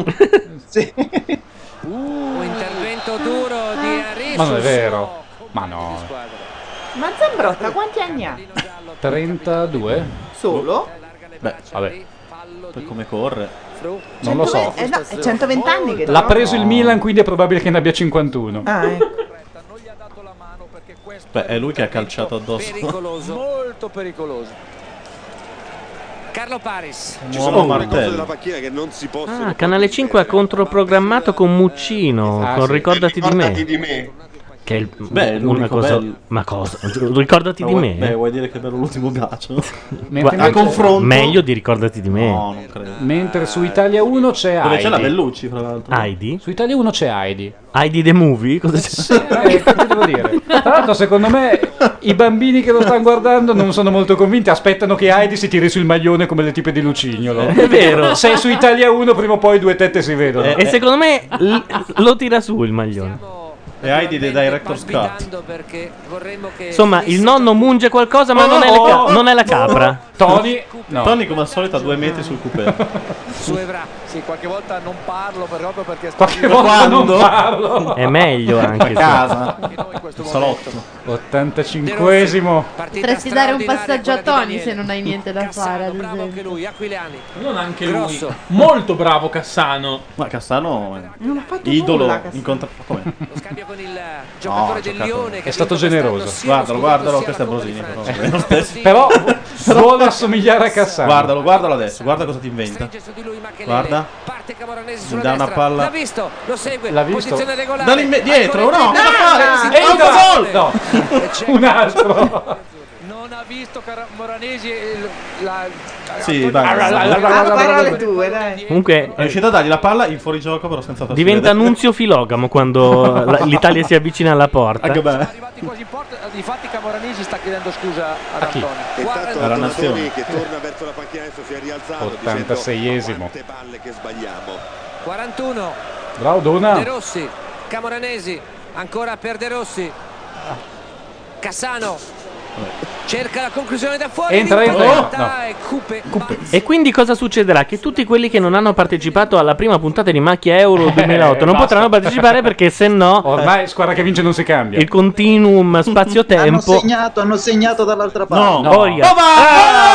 Un intervento duro di Henry. Ma non è vero. Ma no. Ma Zambrotta quanti anni ha? trentadue? Solo? Beh, vabbè. Poi come corre? Non lo so. Eh, no, è centoventi anni che L'ha no? preso il Milan, quindi è probabile che ne abbia cinquantuno. Ah, ecco. Beh, è lui che ha calciato addosso. Pericoloso, molto pericoloso. Carlo Paris. Ci Uomo sono alcune cose martello. della panchina che non si possono. Ah, Canale cinque ha controprogrammato con Muccino, Ah, con sì. Ricordati di Ricordati me. di me. Che è il- Beh, è una l'unico cosa... bello. Ma cosa? Ricordati Ma di vuoi- me? Beh, vuoi dire che è bello l'ultimo bacio? Mentre, A confronto. Meglio di Ricordati di me. No, non credo. mentre su Italia uno c'è Dove Heidi. c'è la Bellucci, fra l'altro. Heidi? Su Italia uno c'è Heidi. Heidi the Movie? Cosa c'è? Eh, che ti devo dire? Tra l'altro, secondo me, i bambini che lo stanno guardando non sono molto convinti. Aspettano che Heidi si tiri sul maglione come le tipe di Lucignolo. È vero. Se è su Italia uno, prima o poi due tette si vedono. E secondo me l- lo tira su il maglione. E Heidi The Director's Cut. Perché vorremmo che Insomma, il nonno munge qualcosa, ma Oh, non, è, le ca- oh, non è la capra. Tony, no. Tony come al solito a due metri sul coupé. su Evra. Sì, qualche volta non parlo per- proprio perché sto Qualche volta non parlo. È meglio anche. A se- casa. in questo Il momento. salotto. ottantacinquesimo. Potresti dare un passaggio a Tony se non hai niente da fare, ad Bravo anche esempio. lui, Aquilani. Non anche Grosso. lui. Molto bravo Cassano. Ma Cassano è Non ha fatto idolo nulla, Cassano. incontra- come? Lo scambio con il giocatore del giocato. Lione che È stato ha vinto generoso. quest'anno sia lo Guardalo, scudetto guardalo, sia questo è la Coppa Brosini, di però. Francia. È lo stesso. Però vuole assomigliare a Cassano. Guardalo, guardalo adesso, guarda cosa ti inventa. Stringe su di lui Machelele. Guarda. Parte Camoranesi Mi sulla dà una destra. palla. L'ha visto, lo segue. L'ha visto. Posizione regolare. Dall'in- dietro, Ancora no, in cosa tempo. fare? Entra! Autogol! No. E c'è Un altro. Non ha visto Car- Moranesi il- la, Sì, Antonio- vai. Ah, parole tue, dai. Comunque È riuscito a dargli la palla in fuorigioco, però senza farsi diventa vedere. Nunzio Filogamo quando la- l'Italia si avvicina alla porta. Anche beh. arrivati quasi in porta. Difatti Camoranesi sta chiedendo scusa ad A chi? Antonio. Intanto Era Donatoni nazione. che torna verso la panchina adesso si è rialzato ottantaseiesimo. dicendo quante palle che sbagliamo. quarantuno. Bravo De Dona. Rossi. Camoranesi. Ancora per De Rossi. Cassano. Cerca la conclusione da fuori. Entra, entra, l'impronta no. e Coupe. E quindi cosa succederà? Che tutti quelli che non hanno partecipato alla prima puntata di Macchia Euro duemilaotto non basta. potranno partecipare perché se no Ormai squadra che vince non si cambia. il continuum Hanno spazio-tempo. segnato, hanno segnato dall'altra parte. No, No. Oh, yeah. Oh, va!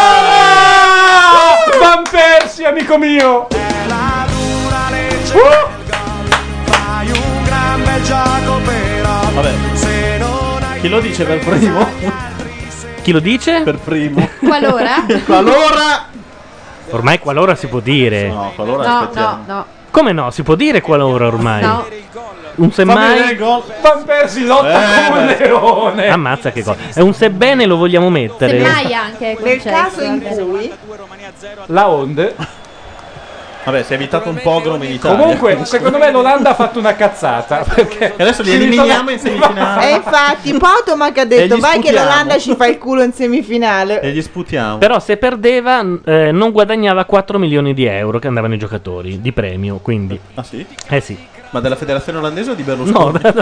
Van Persie, amico mio. La dura legge Uh! del gol. Fai un gran bel gioco però. Vabbè. Se non hai Chi lo dice per primo? Chi lo dice? Per primo. Qualora? Qualora. Ormai qualora si può dire. No, qualora No, aspettiamo. no, no. Come no? Si può dire qualora ormai. No. un semmai. Van Persie lotta Eh. come un leone. Ammazza che cosa. È un sebbene lo vogliamo mettere. Semmai anche è Nel concesso, caso in eh. cui La Onde. Vabbè, si è evitato un pogrom in Italia. Comunque, secondo me l'Olanda ha fatto una cazzata. Perché E adesso li si eliminiamo ritorna- in semifinale. E infatti Potomac ha E detto gli vai che sputiamo." l'Olanda ci fa il culo in semifinale. E gli sputiamo. Però se perdeva eh, non guadagnava quattro milioni di euro che andavano ai giocatori di premio, quindi. Ah sì? Eh sì. Ma della federazione olandese o di Berlusconi? No,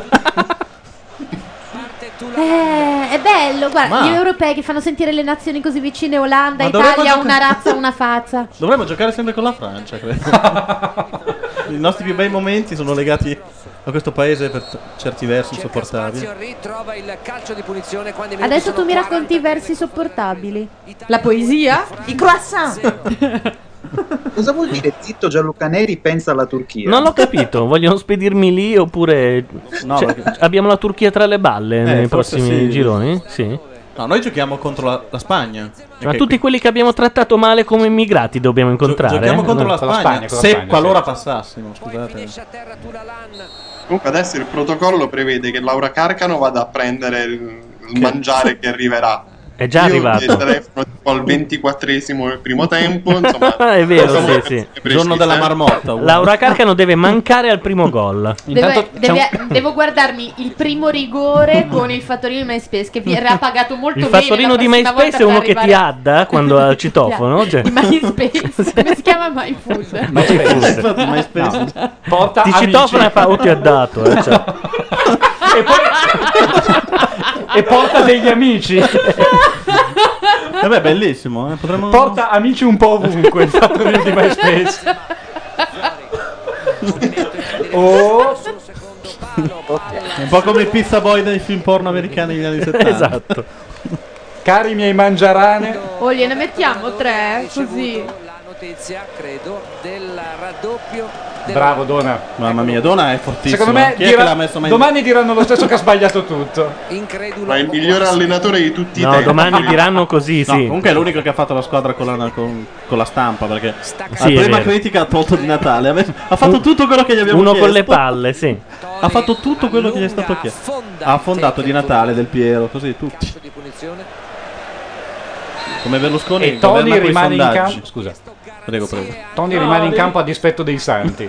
Eh, è bello, guarda, Ma- gli europei che fanno sentire le nazioni così vicine, Olanda, Ma dovremmo Italia, giocare- una razza, una faccia. Dovremmo giocare sempre con la Francia, credo. I nostri più bei momenti sono legati a questo paese per t- certi versi insopportabili. Ritrova il calcio di punizione quando i minuti Adesso sono tu mi racconti i versi sopportabili. La poesia? I croissant. Cosa vuol dire zitto Gianluca Neri pensa alla Turchia? non l'ho capito. Vogliono spedirmi lì oppure. No, cioè, perché- abbiamo la Turchia tra le balle Eh, nei forse prossimi sì. gironi? Sì. No, noi giochiamo contro la, la Spagna. Ma Ok, tutti quelli che abbiamo trattato male come immigrati dobbiamo incontrare. Giochiamo contro la Eh? Spagna, se qualora passassimo, scusate. Comunque adesso il protocollo prevede che Laura Carcano vada a prendere il, il mangiare che arriverà. È già Io arrivato. Io telefono tipo al ventiquattresimo del primo tempo, insomma. È vero, insomma, sì, sì. precise. Giorno della marmotta. Laura Carcano deve mancare al primo gol. Deve- deve- devo guardarmi il primo rigore con il fattorino di MySpace che verrà pagato molto Il bene. fattorino la di prossima MySpace volta è uno per che ti arrivare- adda quando ha il citofono. Cioè. Di MySpace. Come si chiama MyFood? MySpace. Infatti, MySpace. No. Porta Ti amici. citofona e fa o ti ha dato. Eh, cioè. E poi e porta degli amici. Vabbè, bellissimo. Eh? Potremmo... Porta amici un po' ovunque. Il fattorino di MySpace. Oh. È un po' come il pizza boy dei film porno americani degli anni settanta. Esatto. Cari miei mangiarane. O gliene mettiamo tre, così. La notizia, credo, del raddoppio. del- Bravo Dona. Mamma mia, Dona è fortissimo. Secondo me Chi è dirà- che l'ha messo mai domani diranno lo stesso che ha sbagliato tutto. Incredulo. Ma è il migliore allenatore di tutti No, i tempi. domani diranno così, No, sì. comunque è l'unico che ha fatto la squadra con la, con, con la stampa. Perché Sì, la è prima vero. critica ha tolto di Natale. Ave- Ha fatto tutto quello che gli abbiamo Uno chiesto. con le palle, sì. Ha fatto tutto quello che gli è stato chiesto. Ha affondato di Natale, Del Piero, così tutti. di punizione. Come Berlusconi E Tony governa coi rimane in sondaggi. campo. Scusa. Prego, prego. Tony No, rimane in devi- campo a dispetto dei santi.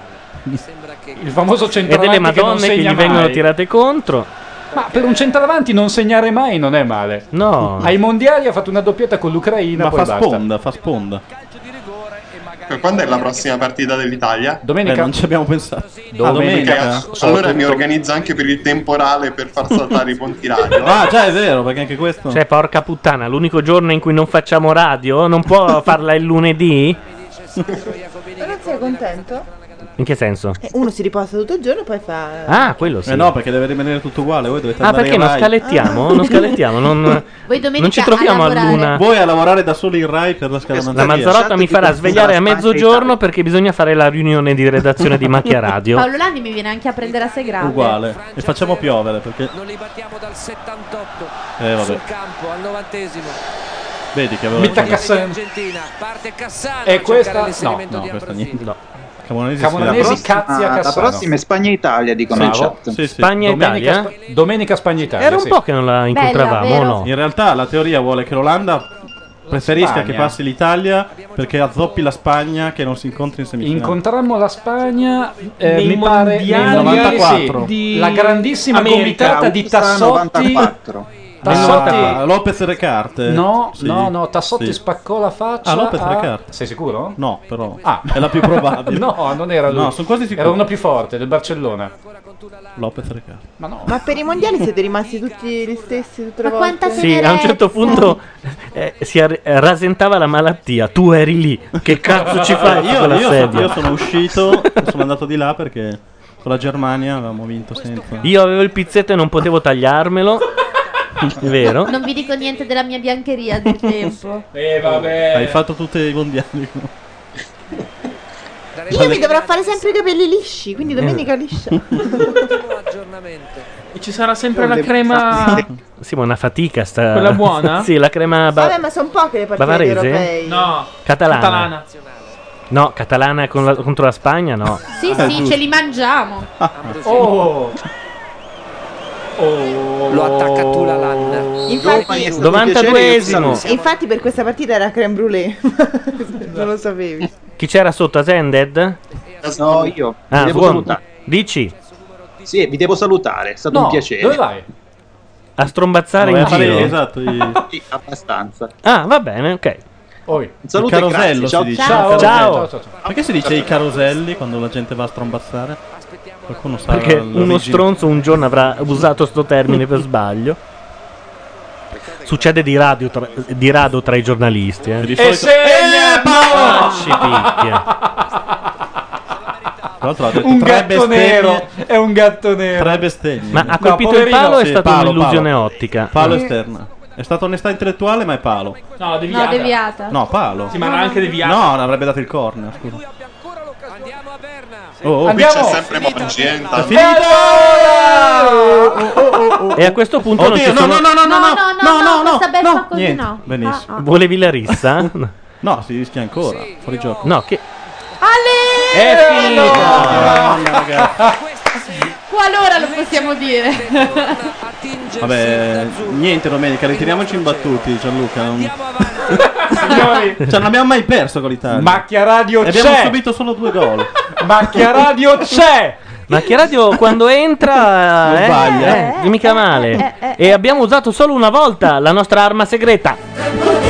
Il famoso E centravanti delle che non madonne che, segna gli vengono mai. tirate contro. Ma per un centravanti non segnare mai non è male. No. Ai mondiali ha fatto una doppietta con l'Ucraina. Ma poi fa basta. sponda, fa sponda. Quando è la prossima partita dell'Italia? Domenica. Eh, non ci abbiamo pensato. Domenica. Ah, domenica. Ok, allora mi organizzo anche per il temporale per far saltare i ponti radio. Ah, già è vero, perché anche questo. Cioè, porca puttana, l'unico giorno in cui non facciamo radio? Non può farla il lunedì? Ma non sei contento? In che senso? Eh, Uno si riposa tutto il giorno e poi fa. Ah, quello sì. Eh no, perché deve rimanere tutto uguale. Voi dovete Ah, andare perché in non Rai. scalettiamo? Non scalettiamo, non, Voi domenica non ci troviamo a a lavorare. luna. Voi a lavorare da soli in Rai per la scalamanteria. La Mazzarotta mi farà svegliare a mezzogiorno perché bisogna fare la riunione di redazione di Macchia Radio. Paolo Landi mi viene anche a prendere a sé grande. Uguale. E facciamo piovere perché. Non li battiamo dal settantotto Eh, vabbè. sul campo al novantesimo. Vedi che avevo Metta ragione. Cassan. Argentina parte Cassano E a cercare questa- l'inserimento no, di questa Ambrosini. niente. No. Camoranesi, Camoranesi, sì, la Cazzia, Ah, la Cassano. prossima è Spagna e Italia, dicono in Bravo. chat. Sì, sì. Spagna e Domenica, Italia? Sp- domenica Spagna Italia. Era un sì. po' che non la incontravamo, vero? no? In realtà la teoria vuole che l'Olanda preferisca Spagna. che passi l'Italia perché azzoppi la Spagna che non si incontri in semifinale. Incontrammo la Spagna, eh, Nei mi pare mondiali nel novantaquattro. sì, di la grandissima America, gomitata di Augusta Tassotti. novantaquattro. Tassotti. Ah, Lopez Recarte. No, Sì, no, no, Tassotti sì. spaccò la faccia. Ah, Lopez a- Recarte. Sei sicuro? No, però Ah. è la più probabile. No, non era lui. No, sono quasi sicuro. Era uno più forte, del Barcellona. Lopez Recarte. Ma no. Ma per i mondiali siete rimasti tutti gli stessi tutte le Ma volte? quanta Sì, a un certo punto eh, si ar- rasentava la malattia. Tu eri lì. Che cazzo ci fai su Io, quella io, sedia? io sono uscito, sono andato di là perché con la Germania avevamo vinto senza. Io avevo il pizzetto e non potevo tagliarmelo. È vero? Non vi dico niente della mia biancheria del tempo. Eh, vabbè. Hai fatto tutti i mondiali. Io mi dovrò fare sempre i capelli lisci, quindi domenica liscia. Aggiornamento. E ci sarà sempre la crema. Sì, ma una fatica sta. Quella buona? Sì, la crema ba- Vabbè, ma sono poche le partite bavarese? europei. No, Catalana. catalana. No, catalana con la- contro la Spagna, no. Sì, sì, ce li mangiamo. Oh. Lo attacca Tulalan. Infatti, novantaduesimo. infatti per questa partita era creme brûlée. Non lo sapevi. Chi c'era sotto? Ascended? No, io. Ah, vi devo buon- salutare. Dici? Sì, vi devo salutare, è stato No, un piacere. dove vai? A strombazzare No, in vai a giro? fare- esatto, Sì, abbastanza. Ah, va bene, ok. Un Il saluto e carosello grazie. si dice. Ciao. Il Ciao. carosello. Perché si dice i caroselli quando la gente va a strombazzare? Qualcuno sa Perché l'origine? uno stronzo un giorno avrà usato sto termine per sbaglio. Succede di, radio tra, di rado tra i giornalisti. Eh. Di solito- Eh, Paolo! Ci picchia. Tra l'altro ha detto Un tre gatto bestemmie. nero, è un gatto nero. Tre bestemmie. Ma ha colpito il palo o è stata un'illusione ottica? Palo Mm. esterna. È stata onestà intellettuale, ma è palo. No, deviata. No, deviata. No, palo. Sì, ma era anche deviata. No, non avrebbe dato il corner, scusa. Oh, oh, Qui Andiamo. c'è sempre Mogenta. È finita! E a questo punto non Oddio, ci no, sono... no, no, no, no, no, no, no, no, questa beffa no, così niente. no. Benissimo. Ah, ah. Volevi la rissa? No, si rischia ancora. Fuori gioco. No, che... Ale! È finita! Qualora lo possiamo dire. Vabbè, niente domenica, ritiriamoci imbattuti, Gianluca. Non... cioè, non abbiamo mai perso con l'Italia. Macchia Radio E abbiamo c'è. subito solo due gol. Macchia Radio c'è. Macchia Radio quando entra Non eh, sbaglia. eh, è mica male. E abbiamo usato solo una volta la nostra arma segreta.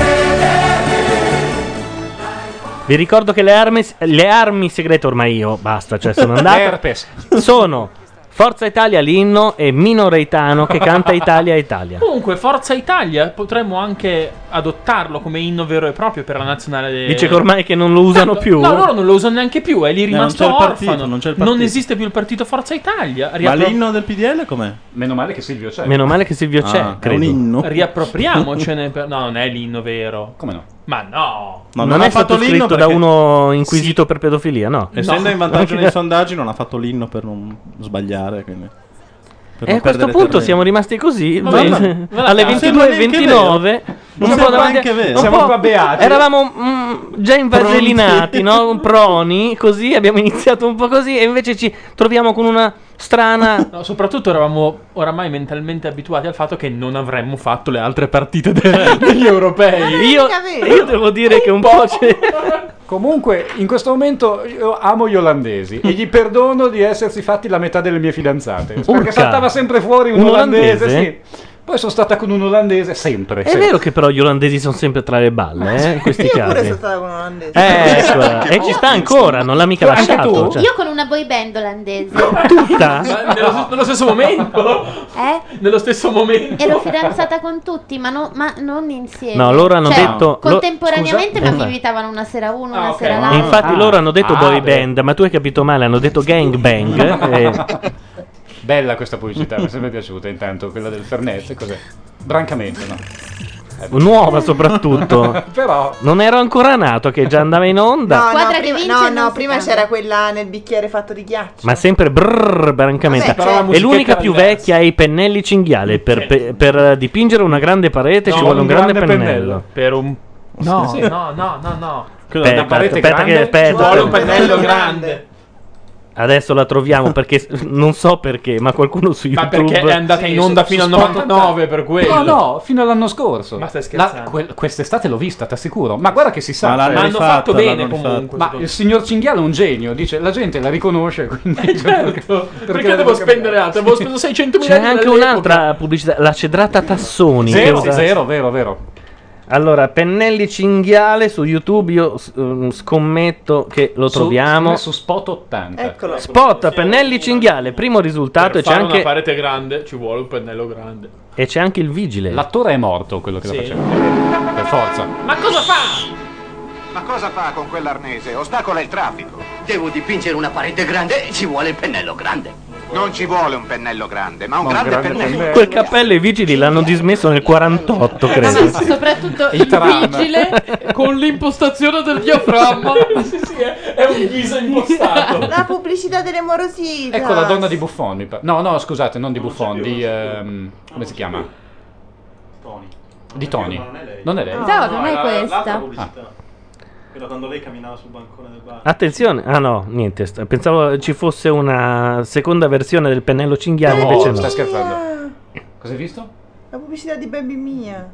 Vi ricordo che le armi, le armi segrete ormai io basta, cioè sono andato. Herpes. Sono Forza Italia l'inno e Mino Reitano che canta Italia Italia. Comunque, Forza Italia potremmo anche adottarlo come inno vero e proprio per la nazionale. De... Dice che ormai che non lo usano più. No, loro non lo usano neanche più, è lì Eh, non rimasto c'è il partito, orfano. non c'è il partito. esiste più il partito Forza Italia. Ma Riappro- l'inno del P D L com'è? Meno male che Silvio c'è. Meno male che Silvio c'è, Ah, è credo. un inno. Riappropriamocene. Per... No, non è l'inno vero. Come no? Ma no. Ma non, è stato scritto da uno inquisito per pedofilia, no? Essendo No. in vantaggio nei sondaggi, non ha fatto l'inno per non sbagliare. Quindi, per E non a questo perdere punto terreno. siamo rimasti così Ma beh, va- va- alle non ventidue sembra e neanche ventinove. vero. Non sembra neanche vero. un Siamo po'- qua beati. Eravamo mm, già invaselinati, no? Proni, così abbiamo iniziato un po' così e invece ci troviamo con una strana. No, soprattutto eravamo oramai mentalmente abituati al fatto che non avremmo fatto le altre partite de- degli europei. Io, io devo dire che un po' c'è. Comunque, in questo momento io amo gli olandesi e gli perdono di essersi fatti la metà delle mie fidanzate. Perché Urca. saltava sempre fuori un, Un olandese, olandese? sì. Poi sono stata con un olandese sempre. È sempre. vero che però gli olandesi sono sempre tra le balle, eh, in questi Io pure casi. sono stata con un olandese. Eh, eccola. E ci sta ancora, non l'ha mica Anche lasciato. tu? cioè. Io con una boy band olandese. Tutta? Ma nello, nello stesso momento? Eh? Nello stesso momento? Ero fidanzata con tutti, ma, no- ma non insieme. No, loro hanno Cioè, detto- lo- contemporaneamente, scusa? ma mi Eh. invitavano una sera uno, una Ah, ok. sera l'altra. Infatti Ah. loro hanno detto Ah, boy beh. band, ma tu hai capito male, hanno detto gang bang. e- Bella questa pubblicità, mi è sempre piaciuta. Intanto quella del Fernet, cos'è? Brancamento, no? Nuova soprattutto. Però Non ero ancora nato che già andava in onda. No, no, Squadra che prima, vince no, non no, si prima cambia. c'era quella nel bicchiere fatto di ghiaccio. Ma sempre brrr, brancamente. Vabbè, c'è- E l'unica musichetta più diversa. vecchia è i pennelli cinghiale. Per, pe- per dipingere una grande parete ci No, vuole un un grande, grande pennello. pennello. Per un... No, Sì. no, no, no, no. Quello Aspetta, da parete aspetta grande, che Ci aspetta. vuole un aspetta. pennello grande. Adesso la troviamo perché non so perché, ma qualcuno su Ma YouTube. perché è andata in onda fino al novantanove per quello. No, no, fino all'anno scorso. Ma stai scherzando? La- quel- quest'estate l'ho vista, ti assicuro. Ma guarda che si sa. Ma l'hanno Ma hanno rifatta, fatto bene l'hanno comunque. rifatta. Ma secondo il signor Cinghiale è un genio, dice la gente la riconosce, quindi me. Certo, perché, la devo cambiare? spendere altro? Avevo speso seicento C'è miliardi anche un'altra pubblicità, la cedrata Tassoni. che Zero, usa- zero, vero, vero. Allora, pennelli cinghiale su YouTube, io s- um, scommetto che lo Su- troviamo. Su Spot ottanta. Eccolo. Spot, pennelli cinghiale, primo risultato Per e c'è fare una anche parete grande ci vuole un pennello grande. e c'è anche il vigile. L'attore è morto, quello che Sì. lo faceva. Per forza. Ma cosa fa? Ma cosa fa con quell'arnese? Ostacola il traffico. Devo dipingere una parete grande, ci vuole il pennello grande. Non ci vuole un pennello grande, ma un Ma un grande, grande pennello. pennello. Quel cappello i vigili l'hanno dismesso nel quarantotto, credo. Soprattutto Il il tram. vigile. Con l'impostazione del diaframma. Sì, sì, è, è un viso impostato. La pubblicità delle morosità. Ecco la donna di Buffon. mi pa- No, no, scusate, non di Buffon, di ehm, come si chiama? Di Tony. Non è lei? No, non è questa. Ah. Era quando lei camminava sul bancone del bar. Attenzione, ah no, niente, st- pensavo ci fosse una seconda versione del pennello cinghiale, No, invece no. stai scherzando. Cosa hai visto? La pubblicità di Baby Mia.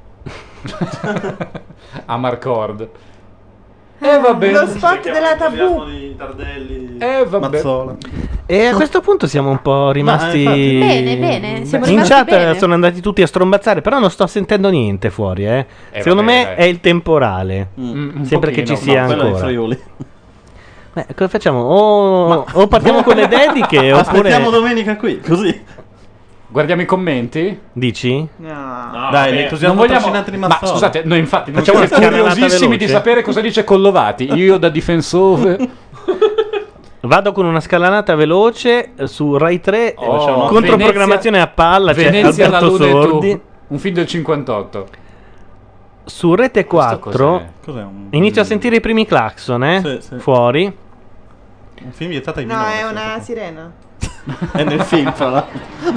Amarcord. Eh vabbè. Lo spot della Tabù. Eh vabbè. Mazzola. E a questo punto siamo un po' rimasti. Ma, eh, bene, bene, siamo in rimasti chat bene. sono andati tutti a strombazzare, però non sto sentendo niente fuori. Eh. Eh, Secondo vabbè, me dai. è il temporale. Mm, un Sembra che pochino, ci sia no, quello è ancora. Friuli. Beh, cosa facciamo? O, o partiamo con le dediche Aspettiamo oppure. domenica qui, così. Guardiamo i commenti? Dici? No. Dai, l'entusiasmo non vogliamo... trascinante di Ma Mazzola. scusate, noi infatti noi Facciamo siamo una scanalata curiosissimi di veloce? sapere cosa dice Collovati. Io da difensore. Vado con una scalanata veloce eh, su Rai tre, Oh, eh, controprogrammazione a palla, c'è Venezia la Alberto Luna e tu. Sordi. Un film del cinquantotto. Su Rete quattro cos'è? Cos'è un- inizio a sentire i primi clacson, eh? Sì, sì. Fuori. Un film vietato ai No, minori. è una sirena. È nel film, fra l'altro.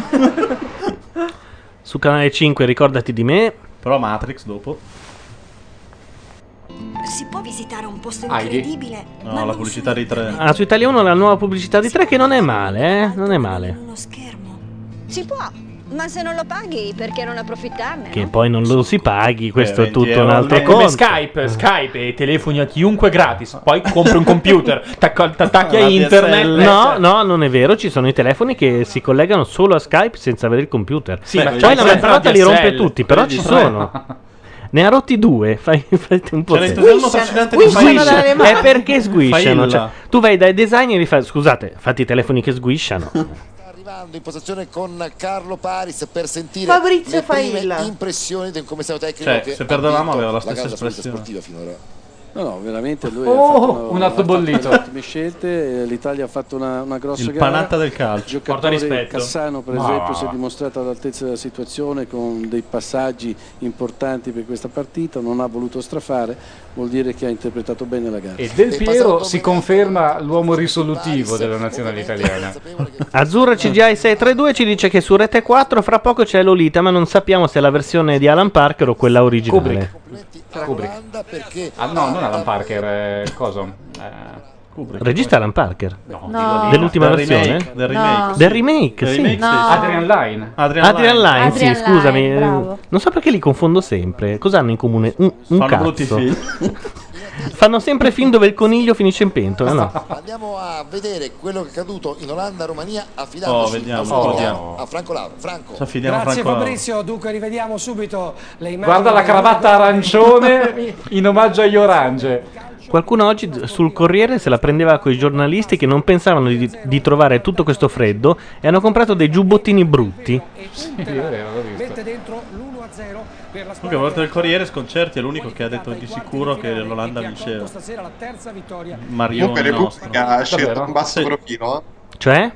Su canale cinque ricordati di me. Però Matrix dopo. Si può visitare un posto Heidi? incredibile. No, ma la non pubblicità su di tre. Ah, su Italia uno la nuova pubblicità di tre che non è male, eh? Non è male. uno schermo. Si può, ma se non lo paghi perché non approfittarne? Che poi non lo si paghi, questo è venti tutto un euro altro È come conto. Skype, Skype e telefoni a chiunque gratis. Poi compri un computer, t'acc- t'attacchi a La internet. D S L. No, no, non è vero. Ci sono i telefoni che si collegano solo a Skype senza avere il computer. Sì, ma poi c'hai la sempre Manfrotto la li D S L, rompe tutti, però quelli ci di tre. sono. Ne ha rotti due. Fai, fate un po' C'è te. l'entusiasmo trascinante di Sguisciano Mazzola. dalle mani. È perché sguisciano. Fai il- Cioè, tu vai dai designer e gli fai scusate, fate i telefoni che sguisciano. Arrivando in postazione con Carlo Paris per sentire Fabrizio le prime Failla. impressioni del commissario tecnico Cioè, che se ha perdevamo vinto aveva la la stessa gara subita espressione. sportiva finora. No, no, veramente lui Oh, ha fatto una- un atto ha fatto bollito. delle ottime scelte, eh, l'Italia ha fatto una, una grossa Il gara. panatta del calcio. Il Porta giocatore rispetto. Cassano per Ma- esempio si è dimostrato all'altezza della situazione con dei passaggi importanti per questa partita, non ha voluto strafare, vuol dire che ha interpretato bene la gara. E Del Piero si conferma l'uomo risolutivo della nazionale italiana. Azzurra C G I sei tre due ci dice che su Rete quattro fra poco c'è Lolita, ma non sappiamo se è la versione di Alan Parker o quella originale. Kubrick. Ah no, non Alan Parker, eh, coso? Eh, Regista Alan Parker? No. No. Dell'ultima Del versione? remake, del remake. Del remake, Del sì. remake, No. sì, sì. Adrian Lyne. Adrian, Adrian Lyne. Lyne, Adrian sì, scusami. Lyne, eh, bravo. Non so perché li confondo sempre. Cosa hanno in comune? Un, un Fanno cazzo. brutti film. Fanno sempre film dove il coniglio finisce in pentola, no? Andiamo a vedere quello che è accaduto in Olanda-Romania affidando Oh, su vediamo, Australia vediamo. a Franco Lauro. Franco. Ci affidiamo a Grazie Franco Lauro. Fabrizio, dunque rivediamo subito le immagini. Guarda la cravatta arancione in omaggio agli Orange. Qualcuno oggi sul Corriere se la prendeva con i giornalisti che non pensavano di, di trovare tutto questo freddo e hanno comprato dei giubbottini brutti. Sì, è vero, l'ho visto. Mette dentro l'uno a zero per la Comunque, a volte del Corriere Sconcerti è l'unico che ha detto di sicuro che l'Olanda che ha vinceva. colto stasera la terza vittoria. Marione Comunque nostro. Repubblica ha scelto Davvero? un basso Sì. profilo. Cioè?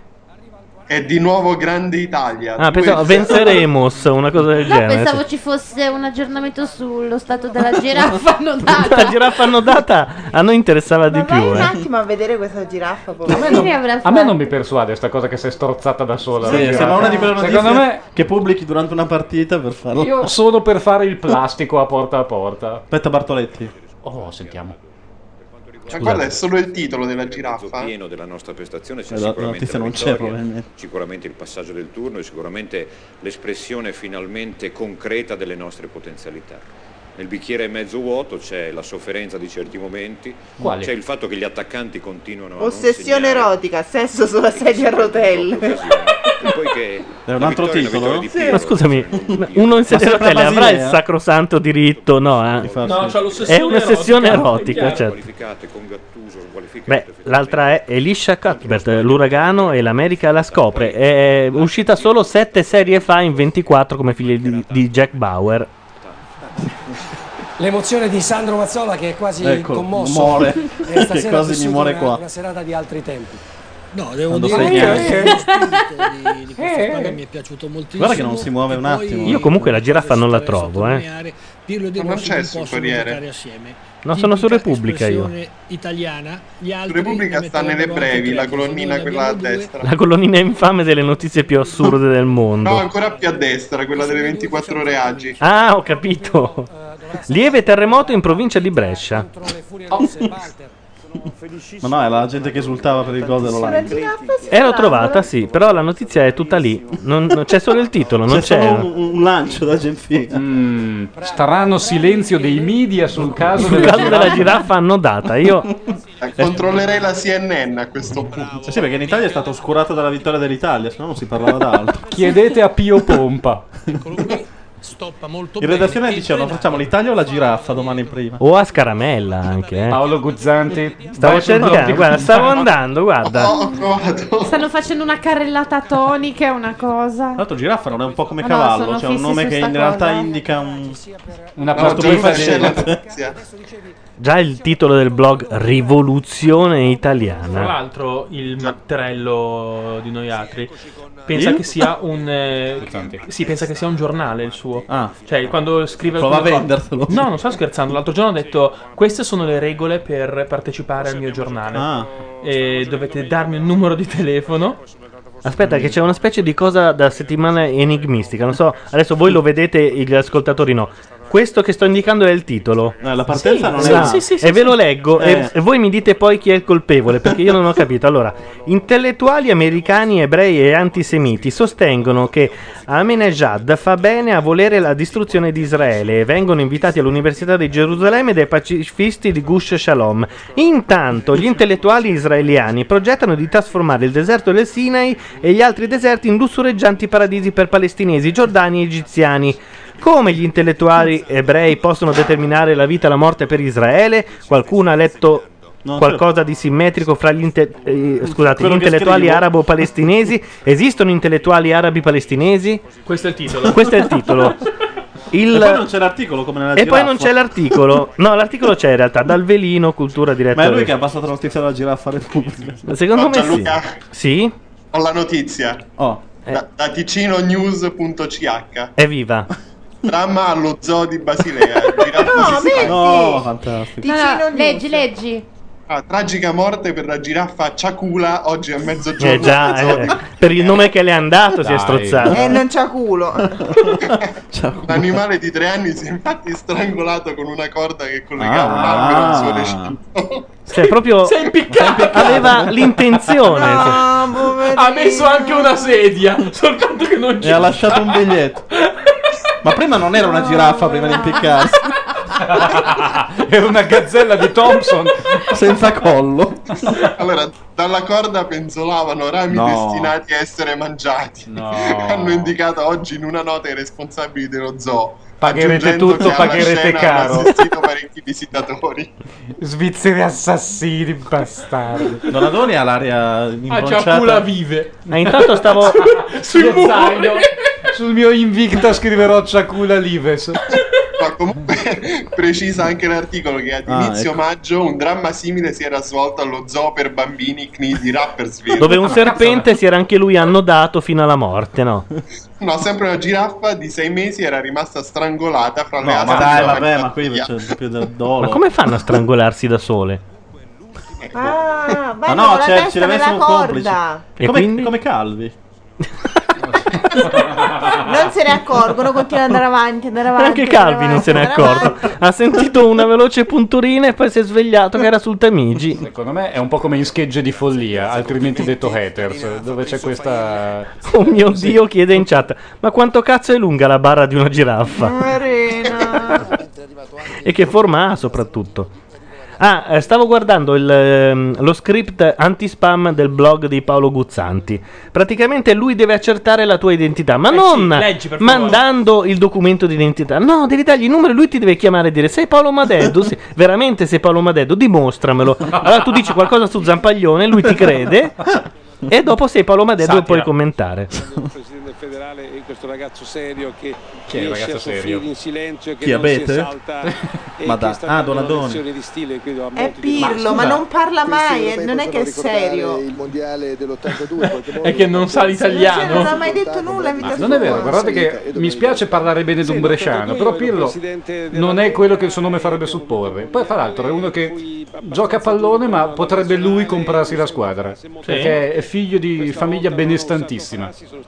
È di nuovo Grande Italia. Ah, Due- pensavo venceremos, una cosa del No, genere. pensavo sì. ci fosse un aggiornamento sullo stato della giraffa annodata. La giraffa annodata a noi interessava di Ma più, vai un eh. attimo a vedere questa giraffa. A povera. me, non, Chi avrà a me fatto? non mi persuade sta cosa che si è strozzata da sola. Sì, la giraffa. sembra una di quelle notizie Secondo me che pubblichi durante una partita per farlo. io sono per fare il plastico a porta a porta. Aspetta Bartoletti. Oh, sentiamo. Ma guarda, è solo il titolo della Il giraffa. pieno della nostra prestazione c'è Eh, la- la sicuramente notizia la non c'è, vittoria, probabilmente. sicuramente il passaggio del turno e sicuramente l'espressione finalmente concreta delle nostre potenzialità. Nel bicchiere mezzo vuoto c'è la sofferenza di certi momenti, Quali? c'è il fatto che gli attaccanti continuano a non Ossessione segnare erotica, sesso sulla sedia a rotelle. e poi che È un la altro vittoria è una titolo, vittoria no? di Sì, Piero, ma scusami, non di Piero. uno in sedia a sempre rotelle avrà il Basilea? sacrosanto diritto, no? Eh? No, c'ha l'ossessione È un'ossessione erotica, erotica, è chiaro. certo. Qualificate con Gattuso, qualificate Beh, l'altra è Elisha Cuthbert, l'uragano e l'America la scopre. È uscita solo sette serie fa in ventiquattro come figlia di, di Jack Bauer. L'emozione di Sandro Mazzola che è quasi Eccolo, commosso. muore. E Che stasera quasi ha vissuto mi muore una, qua. una serata di altri tempi. No, devo Quando dire sei che chiaro. lo spirito di, di questa Eh. squadra mi è piaciuto moltissimo. Guarda che non si muove e un poi attimo. Io comunque la giraffa non la vorrei trovo, eh. sottolineare, Pirlo e De Ma non Rossi c'è non sul possono Corriere. giocare assieme. No, sono su Tipica Repubblica io. espressione italiana, gli Su altri Repubblica ne sta nelle metterebbero anche brevi, tre, la se colonnina noi ne quella a abbiamo due. destra. La colonnina infame delle notizie più assurde del mondo. No, ancora più a destra, quella delle ventiquattro ore Agi. Ah, ho capito. Lieve terremoto in provincia di Brescia. Ma no, era la gente che esultava per il gol dell'Olanda. Ero trovata, sì, però la notizia è tutta lì. Non, non c'è solo il titolo, non C'è c'è. solo un, un lancio da Genfica. Mm, strano silenzio dei media sul caso Sul della caso della giraffa annodata. Io Eh, Controllerei la C N N a questo punto. Sì, sì, perché in Italia è stato oscurato dalla vittoria dell'Italia, se no non si parlava d'altro. Chiedete a Pio Pompa. Stoppa molto In redazione dicevano facciamo l'Italia o la giraffa domani prima. O a Scaramella anche. Eh. Paolo Guzzanti. Stavo vai sul blog cercando, di guarda, Guzzanti. stavo andando, guarda. Stanno facendo una carrellata tonica, una cosa. Tra l'altro giraffa non è un po' come Ah, no, cavallo, sono c'è un fissi nome su che sta in realtà cosa. indica un... una un stupefacente. Già il titolo del blog Rivoluzione Tra Italiana. l'altro il matterello di noi altri pensa Il? che sia un eh, sì, pensa che sia un giornale il suo. Ah. Cioè quando scrive Prova alcune a cose- venderselo. No, non sto scherzando. L'altro giorno ho detto queste sono le regole per partecipare al mio giornale. Ah. E dovete darmi un numero di telefono. Aspetta, che c'è una specie di cosa da settimana enigmistica. Non so, adesso voi lo vedete, gli ascoltatori no. Questo che sto indicando è il titolo. No, la partenza Sì, non sì, è... sì, sì, sì, e ve sì. lo leggo Eh. e, e voi mi dite poi chi è il colpevole, perché io non ho capito. Allora, intellettuali americani, ebrei e antisemiti sostengono che Ahmadinejad fa bene a volere la distruzione di Israele e vengono invitati all'Università di Gerusalemme dai pacifisti di Gush Shalom. Intanto gli intellettuali israeliani progettano di trasformare il deserto del Sinai e gli altri deserti in lussureggianti paradisi per palestinesi, giordani e egiziani. Come gli intellettuali ebrei possono determinare la vita e la morte per Israele? Qualcuno ha letto No, qualcosa di simmetrico fra gli, inte- eh, scusate, gli Quello che intellettuali scrivo. arabo-palestinesi? Esistono intellettuali arabi-palestinesi? Questo è il titolo. Questo è il titolo. Il- E poi non c'è l'articolo come nella E poi giraffa. non c'è l'articolo. No, l'articolo c'è in realtà. Dal velino, cultura diretta. Ma è lui che ha passato la notizia della giraffa Repubblica. Secondo No, me sì. Gianluca. Sì? Ho la notizia. Oh. Da, da ticinonews punto c h. Evviva. Dramma allo zoo di Basilea. Giraffa No, si vedi? No, fantastico. No, no, leggi, leggi. Ah, tragica morte per la giraffa Ciacula oggi a mezzogiorno. Eh già, allo zoo eh, di- per il nome che le è andato si è Dai. strozzato. E non c'ha culo. L'animale di tre anni si è infatti strangolato con una corda che collegava Ah. un albero al suo recinto. Cioè, proprio Si è impiccato. aveva l'intenzione. Ha messo anche una sedia, soltanto che non c'è. E ha lasciato un biglietto. Ma prima non era una giraffa prima di impiccarsi. Era una gazzella di Thompson senza collo. Allora, dalla corda penzolavano rami No. destinati a essere mangiati. No. Hanno indicato oggi in una nota i responsabili dello zoo. Pagherete aggiungendo tutto, che alla pagherete scena caro. hanno assistito parecchi visitatori. Svizzeri assassini bastardi. Donadoni ha l'aria Ah, imbronciata. Ciacula vive. Ma intanto stavo Sul Io muro. zaino, sul mio Invicta scriverò Ciacula Lives. Ma comunque precisa anche l'articolo che ad Ah, inizio ecco. maggio un dramma simile si era svolto allo zoo per bambini C N I di Rapperswil. dove un serpente si era anche lui annodato fino alla morte, no? No, sempre una giraffa di sei mesi era rimasta strangolata fra le No, aspe ma di dai, una vabbè, ma mangiatoia. qui c'è più del dolo. Ma come fanno a strangolarsi da sole? Ah, Ma vanno no, con la c'è, testa ci deve essere nella un complice. corda. E come, quindi? come Calvi. Non se ne accorgono, continua ad andare avanti, andare avanti. Anche andare Calvi non avanti, se ne è andare accorto. avanti. Ha sentito una veloce punturina e poi si è svegliato che era sul Tamigi. Secondo me è un po' come in schegge di follia, altrimenti detto haters, dove c'è questa... Oh mio Dio, chiede in chat. Ma quanto cazzo è lunga la barra di una giraffa? Poverina. E che forma ha soprattutto? Ah, eh, stavo guardando il, ehm, lo script anti-spam del blog di Paolo Guzzanti. Praticamente lui deve accertare la tua identità, ma Eh non sì, leggi, per favore. mandando il documento di identità. No, devi dargli il numero e lui ti deve chiamare e dire: sei Paolo Madeddu? Sì, veramente sei Paolo Madeddu? Dimostramelo. Allora tu dici qualcosa su Zampaglione, lui ti crede. E dopo sei Paolo Madeddu e Satira. puoi commentare. Il presidente federale e questo ragazzo serio che Chi è il riesce ragazzo a soffrire serio? in silenzio, che Chi, non Abete? si esalta e Ma che dai. sta Ah, dando una Donadoni. lezione di stile, credo, a È molti di- pirlo, ma, scusa, non parla mai, Questi eh, europei non è che è possono ricordare serio. il mondiale dell'ottantadue in qualche modo. È che non sa Cioè, l'italiano. non ha mai detto nulla in vita Non è vero, sua. guardate che mi spiace parlare bene di un bresciano, però Pirlo non è quello che il suo nome farebbe supporre. Poi fra l'altro è uno che gioca a pallone, ma potrebbe lui comprarsi la squadra, perché è figlio di famiglia benestantissima. Sono stato in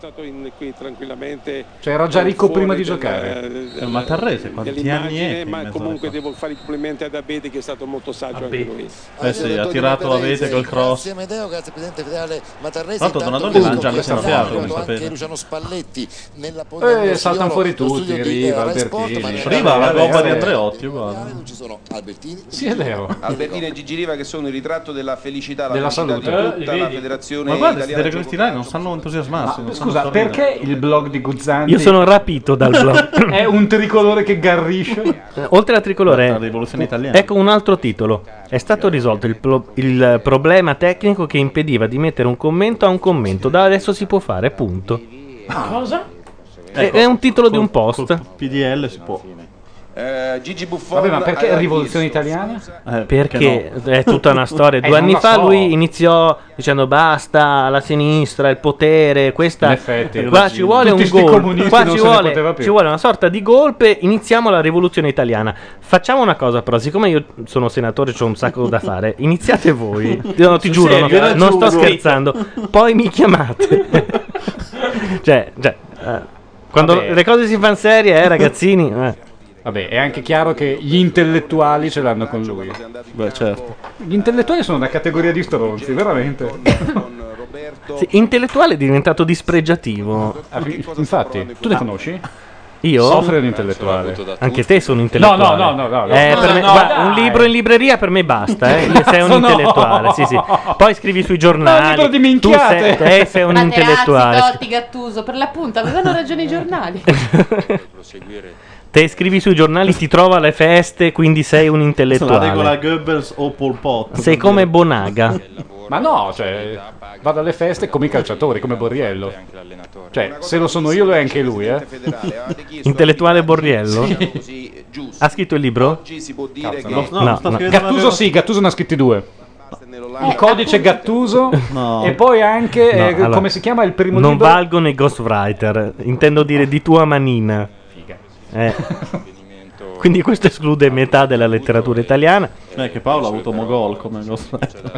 essere qui tranquillamente. Cioè era già ricco fuori prima di del- giocare. del- È un Matarrese, quanti anni dell'immagine, è in ma mezzo comunque alle devo fare i complimenti ad Abete che è stato molto saggio anche lui. Eh sì, ha tirato Avete col cross. Grazie Amedeo, grazie Presidente Federale Matarrese. Tanto Intanto Donadoni questo l'ha già che licenziato, abbiamo come fatto sapete. anche Luciano Spalletti nella Eh, saltano fuori tutti, Riva, Albertini. Riva la gobba di Eh, Andreotti, uguale. Ci sono Albertini. Sì, è vero. Albertini e Gigi Riva che sono il ritratto della felicità, la Della felicità salute. di tutta Eh, la vedi? federazione Ma guarda, questi italiana. telecronistinari non sanno entusiasmarsi. non sanno Scusa, sorridere. perché il blog di Guzzanti Io sono rapito dal blog. è un tricolore che garrisce? Eh, Oltre alla tricolore, La rivoluzione italiana. ecco un altro titolo. È stato risolto il, pro- il problema tecnico che impediva di mettere un commento a un commento. Da adesso si può fare, punto. Cosa? È, è un titolo di un post. P D L si può. Eh, Gigi Buffon. Vabbè, ma perché ha rivoluzione chiesto- italiana? Eh, Perché è tutta una storia. Eh, Due non anni la fa so. lui iniziò dicendo basta la sinistra, il potere, questa In effetti. qua ci vuole Tutti un sti golpe, comunisti qua non ci se ne vuole, poteva più. ci vuole una sorta di golpe, iniziamo la rivoluzione italiana. Facciamo una cosa però, siccome io sono senatore, c'ho un sacco da fare, iniziate voi. No, ti Sul giuro, serio, no, era non sto giuro. scherzando. Poi mi chiamate. cioè, cioè eh, quando Vabbè. le cose si fanno serie, eh ragazzini, eh. Vabbè, è anche chiaro che gli intellettuali ce l'hanno con lui. Beh, certo. Gli intellettuali sono una categoria di stronzi, veramente. Sì, intellettuale è diventato dispregiativo. Ah, infatti, tu ne conosci? Io? Soffre un intellettuale. Anche te sono intellettuale. No, no, no, no, no. Eh, No, per me- no, guarda, dai. un libro in libreria per me basta, eh. Sei un No, no. intellettuale, sì, sì. Poi scrivi sui giornali. No, libro di tu minchiate. sei, te sei un Materazzi, intellettuale. Totti, Gattuso, per l'appunto avevano ragione i giornali. Te scrivi sui giornali, ti trova alle feste, quindi sei un La intellettuale. regola Goebbels o Pol Pot. Sei come Bonaga. Ma no, cioè, vado alle feste come i calciatori, come Borriello. Cioè, se lo sono io lo è anche lui, eh. Intellettuale Borriello? Ha scritto il libro? Cazzo, no. no, No, sta no. scrivendo Gattuso sì, Gattuso ne ha scritti due. Il codice Gattuso No. e poi anche, No, eh, allora, come si chiama il primo non libro? valgono i ghostwriter, intendo dire di tua manina. Eh. Quindi questo esclude metà della letteratura italiana. Eh, che Paolo ha avuto Mogol come ghostwriter.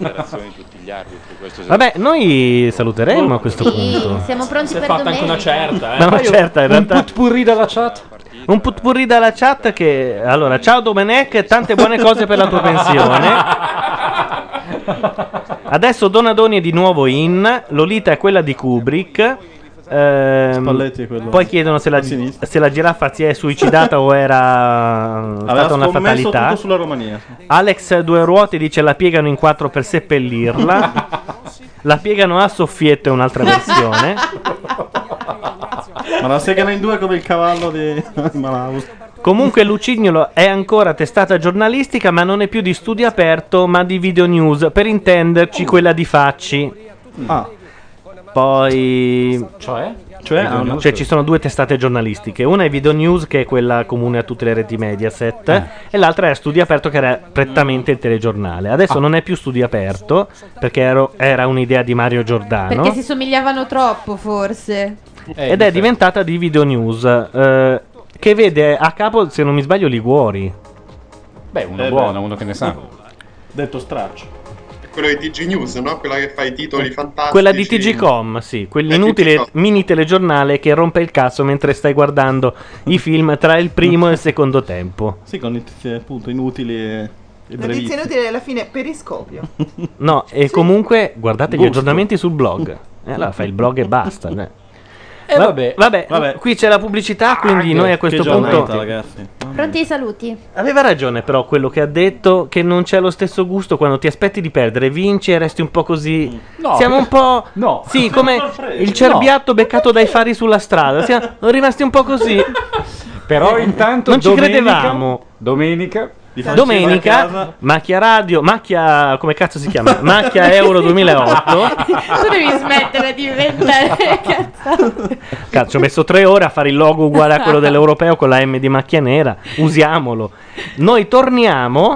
Vabbè, noi saluteremo a questo punto. Siamo pronti Si è per fatta anche domenica. una certa, eh. Ma una certa, in Un realtà. putpurri dalla chat? Un putpurri dalla chat che... Allora, ciao Domenech, tante buone cose per la tua pensione. Adesso Donadoni è di nuovo in, Lolita è quella di Kubrick. Ehm, Spalletti è quello poi chiedono se la, a sinistra. se la giraffa si è suicidata o era Aveva stata una scommesso fatalità. tutto sulla Romania. Alex Due Ruote dice la piegano in quattro per seppellirla. La piegano a soffietto è un'altra versione. Ma la segano in due come il cavallo di Malaus. Comunque Lucignolo è ancora testata giornalistica, ma non è più di Studio Aperto, ma di Video News, per intenderci quella di Facci. Ah. Poi Cioè? Cioè, Video News? cioè ci sono due testate giornalistiche, una è Video News che è quella comune a tutte le reti Mediaset Eh. e l'altra è Studio Aperto che era prettamente il telegiornale. Adesso Ah. non è più Studio Aperto perché ero- era un'idea di Mario Giordano Perché si somigliavano troppo, forse. ed è diventata di Video News eh, che vede a capo, se non mi sbaglio, Liguori. Beh, uno Eh, buono, beh. uno che ne sa. Detto straccio. Quello di T G News, no? Quella che fa i titoli fantastici. Quella di T G Com, sì, Eh, quell'inutile T G Com. mini telegiornale che rompe il cazzo mentre stai guardando i film tra il primo e il secondo tempo. Sì, con notizie appunto inutili e, e Notizie brevissime. inutili alla fine, periscopio. No, e comunque guardate gli Gusto. aggiornamenti sul blog. E allora fai il blog e basta. eh. E Va- vabbè. vabbè, Vabbè. qui c'è la pubblicità, quindi noi a questo Che giornata, punto... ragazzi. Pronti ai saluti? Aveva ragione però quello che ha detto, che non c'è lo stesso gusto quando ti aspetti di perdere, vinci e resti un po' così. No. Siamo un po'... No. Sì, come il cerbiato beccato dai fari sulla strada. Siamo rimasti un po' così. Però intanto Non ci domenica, credevamo. Domenica Di Francesca a Domenica, casa. Macchia Radio, Macchia, come cazzo si chiama? Macchia Euro duemilaotto. Tu devi smettere di inventare cazzate. Cazzo, ci ho messo tre ore a fare il logo uguale a quello dell'europeo con la M di macchia nera. Usiamolo. Noi torniamo.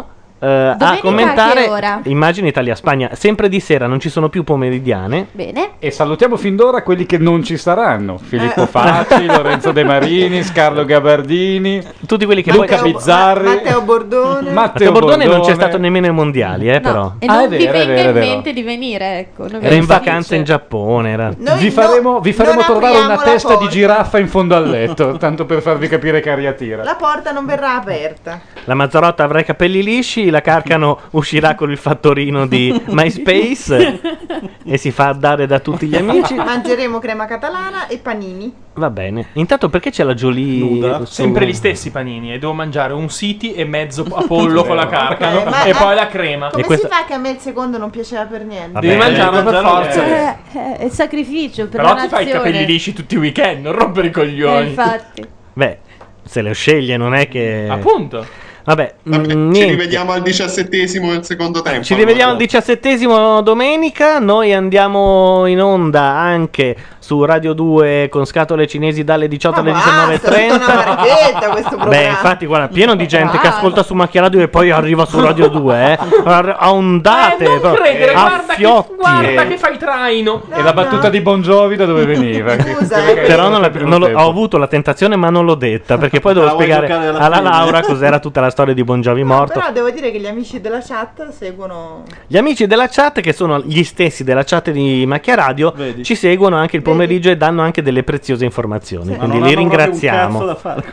eh, a Domenica a commentare che ora? immagine Italia-Spagna. Sempre di sera, non ci sono più pomeridiane. Bene. E salutiamo fin d'ora quelli che non ci saranno: Filippo Facci, Lorenzo De Marinis, Carlo Gabardini, tutti quelli che Luca poi- Bizzarri, Matteo Bordone. Matteo Bordone non c'è stato nemmeno ai mondiali, eh, però. E Ah, non è vi vero, è venga vero, è in vero. mente di venire, ecco. non vi Era in infatti- vacanza in Giappone. Era. vi faremo, vi faremo non trovare una apriamo la testa di porta. giraffa in fondo al letto, tanto per farvi capire che aria tira. La porta non verrà aperta. La Mazzarotta avrà i capelli lisci, la Carcano uscirà con il fattorino di MySpace e si fa dare da tutti gli amici. Mangeremo crema catalana e panini. Va bene. Intanto perché c'è la Jolie su- Sempre gli stessi panini e devo mangiare un City e mezzo a pollo con la carcano Eh, ma- e eh, poi la crema. Come E questa- si fa che a me il secondo non piaceva per niente? Devi mangiarlo per forza. Eh, eh, è sacrificio per Però la ti fai i nazione. capelli lisci tutti i weekend, non rompere i Eh, coglioni. infatti. Beh, se le sceglie non è che... Appunto. Vabbè, mm, Ci niente. rivediamo al diciassettesimo del secondo tempo. Ci rivediamo al diciassettesimo domenica. Noi andiamo in onda anche su Radio due con scatole cinesi dalle diciotto alle diciannove e trenta. Una marchetta questo programma. Beh, infatti, guarda, pieno di gente che ascolta su Macchia Radio e poi arriva su Radio due, eh. A a ondate, Eh, non proprio, credere, a guarda che, fiotti. guarda Eh. che fai traino. E la battuta di Bon Jovi da dove veniva? Scusa, eh. Però non la- non l'ho- ho avuto la tentazione, ma non l'ho detta perché poi devo La vuoi spiegare giocare alla alla fine? Laura cos'era tutta la storia di Bon Jovi morto. Però devo dire che gli amici della chat seguono. Gli amici della chat, che sono gli stessi della chat di Macchia Radio, Vedi? ci seguono anche il pomeriggio e danno anche delle preziose informazioni. Ma Quindi non li hanno proprio un ringraziamo. cazzo da fare.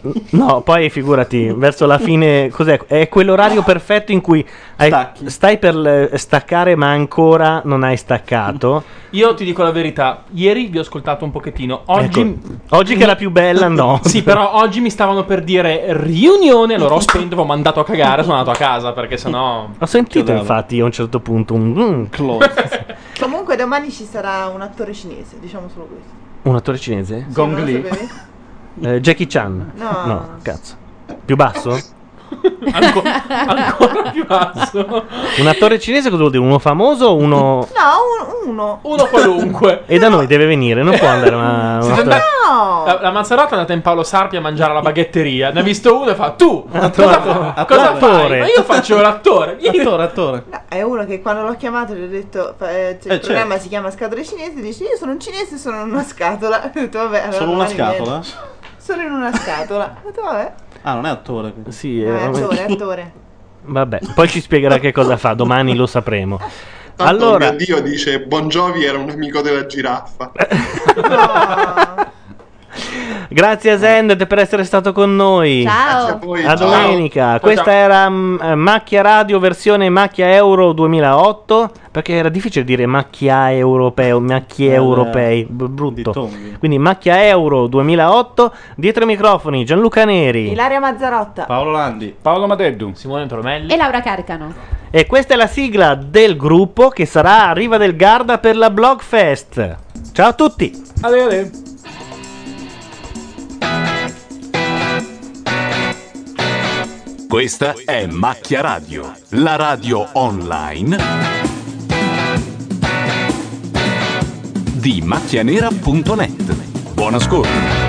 No, poi figurati, verso la fine, cos'è? È quell'orario perfetto in cui hai- stai per eh, staccare, ma ancora non hai staccato. Io ti dico la verità, ieri vi ho ascoltato un pochettino. Oggi, Ecco, oggi che è la più bella, no. Sì, però oggi mi stavano per dire riunione, allora ho spento, ho mandato a cagare, sono andato a casa perché sennò... Ho sentito Chiudeva. infatti a un certo punto un mm, Comunque domani ci sarà un attore cinese, diciamo solo questo. un attore cinese? Sì, non lo sapevi? Eh, Jackie Chan. No. Cazzo. Più basso? Anco- ancora più basso. Un attore cinese cosa vuol dire? Uno famoso o uno... No, un- uno. Uno qualunque. E da noi deve venire, non può andare una... un Siete attore- andati- No! La, la Mazzarotta è andata in Paolo Sarpi a mangiare alla baghetteria. Ne ha visto uno e fa: Tu cosa, fa- cosa fai? Attore. Ma io faccio l'attore. Vieni- Attore, attore. No, è uno che quando l'ho chiamato gli ho detto fa- eh, cioè, Eh, il programma certo. si chiama Scatole Cinesi, dice io sono un cinese e sono in una scatola. Ho detto vabbè, allora Solo una domani vieni. scatola? Sono in una scatola. Ho detto vabbè. Ah, non è attore. quindi. Sì, No, è eh, attore, è attore. vabbè, poi ci spiegherà che cosa fa, domani lo sapremo. Tanto Allora, mio Dio dice Bon Jovi era un amico della giraffa. grazie a Zend per essere stato con noi. Ciao. Grazie a voi, A ciao. domenica. Ciao, Questa ciao. era mm, eh, Macchia Radio versione Macchia Euro duemilaotto, perché era difficile dire Macchia Europeo, Macchie Eh, Europei, b- brutto. Quindi Macchia Euro duemilaotto, dietro i microfoni Gianluca Neri. Ilaria Mazzarotta. Paolo Landi. Paolo Madeddu. Simone Tormelli. E Laura Carcano. E questa è la sigla del gruppo che sarà a Riva del Garda per la Blogfest. Ciao a tutti. Ale, ale. Questa è Macchia Radio, la radio online di macchianera punto net. Buon ascolto.